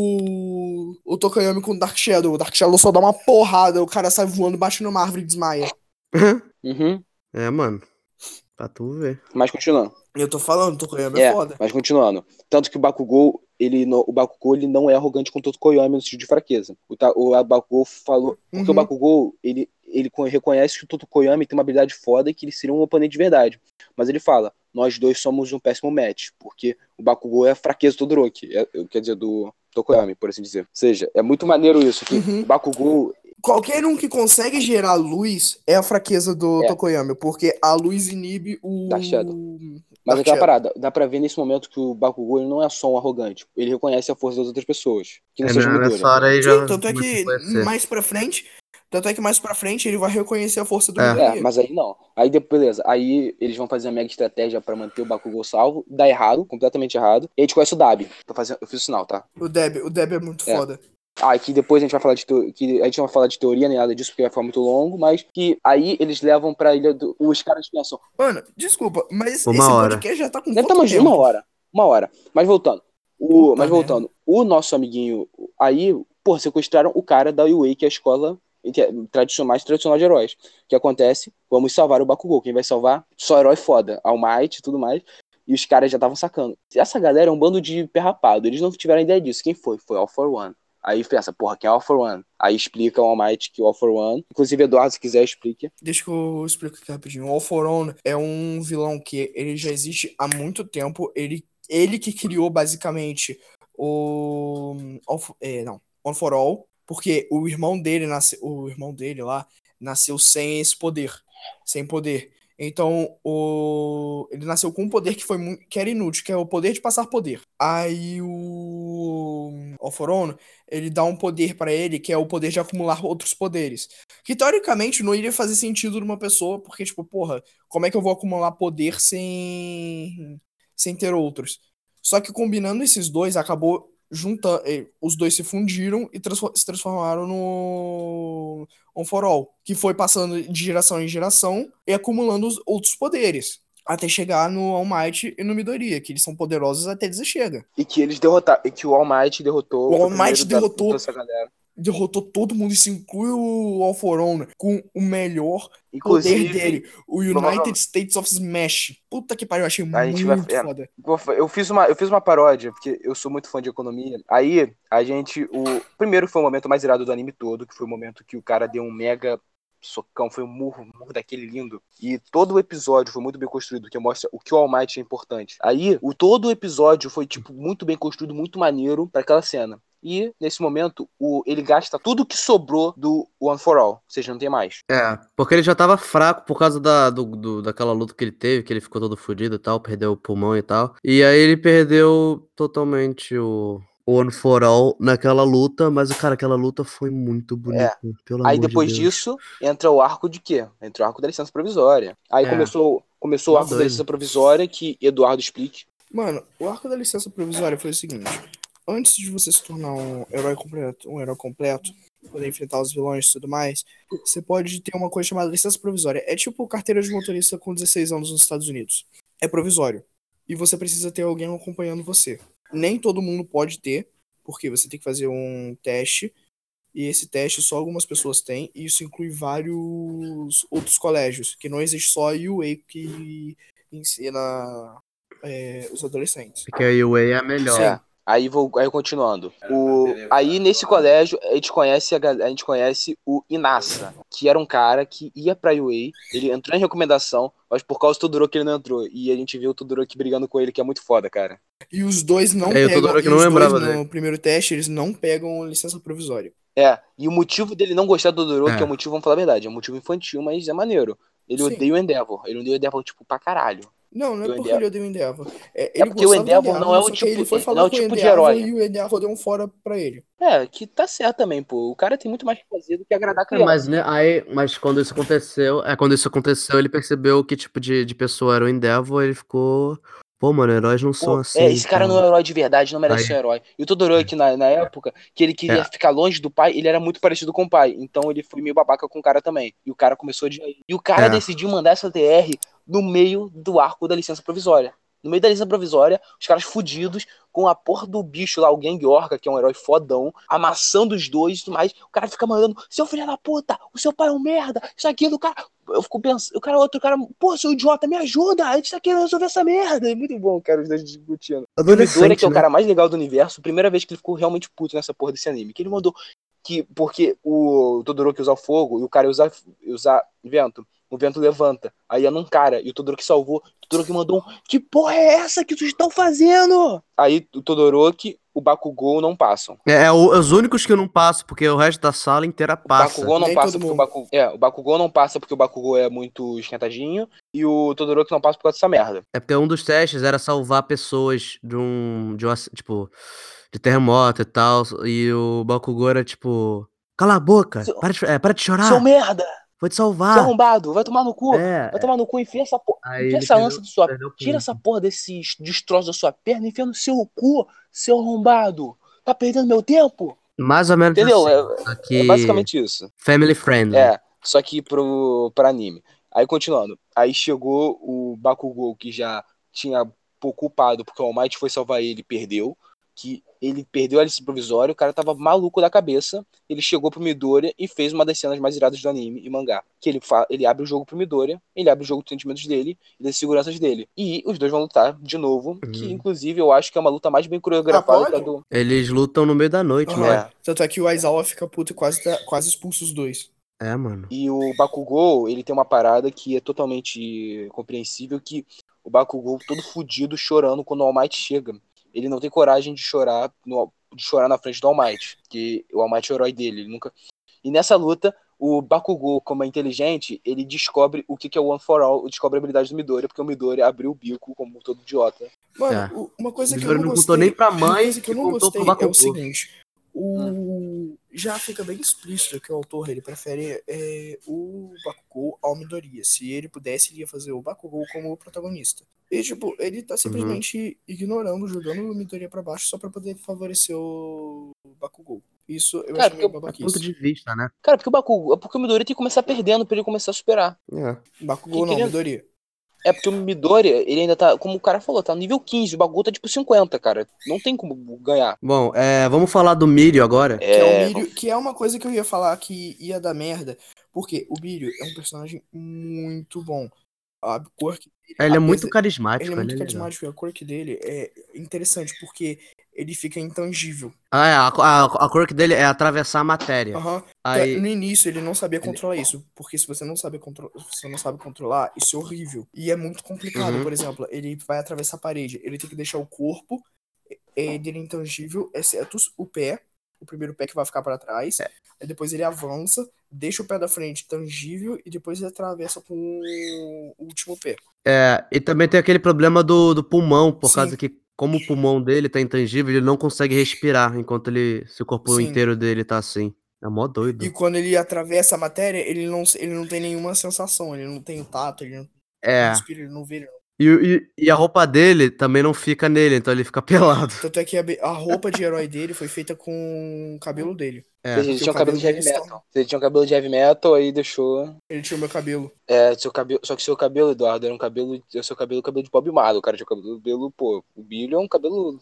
o, o Tokoyami com o Dark Shadow. O Dark Shadow só dá uma porrada, o cara sai voando, bate numa árvore e desmaia. Uhum. É, mano. Pra tu ver. Mas continuando. Eu tô falando, o Tokoyami é, É, foda. mas continuando. Tanto que o Bakugou, ele, no- o Bakugou, ele não é arrogante com o Tokoyami no sentido de fraqueza. O, Ta- o Bakugou falou... Porque Uhum. o Bakugou, ele, ele co- reconhece que o Tokoyami tem uma habilidade foda e que ele seria um oponente de verdade. Mas ele fala, nós dois somos um péssimo match. Porque o Bakugou é a fraqueza do Todoroki. É, quer dizer, do Tokoyami, por assim dizer. Ou seja, é muito maneiro isso. Que Uhum. o Bakugou... Qualquer um que consegue gerar luz é a fraqueza do É. Tokoyami, porque a luz inibe o Dark Shadow. Dark Mas aquela Shadow. parada, dá pra ver nesse momento que o Bakugou ele não é só um arrogante. Ele reconhece a força das outras pessoas. Que não É, seja o né, Midoriya. nessa hora aí já Sim, tanto é começa a que conhecer. mais pra frente, tanto é que mais pra frente ele vai reconhecer a força do É. Midoriya. É, mas aí não. Aí depois, beleza. Aí eles vão fazer a mega estratégia pra manter o Bakugou salvo. Dá errado, completamente errado. E a gente conhece o Dabi. Tô fazendo, eu fiz o sinal, tá? O Deb, o Deb é muito É. foda. Ah, que depois a gente vai falar de teo... que a gente não vai falar de teoria nem nada disso, porque vai ficar muito longo, mas que aí eles levam pra ilha do. Os caras pensam. Mano, desculpa, mas Uma esse hora. podcast já tá com Deve quanto estar mais de tempo? uma hora. Uma hora. Mas voltando. O, Puta mas voltando. O nosso amiguinho. Aí, pô, sequestraram o cara da U A, que é a escola que é tradicional, mais tradicional de heróis. O que acontece? Vamos salvar o Bakugou. Quem vai salvar? Só herói foda. All Might e tudo mais. E os caras já estavam sacando. Essa galera é um bando de perrapado. Eles não tiveram ideia disso. Quem foi? Foi All for One. Aí pensa, porra, quem é All for One? Aí explica o All Might que o All for One. Inclusive, Eduardo, se quiser, explique. Deixa que eu explico aqui rapidinho. O All for One é um vilão que ele já existe há muito tempo. Ele, ele que criou basicamente o All for, é, não, All for All, porque o irmão dele nasce, o irmão dele lá nasceu sem esse poder, sem poder. Então, o... ele nasceu com um poder que, foi mu... que era inútil, que é o poder de passar poder. Aí o All for One, ele dá um poder pra ele, que é o poder de acumular outros poderes. Que, teoricamente, não iria fazer sentido numa pessoa, porque, tipo, porra, como é que eu vou acumular poder sem, sem ter outros? Só que combinando esses dois, acabou juntando... Os dois se fundiram e transfor... se transformaram no One for All, que foi passando de geração em geração e acumulando os outros poderes, até chegar no All Might e no Midoriya, que eles são poderosos até dizer chega. E que eles derrotaram. E que o All Might derrotou. O foi All Might primeiro da- derrotou- toda essa galera. Derrotou todo mundo, isso inclui o All for One, com o melhor Inclusive, poder dele, o United provavelmente- States of Smash. Puta que pariu, eu achei A gente vai- muito é. foda. Eu fiz, uma, eu fiz uma paródia, porque eu sou muito fã de economia. Aí, a gente. O primeiro foi o momento mais irado do anime todo, que foi o momento que o cara deu um mega socão, foi um murro, um murro daquele lindo. E todo o episódio foi muito bem construído, que mostra o que o All Might é importante. Aí, o, todo o episódio foi, tipo, muito bem construído, muito maneiro pra aquela cena. E, nesse momento, o, ele gasta tudo que sobrou do One for All. Ou seja, não tem mais. É, porque ele já tava fraco por causa da, do, do- daquela luta que ele teve, que ele ficou todo fodido e tal, perdeu o pulmão e tal. E aí ele perdeu totalmente o, o One for All naquela luta, mas, cara, aquela luta foi muito bonita, pelo Aí amor depois de Deus. disso, entra o arco de quê? Entra o arco da licença provisória. Aí É. começou, começou o Tá arco da doido. licença provisória, que Eduardo explique. Mano, o arco da licença provisória foi o seguinte: antes de você se tornar um herói completo, um herói completo, poder enfrentar os vilões e tudo mais, você pode ter uma coisa chamada licença provisória. É tipo carteira de motorista com dezesseis anos nos Estados Unidos. É provisório. E você precisa ter alguém acompanhando você. Nem todo mundo pode ter, porque você tem que fazer um teste. E esse teste só algumas pessoas têm. E isso inclui vários outros colégios. Que não existe só a U A que ensina é, os adolescentes. Porque a U A é a melhor. É. Aí vou, aí continuando. O, aí nesse colégio a gente conhece a, gal- a gente conhece o Inasa, que era um cara que ia pra U A, ele entrou em recomendação, mas por causa do Todoroki ele não entrou. E a gente viu o Todoroki brigando com ele, que é muito foda, cara. E os dois não É, eu tô pegam. dando que E não os lembrava dois, dele. no primeiro teste, eles não pegam licença provisória. É, e o motivo dele não gostar do Todoroki É. é um motivo, vamos falar a verdade, é um motivo infantil, mas é maneiro. Ele Sim. odeia o Endeavor, ele odeia o Endeavor, tipo, pra caralho. Não, não é O porque Endeavor. ele odeia o Endeavor. É, É ele porque o gostava do Endeavor não é o só que tipo, ele foi não falar é o com o tipo de Endeavor herói. e o Endeavor deu um fora pra ele. É, que tá certo também, pô. O cara tem muito mais que fazer do que agradar É, criança. mas, né, aí, mas quando isso aconteceu, é quando isso aconteceu, ele percebeu que tipo de, de pessoa era o Endeavor, ele ficou, pô, mano, heróis não são Pô, é, assim e esse cara não é tal. um herói de verdade, não merece Aí, ser um herói. E o Todoroki, na, na época, que ele queria é, ficar longe do pai, ele era muito parecido com o pai. Então ele foi meio babaca com o cara também. E o cara começou a odiar ele. E o cara é. decidiu mandar essa T R no meio do arco da licença provisória. No meio da licença provisória, os caras fudidos, com a porra do bicho lá, o Gang Orca, que é um herói fodão, amassando os dois e tudo mais. O cara fica mandando, seu filho da puta, o seu pai é um merda, isso aqui do cara. Eu fico pensando, o cara, outro cara, pô, seu idiota, me ajuda, a gente tá querendo resolver essa merda. É muito bom, cara, os dois discutindo. E o Midoriya, Adolescente, que é o né? cara mais legal do universo, primeira vez que ele ficou realmente puto nessa porra desse anime, que ele mandou que, porque o Todoroki usa fogo e o cara usa, usa vento. O vento levanta, aí ia num cara, e o Todoroki salvou. O Todoroki mandou um, que porra é essa que vocês estão fazendo? Aí o Todoroki, o Bakugou não passam. É, é o- é os únicos que eu não passo, porque o resto da sala inteira O passa. Bakugou não Nem passa todo porque o mundo. Bakugou... É, o Bakugou não passa porque o Bakugou é muito esquentadinho, e o Todoroki não passa por causa dessa merda. É porque um dos testes era salvar pessoas de um, de um, aci- tipo, de terremoto e tal, e o Bakugou era tipo, cala a boca, Seu, para de, é, para de seu chorar, merda! vou te Seu salvar. arrombado, vai tomar no cu, É, vai é. tomar no cu, enfia essa porra, Aí enfia ele essa lança perdeu, do sua, perdeu o tira essa ponto. porra desses destroços da sua perna, enfia no seu cu, seu arrombado, tá perdendo meu tempo? Mais ou menos Entendeu? assim, só É, é que basicamente isso. family friendly. É, só que pro, pra anime. Aí continuando, aí chegou o Bakugou que já tinha pouco culpado porque o All Might foi salvar ele e perdeu. Que ele perdeu a licença provisória, o cara tava maluco da cabeça. Ele chegou pro Midoriya e fez uma das cenas mais iradas do anime e mangá. Que ele, fa ele abre o jogo pro Midoriya, ele abre o jogo dos sentimentos dele e das seguranças dele. E os dois vão lutar de novo, que Uhum. inclusive eu acho que é uma luta mais bem Ah, coreografada que a pode? do. Eles lutam no meio da noite, Aham. né? É. Tanto é que o Aizawa fica puto e quase, tá- quase expulsa os dois. É, mano. E o Bakugou, ele tem uma parada que é totalmente compreensível, que o Bakugou todo fudido, chorando quando o All Might chega. Ele não tem coragem de chorar, no, de chorar na frente do All Might, que o All Might é o herói dele. Ele nunca... E nessa luta, o Bakugou, como é inteligente, ele descobre o que é o One for All, descobre a habilidade do Midoriya, porque o Midoriya abriu o bico como todo idiota. Mano, É. o- uma O coisa que eu Midori não não contou nem gostei. pra Uma mãe, coisa que que eu não contou pro gostei é o Bakugou. seguinte. O... Já fica bem explícito que o autor ele prefere é, o Bakugou ao Midoriya. Se ele pudesse, ele ia fazer o Bakugou como o protagonista. E, tipo, ele tá Uhum. simplesmente ignorando, jogando o Midoriya pra baixo só pra poder favorecer o Bakugou. Isso eu Cara, achei meio porque, É ponto babaquice. de vista, né? cara, porque o Bakugou, porque o Midoriya tem que começar perdendo pra ele começar a superar. É. Bakugou Que não, querendo, Midoriya. É porque o Midoriya, ele ainda tá, como o cara falou, tá no nível quinze, o Bakugou tá tipo cinquenta, cara. Não tem como ganhar. Bom, é, vamos falar do Mirio agora. Que é o É, Mirio, que é uma coisa que eu ia falar que ia dar merda. Porque o Mirio é um personagem muito bom. A quirk dele, Ele é muito apesar- ele é carismático, ele muito é legal. carismático e a quirk dele é interessante porque ele fica intangível. Ah, é, a, a, a quirk dele é atravessar a matéria. Aham. Aí, No início ele não sabia ele- controlar isso, porque se você não sabe, contro se você não sabe controlar, isso é horrível. E é muito complicado. Uhum. Por exemplo, ele vai atravessar a parede, ele tem que deixar o corpo é, dele intangível, exceto o pé, o primeiro pé que vai ficar para trás. Aí depois ele avança, deixa o pé da frente tangível e depois ele atravessa com o último pé. é, e também tem aquele problema do, do pulmão, por Sim. causa que, como o pulmão dele tá intangível, ele não consegue respirar enquanto ele, se o corpo Sim. inteiro dele tá assim. É mó E doido. quando ele atravessa a matéria, ele não, ele não tem nenhuma sensação, ele não tem o tato, ele não É. respira, ele não vê. Ele não... E, e, e a roupa dele também não fica nele, então ele fica pelado. Tanto é que a, a roupa de herói dele foi feita com o cabelo dele. É. ele Porque tinha o um cabelo cabelo de heavy dele se metal. torna- Ele tinha um cabelo de heavy metal, aí deixou. Ele tinha o meu cabelo. É, seu cabelo. Só que seu cabelo, Eduardo, era um cabelo. O seu cabelo, cabelo de Bob Marley. O cara tinha o cabelo, cabelo, pô. O Billy é um cabelo.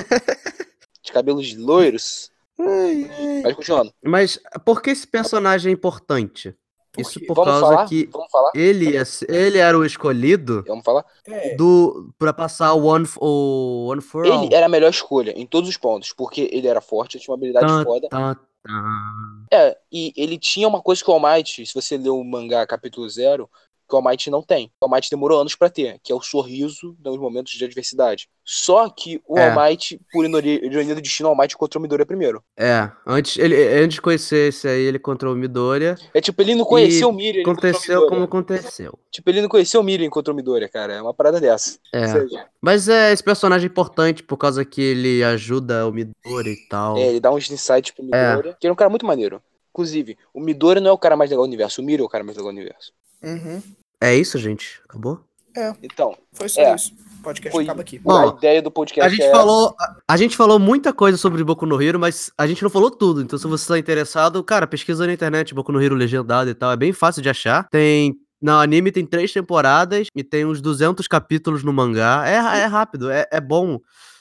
de cabelos loiros. Mas continuando. Mas por que esse personagem é importante? Por Isso quê? por Vamos causa falar? que Vamos falar? ele, ia ser- ele era o escolhido Vamos falar? É, do para passar o One, f- o one for All. Ele era a melhor escolha em todos os pontos, porque ele era forte, tinha uma habilidade Tan, foda. tan, tan. É, e ele tinha uma coisa que o All Might, se você ler o mangá capítulo zero, que o All Might não tem. O All Might demorou anos pra ter, que é o sorriso nos momentos de adversidade. Só que o É. All Might, por ironia ironia do destino, o All Might encontrou o Midoriya primeiro. É, antes, ele, antes de conhecer esse aí, ele encontrou o Midoriya. É tipo, ele não E conheceu o Miriam, ele encontrou o aconteceu Midoriya. como aconteceu. Tipo, ele não conheceu o Miriam, encontrou o Midoriya, cara. É uma parada dessa. É. Ou seja, Mas é esse personagem importante por causa que ele ajuda o Midoriya e tal. é, ele dá uns insights pro Midoriya, que ele é um cara muito maneiro. Inclusive, o Midoriya não é o cara mais legal do universo, o Miriam é o cara mais legal do universo. Uhum. É isso, gente? Acabou? É, Então, foi só É. isso. O podcast Foi- acaba aqui. Bom, a ideia do podcast A gente, é falou, a, a gente falou muita coisa sobre Boku no Hero, mas a gente não falou tudo. Então, se você tá interessado, cara, pesquisa na internet Boku no Hero legendado e tal. É bem fácil de achar. Tem. No anime tem três temporadas e tem uns duzentos capítulos no mangá. É, é rápido, é, é bom.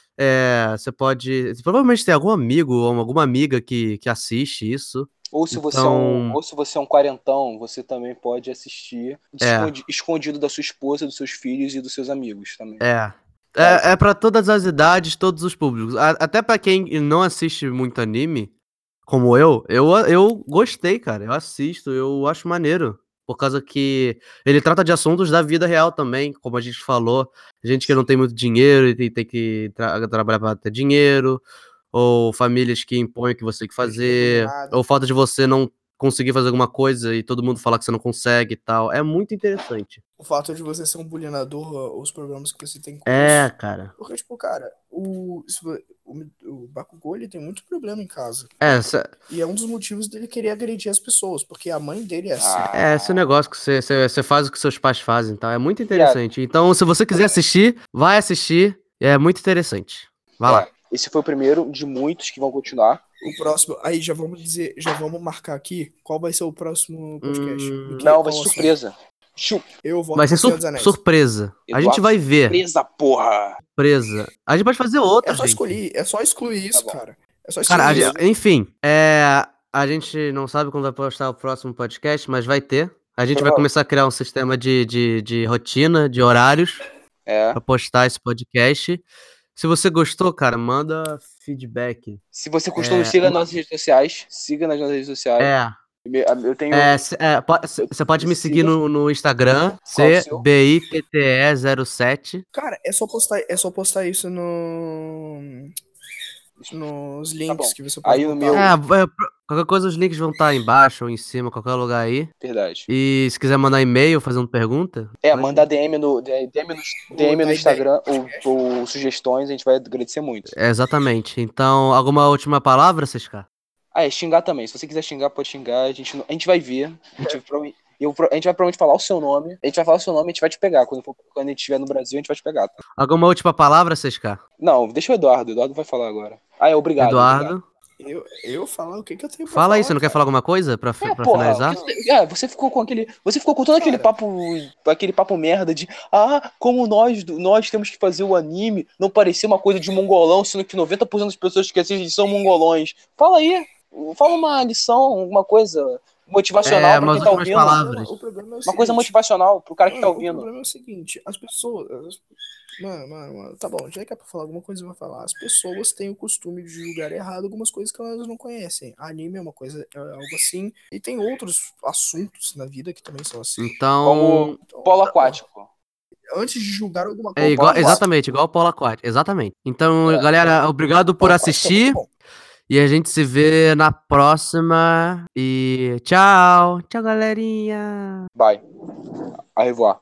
É, você pode. Provavelmente tem algum amigo ou alguma amiga que, que assiste isso. Ou se você é um, Então- ou se você é um quarentão, você também pode assistir É. escondi- escondido da sua esposa, dos seus filhos e dos seus amigos também. É. Mas- É, é para todas as idades, todos os públicos. A- até pra quem não assiste muito anime, como eu, eu, eu gostei, cara. Eu assisto, eu acho maneiro. Por causa que ele trata de assuntos da vida real também, como a gente falou. Gente que não tem muito dinheiro e tem, tem que tra- trabalhar pra ter dinheiro, ou famílias que impõem o que você tem que fazer, nada. ou falta de você não conseguir fazer alguma coisa e todo mundo falar que você não consegue e tal. É muito interessante. O fato de você ser um bullyingador, os problemas que você tem com É, isso. cara. Porque, tipo, cara, o, se vo- o, o Bakugou, ele tem muito problema em casa. É, cê- E é um dos motivos dele querer agredir as pessoas, porque a mãe dele é assim. Ah, É, esse negócio que você, você, você faz o que seus pais fazem, então é muito interessante. Então, se você quiser assistir, vai assistir, é muito interessante. Vai É, lá. esse foi o primeiro de muitos que vão continuar. O próximo, aí já vamos dizer, já vamos marcar aqui qual vai ser o próximo podcast. Hum, Do que- Não, qual vai ser assunto? surpresa. Chu- Eu voto Vai ser no Senhor sur- dos Anéis. surpresa. A Eduardo, gente vai ver. Surpresa, porra! Surpresa. A gente pode fazer outra, É só gente. escolher, é só excluir isso, Tá bom. cara. É só excluir Cara, a isso. gente- enfim, é, a gente não sabe quando vai postar o próximo podcast, mas vai ter. A gente vai Prova- começar a criar um sistema de, de, de rotina, de horários, É. pra postar esse podcast. Se você gostou, cara, manda feedback. Se você gostou, É, nos siga nas nossas redes sociais. Siga nas nossas redes sociais. É, Eu tenho. É, cê- é, po- cê- você pode me seguir Siga. no, no Instagram, Qual o seu? C B I T T E zero sete. Cara, é só postar, é só postar isso no nos links bom. que você pode Aí no botar. meu- É, é, pro- qualquer coisa os links vão estar embaixo ou em cima, qualquer lugar aí. Verdade. E se quiser mandar e-mail fazendo pergunta, É, pode. mandar D M no, D M no, D M no dar Instagram ou, ou sugestões, a gente vai agradecer muito. É, exatamente. Então, alguma última palavra, Ciscar? Ah, é xingar também. Se você quiser xingar, pode xingar. A gente, não- a gente vai ver. A gente, vai prova- eu, pro- a gente vai provavelmente falar o seu nome. A gente vai falar o seu nome e a gente vai te pegar. Quando, for- quando a gente estiver no Brasil, a gente vai te pegar. Tá? Alguma última palavra, Ciscar? Não, deixa o Eduardo. O Eduardo vai falar agora. Ah, é obrigado. Eduardo, obrigado. Eu, eu falar o que, que eu tenho pra fala falar, aí, você não quer cara? falar alguma coisa pra, fi- É, pra porra, finalizar? você- é, você ficou com aquele, você ficou com todo aquele Cara. papo, aquele papo merda de, ah, como nós, do- nós temos que fazer o anime não parecer uma coisa de mongolão, sendo que noventa por cento das pessoas que assistem são mongolões. Fala aí, fala uma lição, alguma coisa motivacional É, pra mas quem tá últimas ouvindo. palavras. O problema é o Uma coisa seguinte, motivacional pro cara que tá mano, O ouvindo. problema é o seguinte, as pessoas. as- Mano, mano, mano, tá bom, já que é pra falar alguma coisa, eu vou falar. As pessoas têm o costume de julgar errado algumas coisas que elas não conhecem. Anime é uma coisa, é algo assim. E tem outros assuntos na vida que também são assim. Então, Como Então, polo aquático. antes de julgar alguma coisa. é igual, Polo aquático. exatamente, igual o Polo Aquático, exatamente. Então, É. galera, obrigado por Polo aquático é assistir. muito bom. E a gente se vê na próxima. E tchau. Tchau, galerinha. Bye. A revoar.